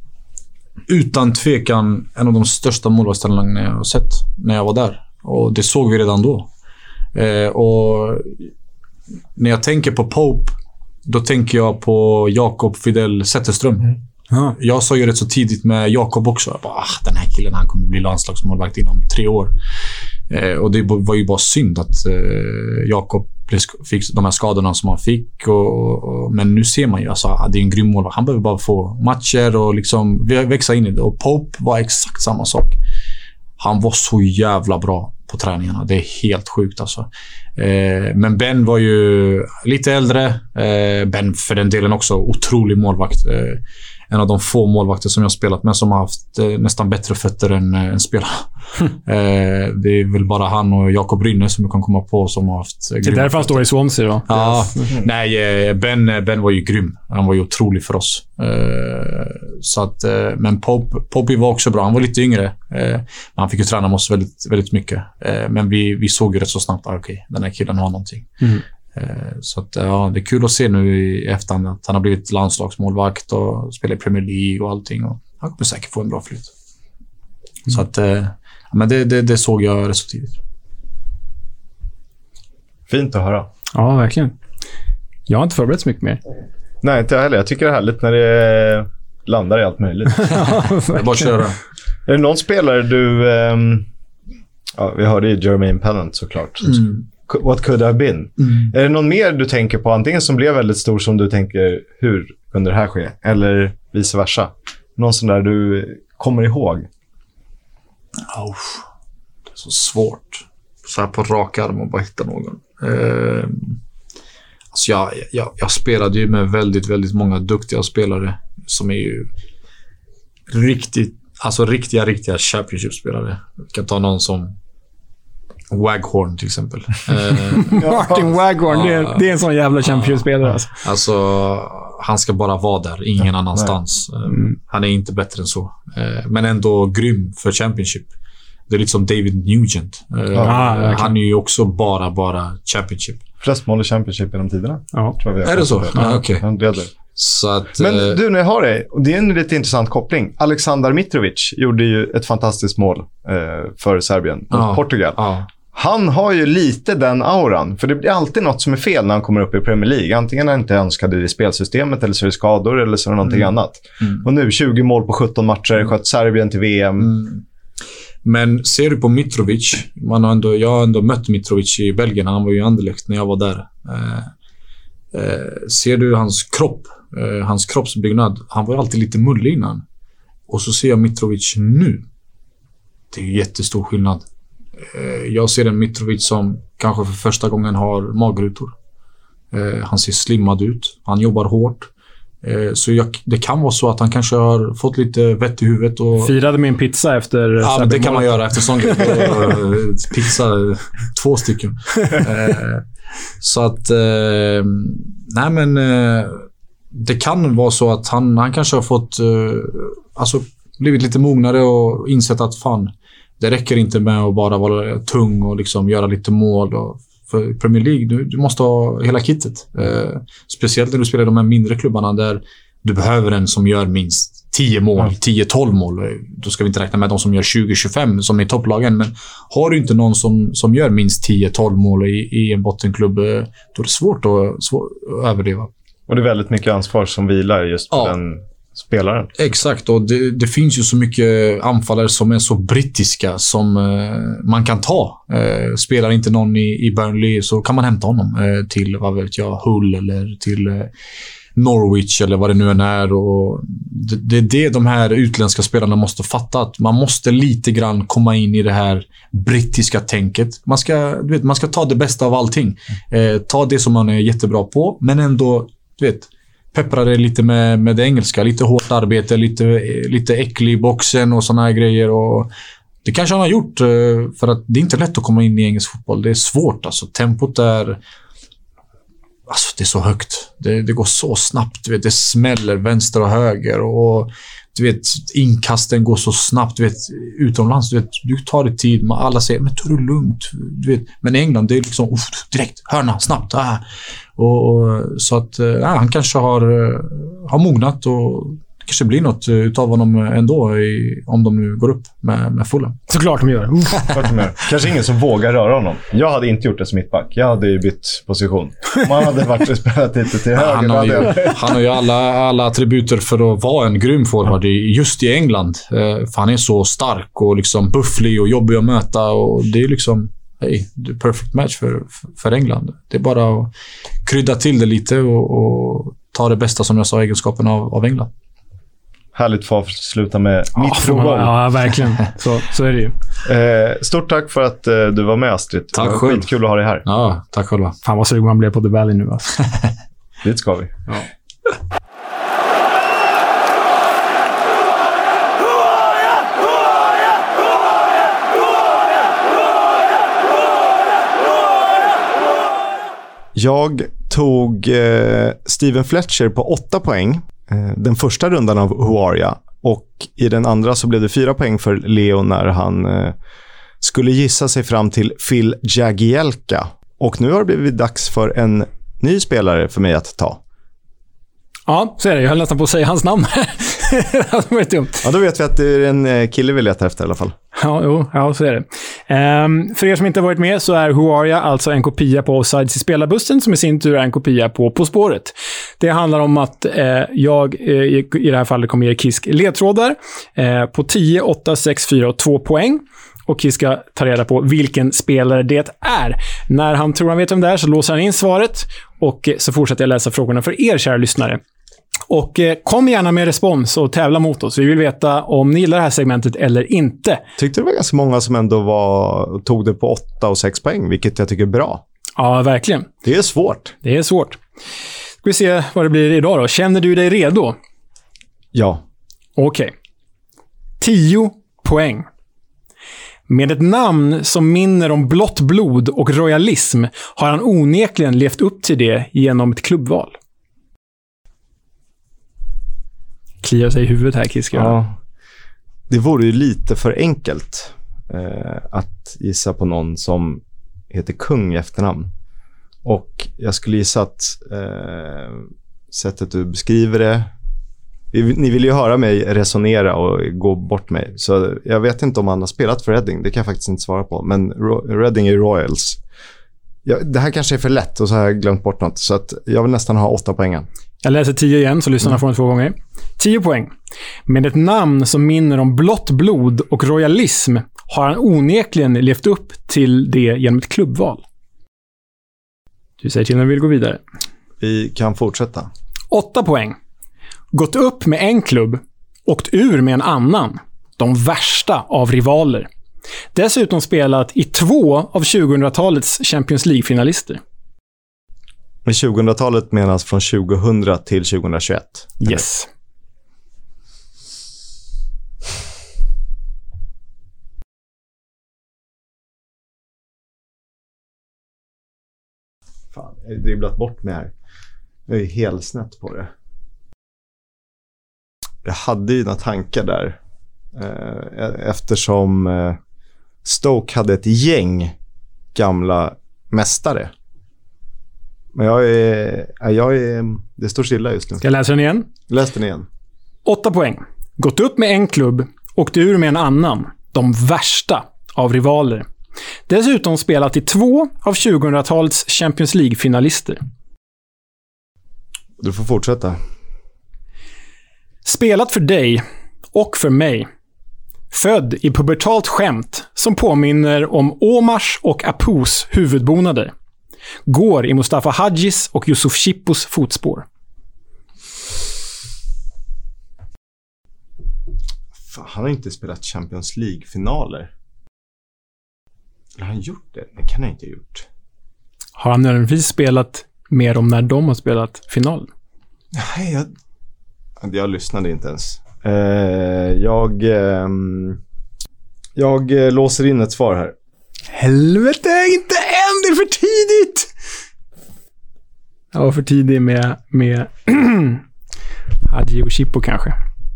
utan tvekan en av de största målvaktstalangerna jag har sett när jag var där. Och det såg vi redan då. Eh, och när jag tänker på Pope, då tänker jag på Jakob Fidel Zetterström. Mm. Ja. Jag sa ju rätt så tidigt med Jakob också. Jag bara, ah, den här killen, han kommer bli landslagsmålvakt inom tre år. Eh, och det var ju bara synd att eh, Jakob fick de här skadorna som han fick. Och, och, men nu ser man ju, alltså, ah, det är en grym målvakt. Han behöver bara få matcher och liksom växa in i det. Och Pope var exakt samma sak. Han var så jävla bra på träningarna. Det är helt sjukt alltså. Eh, men Ben var ju lite äldre. Eh, Ben för den delen också. Otrolig målvakt. Eh, en av de få målvakter som jag har spelat med som har haft eh, nästan bättre fötter än en eh, spelare. eh, det är väl bara han och Jakob Rynne som jag kan komma på som har haft... Eh, det är därför han står i Swansea då. Ja, mm. Nej, eh, Ben, Ben var ju grym. Han var ju otrolig för oss. Eh, så att, eh, men Pope, Pope var också bra. Han var lite yngre. Eh, han fick ju träna med oss väldigt, väldigt mycket. Eh, men vi, vi såg ju rätt så snabbt att ah, okay, den här killen har någonting. Mm. Så att, ja, det är kul att se nu i efterhand att han har blivit landslagsmålvakt och spelar i Premier League och allting. Och han kommer säkert få en bra flytt. Mm. Så att, men det, det, det såg jag rätt så tidigt. Fint att höra. Ja, verkligen. Jag har inte förberett så mycket mer. Nej, inte jag heller. Jag tycker det är härligt när det landar i allt möjligt. Ja, bara köra. Är det någon spelare du... Um, ja, vi hörde ju Jermaine Pennant såklart. Mm. What could have been. Mm. Är det någon mer du tänker på, antingen som blev väldigt stor som du tänker, hur kunde det här ske? Eller vice versa? Någon sån där du kommer ihåg? Oh, det är så svårt. Så här på rak arm och bara hitta någon. Uh, alltså jag, jag, jag spelade ju med väldigt, väldigt många duktiga spelare som är ju riktigt, alltså riktiga, riktiga Championship-spelare. Jag kan ta någon som Waghorn till exempel. Martin Waghorn, det är, det är en sån jävla Championship-spelare. Alltså. alltså, han ska bara vara där, ingen ja, annanstans. Mm. Han är inte bättre än så. Men ändå grym för Championship. Det är lite som David Nugent. Ja, han är ju också bara, bara Championship. Flest mål i Championship genom tiderna. Ja. Tror jag är det så? Ja, okej. Okay. Så att, men du, när jag har det, och det är en lite intressant koppling. Alexander Mitrovic gjorde ju ett fantastiskt mål eh, för Serbien mot ja, Portugal. Ja. Han har ju lite den auran, för det blir alltid något som är fel när han kommer upp i Premier League. Antingen är han inte önskad i spelsystemet, eller så är det skador, eller så är det någonting mm. annat. Mm. Och nu tjugo mål på sjutton matcher, skött Serbien till V M. Mm. Men ser du på Mitrovic, man har ändå, jag har ändå mött Mitrovic i Belgien, han var ju i Anderlecht när jag var där. Eh, eh, ser du hans kropp, eh, hans kroppsbyggnad, han var ju alltid lite mullig innan. Och så ser jag Mitrovic nu. Det är ju jättestor skillnad. Eh, jag ser en Mitrovic som kanske för första gången har magrutor. Eh, han ser slimmad ut, han jobbar hårt. Så jag, det kan vara så att han kanske har fått lite vett i huvudet. Och... Firade med en pizza efter... Ja, men det kan man göra efter sån grej. Pizza, två stycken. Så att... Nej, men... Det kan vara så att han, han kanske har fått... Alltså, blivit lite mognare och insett att fan, det räcker inte med att bara vara tung och liksom göra lite mål och... För Premier League, du, du måste ha hela kittet. Eh, speciellt när du spelar i de här mindre klubbarna där du behöver en som gör minst tio mål, tio tolv mål. Då ska vi inte räkna med de som gör tjugo tjugofem som är i topplagen. Men har du inte någon som, som gör minst tio tolv mål i, i en bottenklubb, då är det svårt att, svår, att överleva. Och det är väldigt mycket ansvar som vilar just på ja. den spelaren. Exakt, och det, det finns ju så mycket anfallare som är så brittiska som eh, man kan ta. Eh, spelar inte någon i, i Burnley så kan man hämta honom eh, till, vad vet jag, Hull eller till eh, Norwich eller vad det nu än är. Och det, det är det de här utländska spelarna måste fatta, att man måste lite grann komma in i det här brittiska tänket. Man ska, du vet, man ska ta det bästa av allting. Eh, ta det som man är jättebra på, men ändå, du vet, peppra det lite med, med det engelska. Lite hårt arbete, lite, lite äcklig i boxen och såna här grejer. Och det kanske han har gjort, för att det är inte lätt att komma in i engelsk fotboll. Det är svårt. Alltså. Tempot är, alltså, det är så högt. Det, det går så snabbt. Du vet, det smäller vänster och höger. Och du vet, inkasten går så snabbt. Du vet, utomlands, du vet, du tar det tid. Alla säger, men ta det lugnt. Du vet. Men i England, det är liksom oh, direkt, hörna, snabbt. Ah. Och, och, så att ja, han kanske har, har mognat och det kanske blir något utav honom ändå i, om de nu går upp med, med Fulham. Såklart de gör. Klart de gör. Kanske ingen som vågar röra honom. Jag hade inte gjort det som mittback. Jag hade ju bytt position. Man hade varit och spelat lite till höger. Han har ju, han har ju alla, alla attributer för att vara en grym forward just i England. För han är så stark och liksom bufflig och jobbig att möta, och det är liksom hej, det är perfect match för, för England. Det är bara att krydda till det lite och, och ta det bästa, som jag sa, egenskapen av, av England. Härligt för att sluta med ja, mitt frågor. Ja, verkligen. Så, så är det ju. Eh, stort tack för att eh, du var med, Astrid. Tack själv. Kul att ha dig här. Ja, tack själva. Fan vad sugen man blev på The Valley nu. Alltså. Det ska vi. Ja. Jag tog eh, Steven Fletcher på åtta poäng. Eh, den första rundan av Who Are Ya. Och i den andra så blev det fyra poäng för Leo när han eh, skulle gissa sig fram till Phil Jagielka. Och nu har det blivit dags för en ny spelare för mig att ta. Ja, så är det. Jag höll nästan på att säga hans namn. Det var dumt. Ja, då vet vi att det är en kille vi letar efter i alla fall. Ja, jo, ja, så är det. Um, för er som inte har varit med så är Who Are Ya alltså en kopia på Offsides i spelarbussen, som i sin tur är en kopia på På spåret. Det handlar om att eh, jag eh, i det här fallet kommer ge Kisk ledtrådar eh, på tio, åtta, sex, fyra och två poäng. Och Kisk ska ta reda på vilken spelare det är. När han tror han vet vem det är så låser han in svaret, och så fortsätter jag läsa frågorna för er kära lyssnare. Och eh, kom gärna med respons och tävla mot oss. Vi vill veta om ni gillar det här segmentet eller inte. Tyckte det var ganska många som ändå var, tog det på åtta och sex poäng, vilket jag tycker är bra. Ja, verkligen. Det är svårt. Det är svårt. Ska vi se vad det blir idag då. Känner du dig redo? Ja. Okej. Okay. tio poäng. Med ett namn som minner om blått blod och royalism har han onekligen levt upp till det genom ett klubbval. Kliar sig i huvudet här, Kiska. Ja. Det vore ju lite för enkelt eh, att gissa på någon som heter Kung i efternamn. Och jag skulle gissa att eh, sättet du beskriver det, ni vill ju höra mig resonera och gå bort mig. Så jag vet inte om han har spelat för Reading. Det kan jag faktiskt inte svara på. Men Ro- Reading är Royals. Ja, det här kanske är för lätt och så har jag glömt bort något. Så att jag vill nästan ha åtta poängen. Jag läser tio igen så lyssnarna mm. får en två gånger. tio poäng. Med ett namn som minner om blått blod och royalism har han onekligen levt upp till det genom ett klubbval. Du säger till när vi vill gå vidare. Vi kan fortsätta. åtta poäng. Gått upp med en klubb, åkt ur med en annan. De värsta av rivaler. Dessutom spelat i två av tjugohundratalets Champions League-finalister. Med tjugohundratalet menas från tjugohundra till tjugohundratjugoett. Yes. Fan, jag har dribblat bort mig här. Jag är helt snett på det. Jag hade ju några tankar där. Eh, eftersom eh, Stoke hade ett gäng gamla mästare. Men jag är, jag är... Det står stilla just nu. Ska jag läsa den igen? Läs den igen. åtta poäng. Gått upp med en klubb, åkt ur med en annan. De värsta av rivaler. Dessutom spelat i två av tjugohundratalets Champions League-finalister. Du får fortsätta. Spelat för dig och för mig. Född i pubertalt skämt som påminner om Omars och Apus huvudbonader. Går i Mustafa Hadjis och Yusuf Chippos fotspår. Fan, han har inte spelat Champions League-finaler. Har han gjort det? Det kan han inte ha gjort. Har han nödvändigtvis spelat mer om när de har spelat final? Nej, jag... Jag lyssnade inte ens. Uh, jag... Um... Jag uh, låser in ett svar här. Helvete, inte än! Det är för tidigt! Jag var för tidig med, med Hadji och Chippo kanske.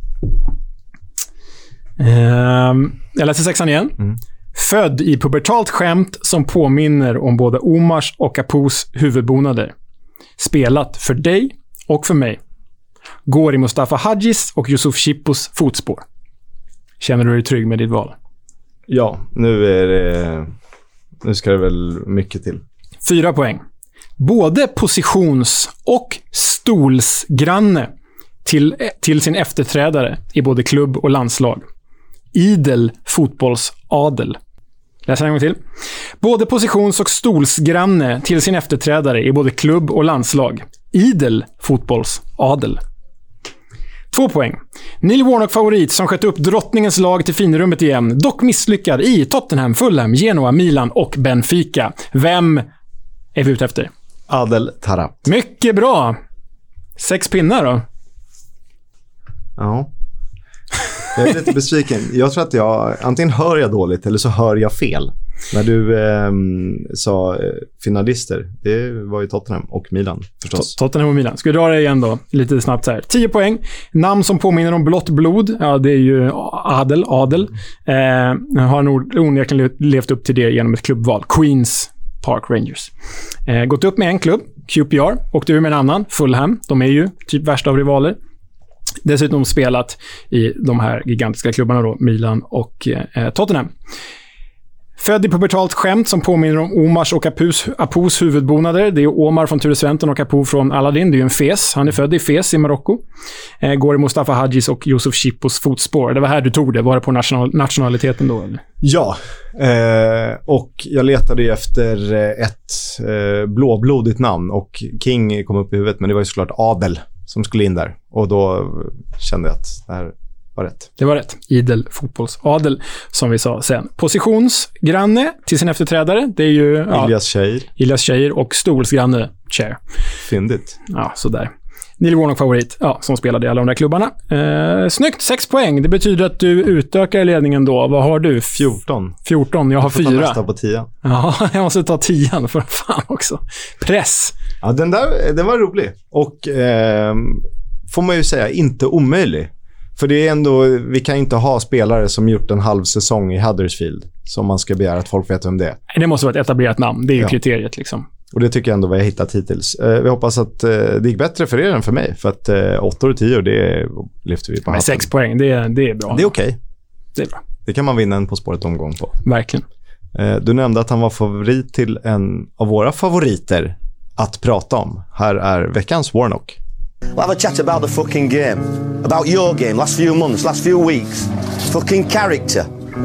Uh, jag läser sexan igen. Mm. Född i pubertalt skämt som påminner om både Omars och Apus huvudbonader. Spelat för dig och för mig. Går i Mustafa Hadjis och Yusuf Chippos fotspår. Känner du dig trygg med ditt val? Ja, nu är det... Nu ska det väl mycket till. Fyra poäng. Både positions- och stolsgranne till, till sin efterträdare i både klubb och landslag. Idel fotbollsadel. Läser en gång till. Både positions- och stolsgranne till sin efterträdare i både klubb och landslag. Idel fotbollsadel. Två poäng. Neil Warnock-favorit som sköt upp drottningens lag till finrummet igen. Dock misslyckad i Tottenham, Fulham, Genoa, Milan och Benfica. Vem är vi ute efter? Adel Taarabt. Mycket bra. Sex pinnar då. Ja. Jag är lite besviken. Jag tror att jag, antingen hör jag dåligt eller så hör jag fel. När du eh, sa eh, finalister, det var ju Tottenham och Milan förstås. Tottenham och Milan. Ska vi dra det igen då? Lite snabbt så här. tio poäng. Namn som påminner om blått blod. Ja, det är ju Adel. Adel. Eh, har nog onekligen levt upp till det genom ett klubbval. Queens Park Rangers. Eh, gått upp med en klubb, Q P R. Åkte ur med en annan, Fulham. De är ju typ värsta av rivaler. Dessutom spelat i de här gigantiska klubbarna då, Milan och eh, Tottenham. Född i pubertalt skämt som påminner om Omars och Apus, Apus huvudbonader. Det är Omar från Ture Sventon och Apu från Aladdin. Det är ju en Fes. Han är född i Fes i Marocko. Eh, går i Mustafa Hadjis och Yusuf Chippos fotspår. Det var här du tog det. Var det på national, nationaliteten då? Eller? Ja. Eh, och jag letade ju efter ett eh, blåblodigt namn. Och King kom upp i huvudet. Men det var ju såklart Adel som skulle in där. Och då kände jag att det här var rätt. Det var rätt. Idel fotbollsadel, som vi sa sen. Positionsgranne till sin efterträdare. Det är ju... Ja, Ilyas Cheir. Ilyas Cheir och stolsgranne Cheir. Fyndigt. Ja, sådär. Neil Warnock-favorit, ja, som spelade i alla de där klubbarna. Eh, snyggt, sex poäng. Det betyder att du utökar ledningen då. Vad har du? fjorton. fjorton, jag har fyra. Jag får ta på tio. Ja, jag måste ta tian för fan också. Press. Ja, den där den var rolig. Och eh, får man ju säga, inte omöjlig. För det är ändå, vi kan inte ha spelare som gjort en halv säsong i Huddersfield som man ska begära att folk vet om det är. Det måste vara ett etablerat namn. Det är ju ja. kriteriet liksom. Och det tycker jag ändå vad jag hittat hittills. Eh, vi hoppas att eh, det gick bättre för er än för mig. För att eh, åtta och tio, det lyfter vi på. Men sex poäng, det är, det är bra. Det är okej. Okay. Det är bra. Det kan man vinna en På spåret omgång på. Verkligen. Eh, du nämnde att han var favorit till en av våra favoriter att prata om. Här är veckans Warnock. We'll have a chat about the fucking game. About your game, last few months, last few weeks. Fucking character.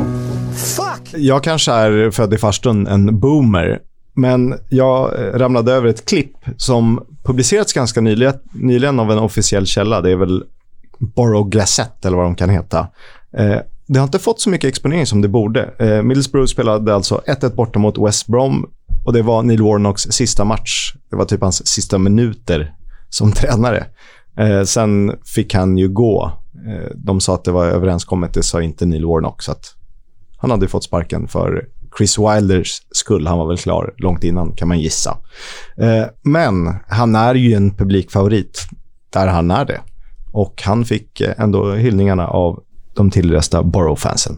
Fuck! Jag kanske är född i farstun en boomer. Men jag ramlade över ett klipp som publicerats ganska nyligen, nyligen av en officiell källa. Det är väl Borough Gazette eller vad de kan heta. Eh, det har inte fått så mycket exponering som det borde. Eh, Middlesbrough spelade alltså ett ett borta mot West Brom. Och det var Neil Warnocks sista match. Det var typ hans sista minuter som tränare. Eh, sen fick han ju gå. Eh, de sa att det var överenskommet. Det sa inte Neil Warnock. Så att han hade fått sparken för Chris Wilders skull. Han var väl klar långt innan, kan man gissa. Eh, men han är ju en publikfavorit där han är det. Och han fick ändå hyllningarna av de tillresta Borough-fansen.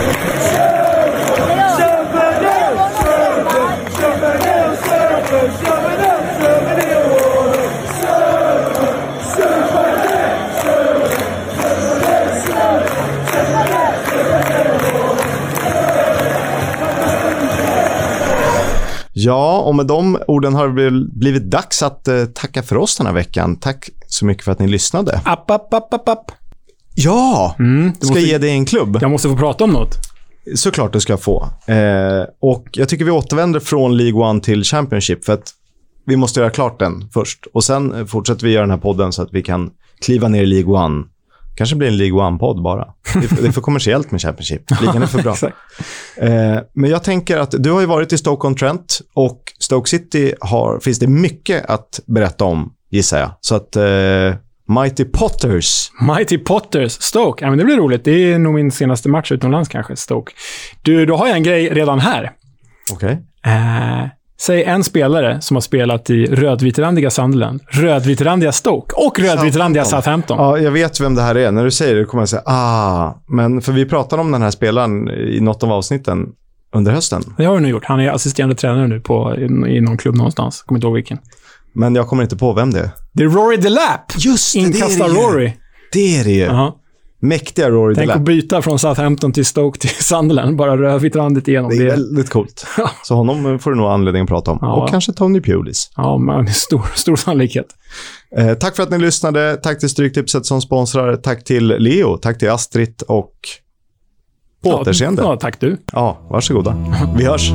Ja, och med de orden har det blivit dags att eh, tacka för oss den här veckan. Tack så mycket för att ni lyssnade. App, app, app, app, app. Ja, mm, ska måste, ge dig en klubb. Jag måste få prata om något. Såklart du ska få. Eh, och jag tycker vi återvänder från League One till Championship för att vi måste göra klart den först. Och sen fortsätter vi göra den här podden så att vi kan kliva ner i League One. Kanske blir en League One-podd bara. Det är för kommersiellt med Championship. Ligan är för bra. eh, men jag tänker att du har ju varit i Stoke-on-Trent och Stoke City har, finns det mycket att berätta om, gissar jag. Så att eh, Mighty Potters. Mighty Potters, Stoke. Ja, men det blir roligt. Det är nog min senaste match utomlands kanske, Stoke. Du, då har jag en grej redan här. Okej. Okay. Eh, säg en spelare som har spelat i rödvitrandiga Sunderland, rödvitrandiga Stoke och rödvitrandiga Southampton. Ja, jag vet vem det här är. När du säger det kommer jag säga, ah, men för vi pratade om den här spelaren i något av avsnitten under hösten. Det har vi nu gjort. Han är assisterande tränare nu på, i, i någon klubb någonstans. Kommer inte ihåg vilken. Men jag kommer inte på vem det är. Det är Rory Delap. Just det, Inkasta det är det Rory. Det är det ju. Uh-huh. Mäktiga Rory Tänk Delap. att byta från Southampton till Stoke till Sunderland. Bara rödvitrandigt igenom. Det är det. Väldigt coolt. Så honom får du nog anledning att prata om. Ja. Och kanske Tony Pulis. Ja, men det är stor, stor sannolikhet. Eh, tack för att ni lyssnade. Tack till Stryktipset som sponsrar. Tack till Leo. Tack till Astrid och på ja, återseende. Ja, tack du. Ja, varsågoda. Vi hörs.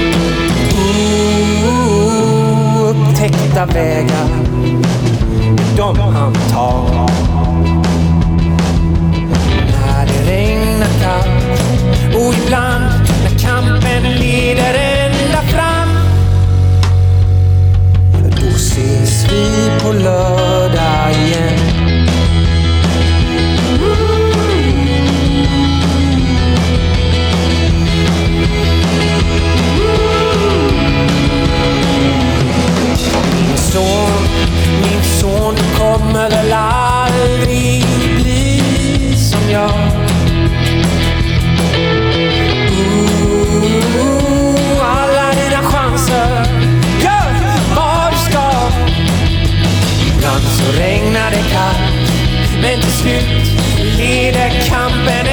Upptäckta vägar, de han tar. När det regnar kallt och ibland när kampen leder ända fram, då ses vi på lördag igen. Son, min son, du kommer väl aldrig bli som jag. Ooh, alla dina chanser, gör vad du ska. Ibland så regnar det kallt, men till slut leder kampen